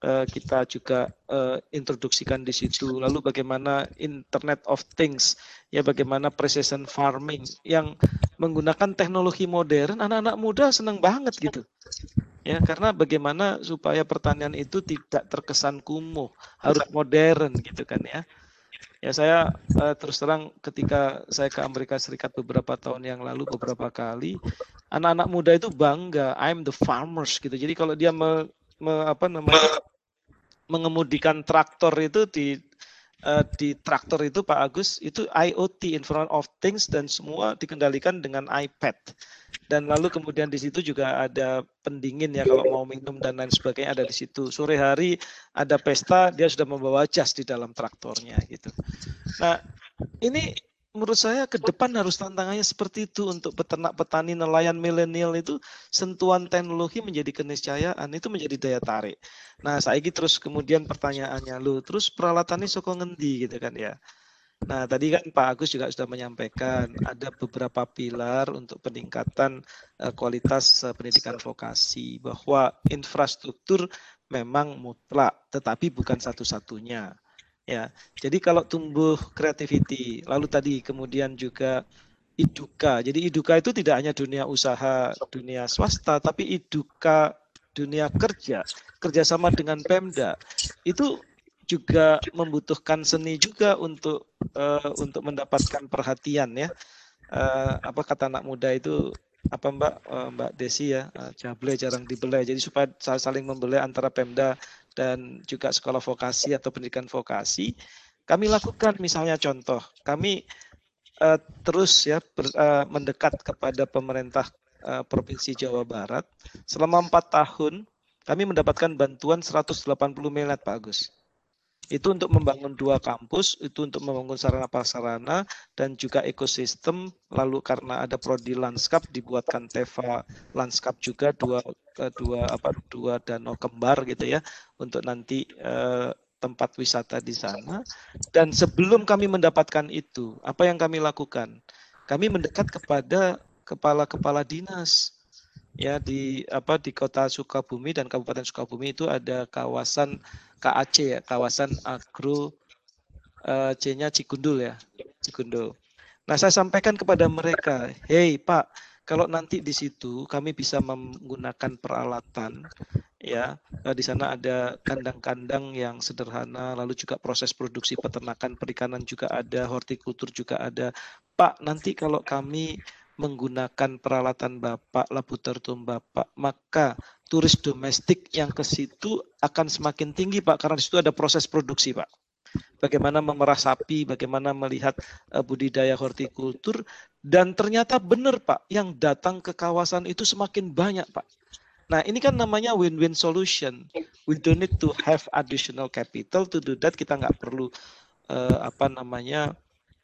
uh, kita juga uh, introduksikan di situ. Lalu bagaimana Internet of Things, ya bagaimana precision farming yang menggunakan teknologi modern, anak-anak muda senang banget gitu. Ya, karena bagaimana supaya pertanian itu tidak terkesan kumuh, harus modern gitu kan ya. Ya saya uh, terus terang ketika saya ke Amerika Serikat beberapa tahun yang lalu beberapa kali, anak-anak muda itu bangga, I'm the farmers gitu. Jadi kalau dia me, me, apa namanya mengemudikan traktor itu di uh, di traktor itu Pak Agus itu I O T, Internet of Things, dan semua dikendalikan dengan iPad. Dan lalu kemudian di situ juga ada pendingin ya kalau mau minum dan lain sebagainya ada di situ. Sore hari ada pesta, dia sudah membawa jas di dalam traktornya gitu. Nah, ini menurut saya ke depan harus tantangannya seperti itu untuk peternak, petani, nelayan milenial itu sentuhan teknologi menjadi keniscayaan, itu menjadi daya tarik. Nah, saiki terus kemudian pertanyaannya lu, terus peralatannya soko ngendi gitu kan ya. Nah, tadi kan Pak Agus juga sudah menyampaikan ada beberapa pilar untuk peningkatan uh, kualitas uh, pendidikan vokasi, bahwa infrastruktur memang mutlak, tetapi bukan satu-satunya. Ya, jadi kalau tumbuh creativity, lalu tadi kemudian juga iduka. Jadi iduka itu tidak hanya dunia usaha, dunia swasta, tapi iduka dunia kerja, kerjasama dengan Pemda. Itu juga membutuhkan seni juga untuk uh, untuk mendapatkan perhatian ya. Uh, apa kata anak muda itu apa Mbak uh, Mbak Desi ya, uh, jable jarang dibelai. Jadi supaya saling membelai antara Pemda dan juga sekolah vokasi atau pendidikan vokasi, kami lakukan misalnya contoh, kami uh, terus ya ber, uh, mendekat kepada pemerintah uh, Provinsi Jawa Barat. Selama empat tahun kami mendapatkan bantuan seratus delapan puluh miliar Pak Agus. Itu untuk membangun dua kampus, itu untuk membangun sarana prasarana dan juga ekosistem. Lalu karena ada prodi lanskap dibuatkan Teva lanskap juga dua dua apa dua danau kembar gitu ya untuk nanti eh, tempat wisata di sana. Dan sebelum kami mendapatkan itu, apa yang kami lakukan? Kami mendekat kepada kepala-kepala dinas. Ya di apa di Kota Sukabumi dan Kabupaten Sukabumi itu ada kawasan K A C ya, kawasan agro uh, C-nya Cikundul ya, Cikundul. Nah, saya sampaikan kepada mereka, "Hey, Pak, kalau nanti di situ kami bisa menggunakan peralatan ya, di sana ada kandang-kandang yang sederhana, lalu juga proses produksi peternakan, perikanan juga ada, hortikultur juga ada. Pak, nanti kalau kami menggunakan peralatan Bapak, laboratorium Bapak, maka turis domestik yang ke situ akan semakin tinggi, Pak, karena di situ ada proses produksi, Pak. Bagaimana memerah sapi, bagaimana melihat uh, budidaya hortikultur, dan ternyata benar, Pak, yang datang ke kawasan itu semakin banyak, Pak. Nah, ini kan namanya win-win solution. We don't need to have additional capital to do that. Kita nggak perlu uh, apa namanya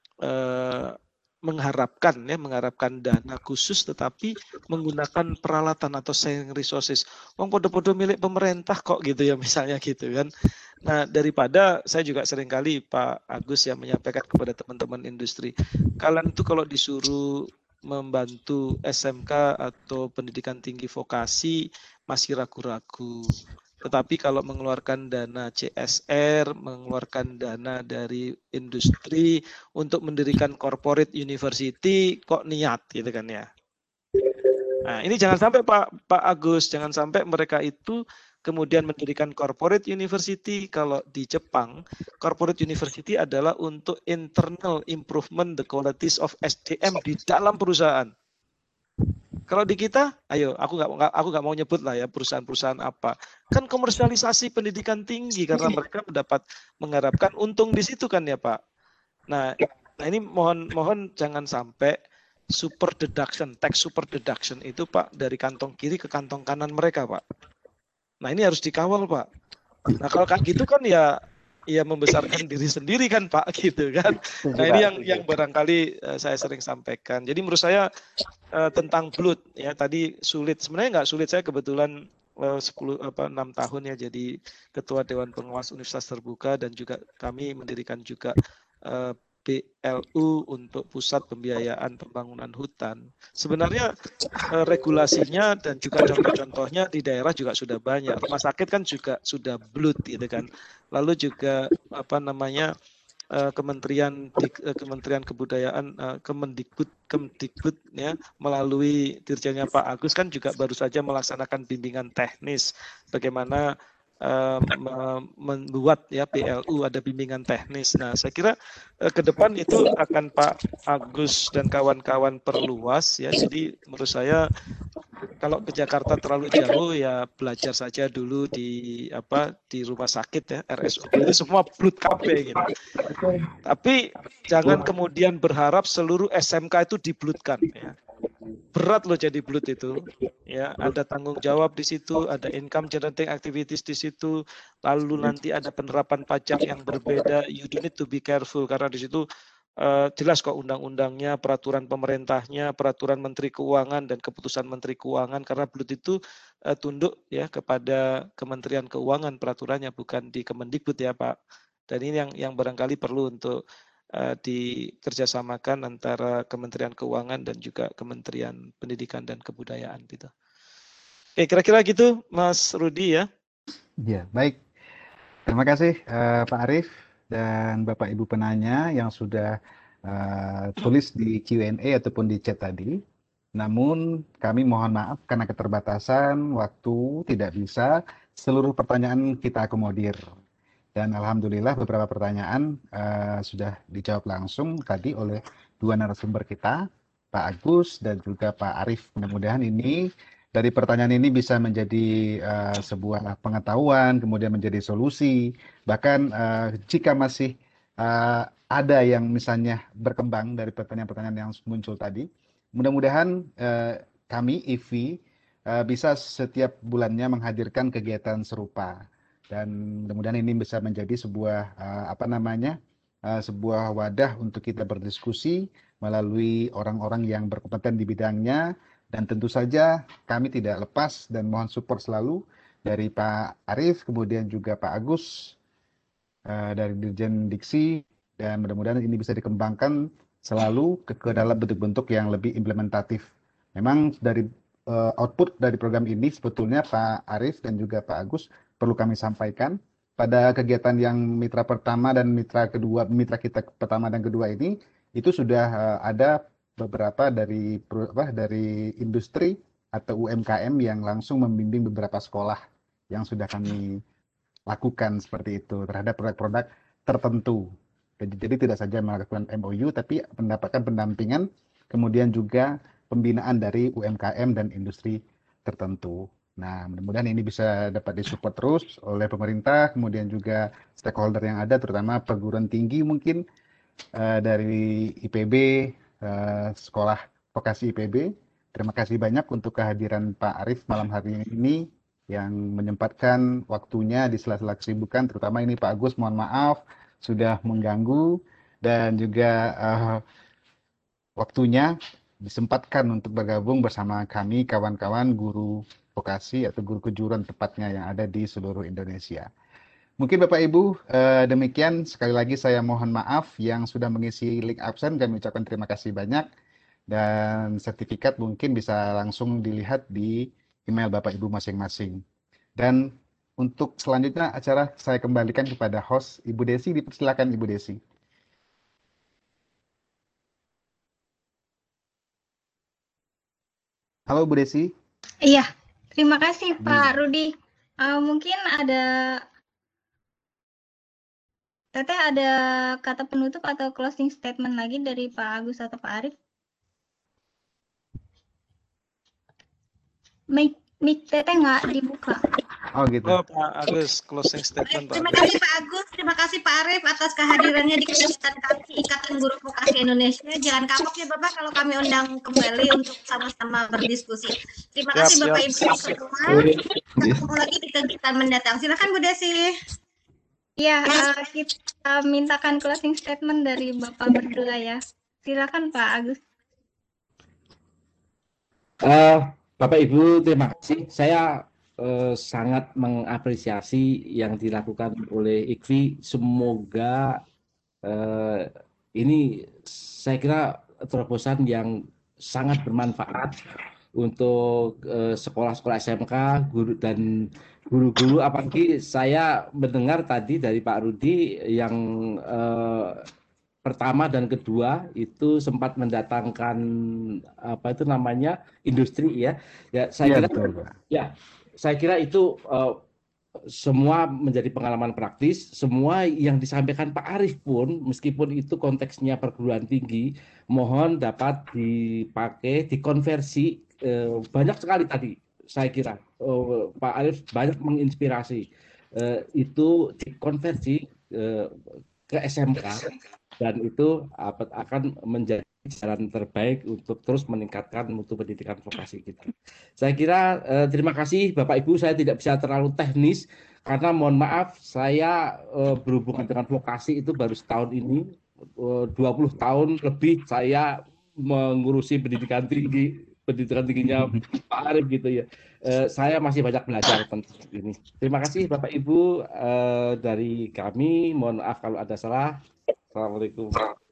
uh, mengharapkan ya mengharapkan dana khusus, tetapi menggunakan peralatan atau sharing resources. Wong podo-podo milik pemerintah kok gitu ya misalnya gitu kan. Nah, daripada saya juga seringkali Pak Agus yang menyampaikan kepada teman-teman industri, kalian itu kalau disuruh membantu S M K atau pendidikan tinggi vokasi masih ragu-ragu. Tetapi kalau mengeluarkan dana C S R, mengeluarkan dana dari industri untuk mendirikan corporate university, kok niat gitu kan ya. Nah, ini jangan sampai Pak Pak Agus, jangan sampai mereka itu kemudian mendirikan corporate university. Kalau di Jepang, corporate university adalah untuk internal improvement the qualities of S D M di dalam perusahaan. Kalau di kita, ayo, aku nggak aku nggak mau nyebut lah ya perusahaan-perusahaan apa. Kan komersialisasi pendidikan tinggi karena mereka mendapat mengharapkan untung di situ kan ya Pak. Nah, nah ini mohon mohon jangan sampai super deduction, tax super deduction itu Pak dari kantong kiri ke kantong kanan mereka Pak. Nah ini harus dikawal Pak. Nah kalau kayak gitu kan ya ya membesarkan diri sendiri kan Pak gitu kan. Nah ini yang yang barangkali uh, saya sering sampaikan. Jadi menurut saya uh, tentang blood ya tadi sulit, sebenarnya nggak sulit. Saya kebetulan uh, sepuluh apa enam tahun ya jadi ketua Dewan Pengawas Universitas Terbuka dan juga kami mendirikan juga uh, B L U untuk Pusat Pembiayaan Pembangunan Hutan. Sebenarnya eh, regulasinya dan juga contoh-contohnya di daerah juga sudah banyak. Rumah sakit kan juga sudah blut gitu kan. Lalu juga apa namanya eh, Kementerian Dik- eh, Kementerian Kebudayaan eh, Kemendikbud Kemdikbud ya melalui dirjennya Pak Agus kan juga baru saja melaksanakan bimbingan teknis bagaimana eh, me- membuat ya P L U, ada bimbingan teknis. Nah, saya kira eh, ke depan itu akan Pak Agus dan kawan-kawan perluas ya. Jadi menurut saya kalau ke Jakarta terlalu jauh ya belajar saja dulu di apa di rumah sakit ya R S U D itu semua blood K P gitu. Tapi jangan kemudian berharap seluruh S M K itu diblutkan ya. Berat loh jadi blut itu. Ya, ada tanggung jawab di situ, ada income generating activities di situ, lalu nanti ada penerapan pajak yang berbeda. You do need to be careful karena di situ uh, jelas kok undang-undangnya, peraturan pemerintahnya, peraturan Menteri Keuangan dan keputusan Menteri Keuangan karena blut itu uh, tunduk ya kepada Kementerian Keuangan peraturannya bukan di Kemendikbud ya Pak. Dan ini yang yang barangkali perlu untuk uh, dikerjasamakan antara Kementerian Keuangan dan juga Kementerian Pendidikan dan Kebudayaan gitu. Oke, kira-kira gitu Mas Rudi ya. Ya, baik. Terima kasih uh, Pak Arief dan Bapak Ibu penanya yang sudah uh, tulis di Q and A ataupun di chat tadi. Namun kami mohon maaf karena keterbatasan waktu tidak bisa seluruh pertanyaan kita akomodir. Dan alhamdulillah beberapa pertanyaan uh, sudah dijawab langsung tadi oleh dua narasumber kita, Pak Agus dan juga Pak Arief. Mudah-mudahan ini dari pertanyaan ini bisa menjadi uh, sebuah pengetahuan, kemudian menjadi solusi. Bahkan uh, jika masih uh, ada yang misalnya berkembang dari pertanyaan-pertanyaan yang muncul tadi, mudah-mudahan uh, kami I V I uh, bisa setiap bulannya menghadirkan kegiatan serupa. Dan mudah-mudahan ini bisa menjadi sebuah uh, apa namanya uh, sebuah wadah untuk kita berdiskusi melalui orang-orang yang berkompeten di bidangnya. Dan tentu saja kami tidak lepas dan mohon support selalu dari Pak Arief, kemudian juga Pak Agus uh, dari Dirjen Diksi, dan mudah-mudahan ini bisa dikembangkan selalu ke, ke dalam bentuk-bentuk yang lebih implementatif. Memang dari uh, output dari program ini sebetulnya Pak Arief dan juga Pak Agus perlu kami sampaikan pada kegiatan yang mitra pertama dan mitra kedua, mitra kita pertama dan kedua ini itu sudah uh, ada beberapa dari apa, dari industri atau U M K M yang langsung membimbing beberapa sekolah yang sudah kami lakukan seperti itu terhadap produk-produk tertentu. Jadi, jadi tidak saja melakukan M O U tapi mendapatkan pendampingan kemudian juga pembinaan dari U M K M dan industri tertentu. Nah, mudah-mudahan ini bisa dapat disupport terus oleh pemerintah, kemudian juga stakeholder yang ada, terutama perguruan tinggi mungkin uh, dari I P B, uh, sekolah vokasi I P B. Terima kasih banyak untuk kehadiran Pak Arief malam hari ini yang menyempatkan waktunya di sela-sela kesibukan, terutama ini Pak Agus, mohon maaf sudah mengganggu dan juga uh, waktunya disempatkan untuk bergabung bersama kami kawan-kawan guru vokasi atau guru kejuruan tepatnya yang ada di seluruh Indonesia. Mungkin Bapak Ibu eh, demikian, sekali lagi saya mohon maaf yang sudah mengisi link absen, kami ucapkan terima kasih banyak dan sertifikat mungkin bisa langsung dilihat di email Bapak Ibu masing-masing. Dan untuk selanjutnya acara saya kembalikan kepada host Ibu Desi, dipersilakan Ibu Desi. Halo Bu Desi. Iya, terima kasih Pak Rudi. Uh, mungkin ada Teteh ada kata penutup atau closing statement lagi dari Pak Agus atau Pak Arief? Mic, mic Teteh nggak dibuka. Oh gitu. Oh, Pak Agus, closing statement Pak Terima Agus. kasih Pak Agus, terima kasih Pak Arief atas kehadirannya di kegiatan kami Ikatan Guru Vokasi Indonesia. Jangan kapok ya Bapak kalau kami undang kembali untuk sama-sama berdiskusi. Terima kasih Siap, Bapak siap, Ibu siap. semua. Kita ketemu lagi di kegiatan mendatang. Silakan Bu Desi. Ya, uh, kita mintakan closing statement dari Bapak berdua ya. Silakan Pak Agus. Uh, Bapak Ibu, terima kasih. Saya uh, sangat mengapresiasi yang dilakukan oleh I K V I. Semoga uh, Ini saya kira terobosan yang sangat bermanfaat untuk eh, sekolah-sekolah S M K, guru dan guru-guru. Apalagi saya mendengar tadi dari Pak Rudi yang eh, pertama dan kedua itu sempat mendatangkan apa itu namanya industri ya. Ya saya Iya, kira betul, Pak. ya saya kira itu eh, semua menjadi pengalaman praktis. Semua yang disampaikan Pak Arief pun, meskipun itu konteksnya perguruan tinggi, mohon dapat dipakai, dikonversi. Eh, banyak sekali tadi, saya kira eh, Pak Arief banyak menginspirasi. Eh, itu dikonversi eh, ke S M K dan itu akan menjadi jalan terbaik untuk terus meningkatkan mutu pendidikan vokasi kita. Saya kira eh, terima kasih Bapak Ibu, saya tidak bisa terlalu teknis karena mohon maaf saya eh, berhubungan dengan vokasi itu baru setahun ini, eh, dua puluh tahun lebih saya mengurusi pendidikan tinggi, pendidikan tingginya Pak Arief gitu ya. Eh, saya masih banyak belajar tentang ini. Terima kasih Bapak Ibu eh, dari kami, mohon maaf kalau ada salah. Assalamualaikum.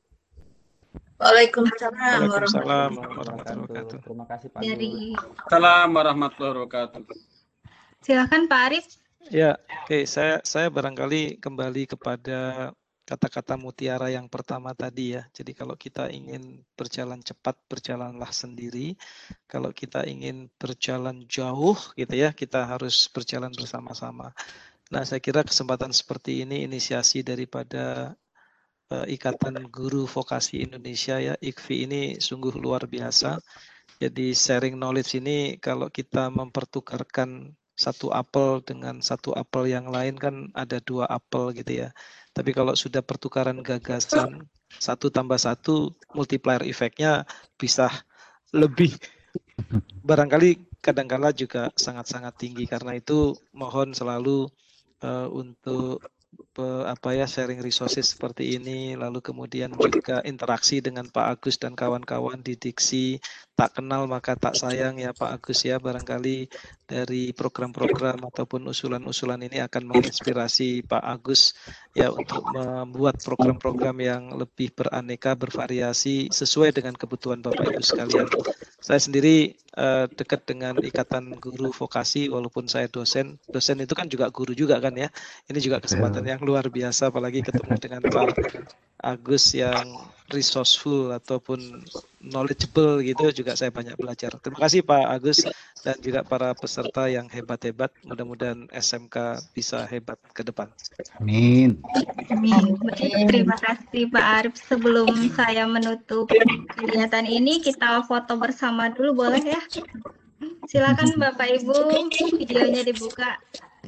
Waalaikumsalam Waalaikumsalam warahmatullahi warahmatullahi wabarakatuh. Terima kasih Pak Dari Agus. Assalamualaikum warahmatullahi wabarakatuh. Silakan Pak Arief. Ya, oke, saya saya barangkali kembali kepada kata-kata mutiara yang pertama tadi ya. Jadi kalau kita ingin berjalan cepat, berjalanlah sendiri. Kalau kita ingin berjalan jauh gitu ya, kita harus berjalan bersama-sama. Nah, saya kira kesempatan seperti ini inisiasi daripada uh, Ikatan Guru Vokasi Indonesia ya, I K V I ini sungguh luar biasa. Jadi sharing knowledge ini kalau kita mempertukarkan satu apel dengan satu apel yang lain kan ada dua apel gitu ya. Tapi kalau sudah pertukaran gagasan satu tambah satu, multiplier efeknya bisa lebih, barangkali kadangkala juga sangat-sangat tinggi. Karena itu mohon selalu uh, untuk pe- apa ya sharing resources seperti ini, lalu kemudian juga interaksi dengan Pak Agus dan kawan-kawan di Diksi. Tak kenal maka tak sayang ya Pak Agus ya, barangkali dari program-program ataupun usulan-usulan ini akan menginspirasi Pak Agus ya untuk membuat program-program yang lebih beraneka, bervariasi sesuai dengan kebutuhan Bapak Ibu sekalian. Saya sendiri eh, dekat dengan Ikatan Guru Vokasi walaupun saya dosen. Dosen itu kan juga guru juga kan ya. Ini juga kesempatan yang luar biasa apalagi ketemu dengan Pak Agus yang resourceful ataupun knowledgeable gitu, juga saya banyak belajar. Terima kasih Pak Agus dan juga para peserta yang hebat-hebat. Mudah-mudahan S M K bisa hebat ke depan. Amin. Amin. Baik, terima kasih Pak Arief. Sebelum saya menutup kegiatan ini, kita foto bersama dulu boleh ya? Silakan Bapak Ibu, videonya dibuka.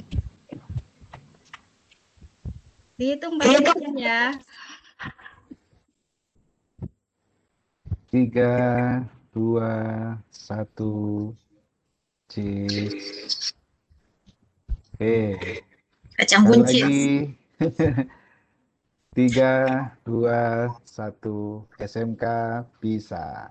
Dihitung banyak ya. Tiga, dua, satu, cheese. Oke, kacang sekali buncis. lagi. Tiga, dua, satu, S M K bisa.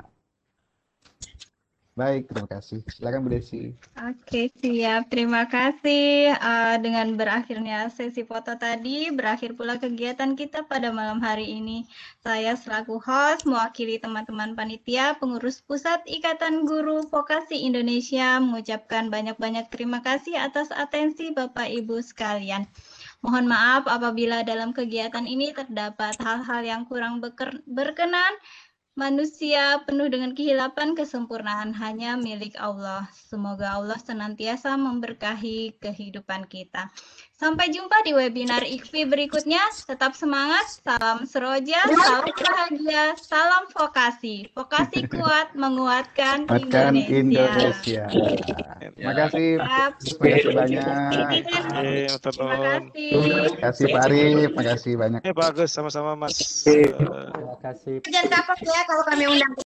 Baik, terima kasih. Silakan Bu Desi. Oke, siap. Terima kasih. Uh, dengan berakhirnya sesi foto tadi, berakhir pula kegiatan kita pada malam hari ini. Saya selaku host, mewakili teman-teman panitia, pengurus pusat Ikatan Guru Vokasi Indonesia, mengucapkan banyak-banyak terima kasih atas atensi Bapak Ibu sekalian. Mohon maaf apabila dalam kegiatan ini terdapat hal-hal yang kurang berkenan. Manusia penuh dengan kehilapan, kesempurnaan hanya milik Allah. Semoga Allah senantiasa memberkahi kehidupan kita. Sampai jumpa di webinar I K V I berikutnya. Tetap semangat, salam seroja, salam bahagia, salam vokasi. Vokasi kuat menguatkan Kuatkan Indonesia. Indonesia. Terima kasih. Siap. Terima kasih banyak. Eh, Terima Terima kasih. Terima kasih Pak Arief. Terima kasih banyak. Eh, Pak Agus, sama-sama Mas. Terima kasih. Jangan kapok ya kalau kami undang.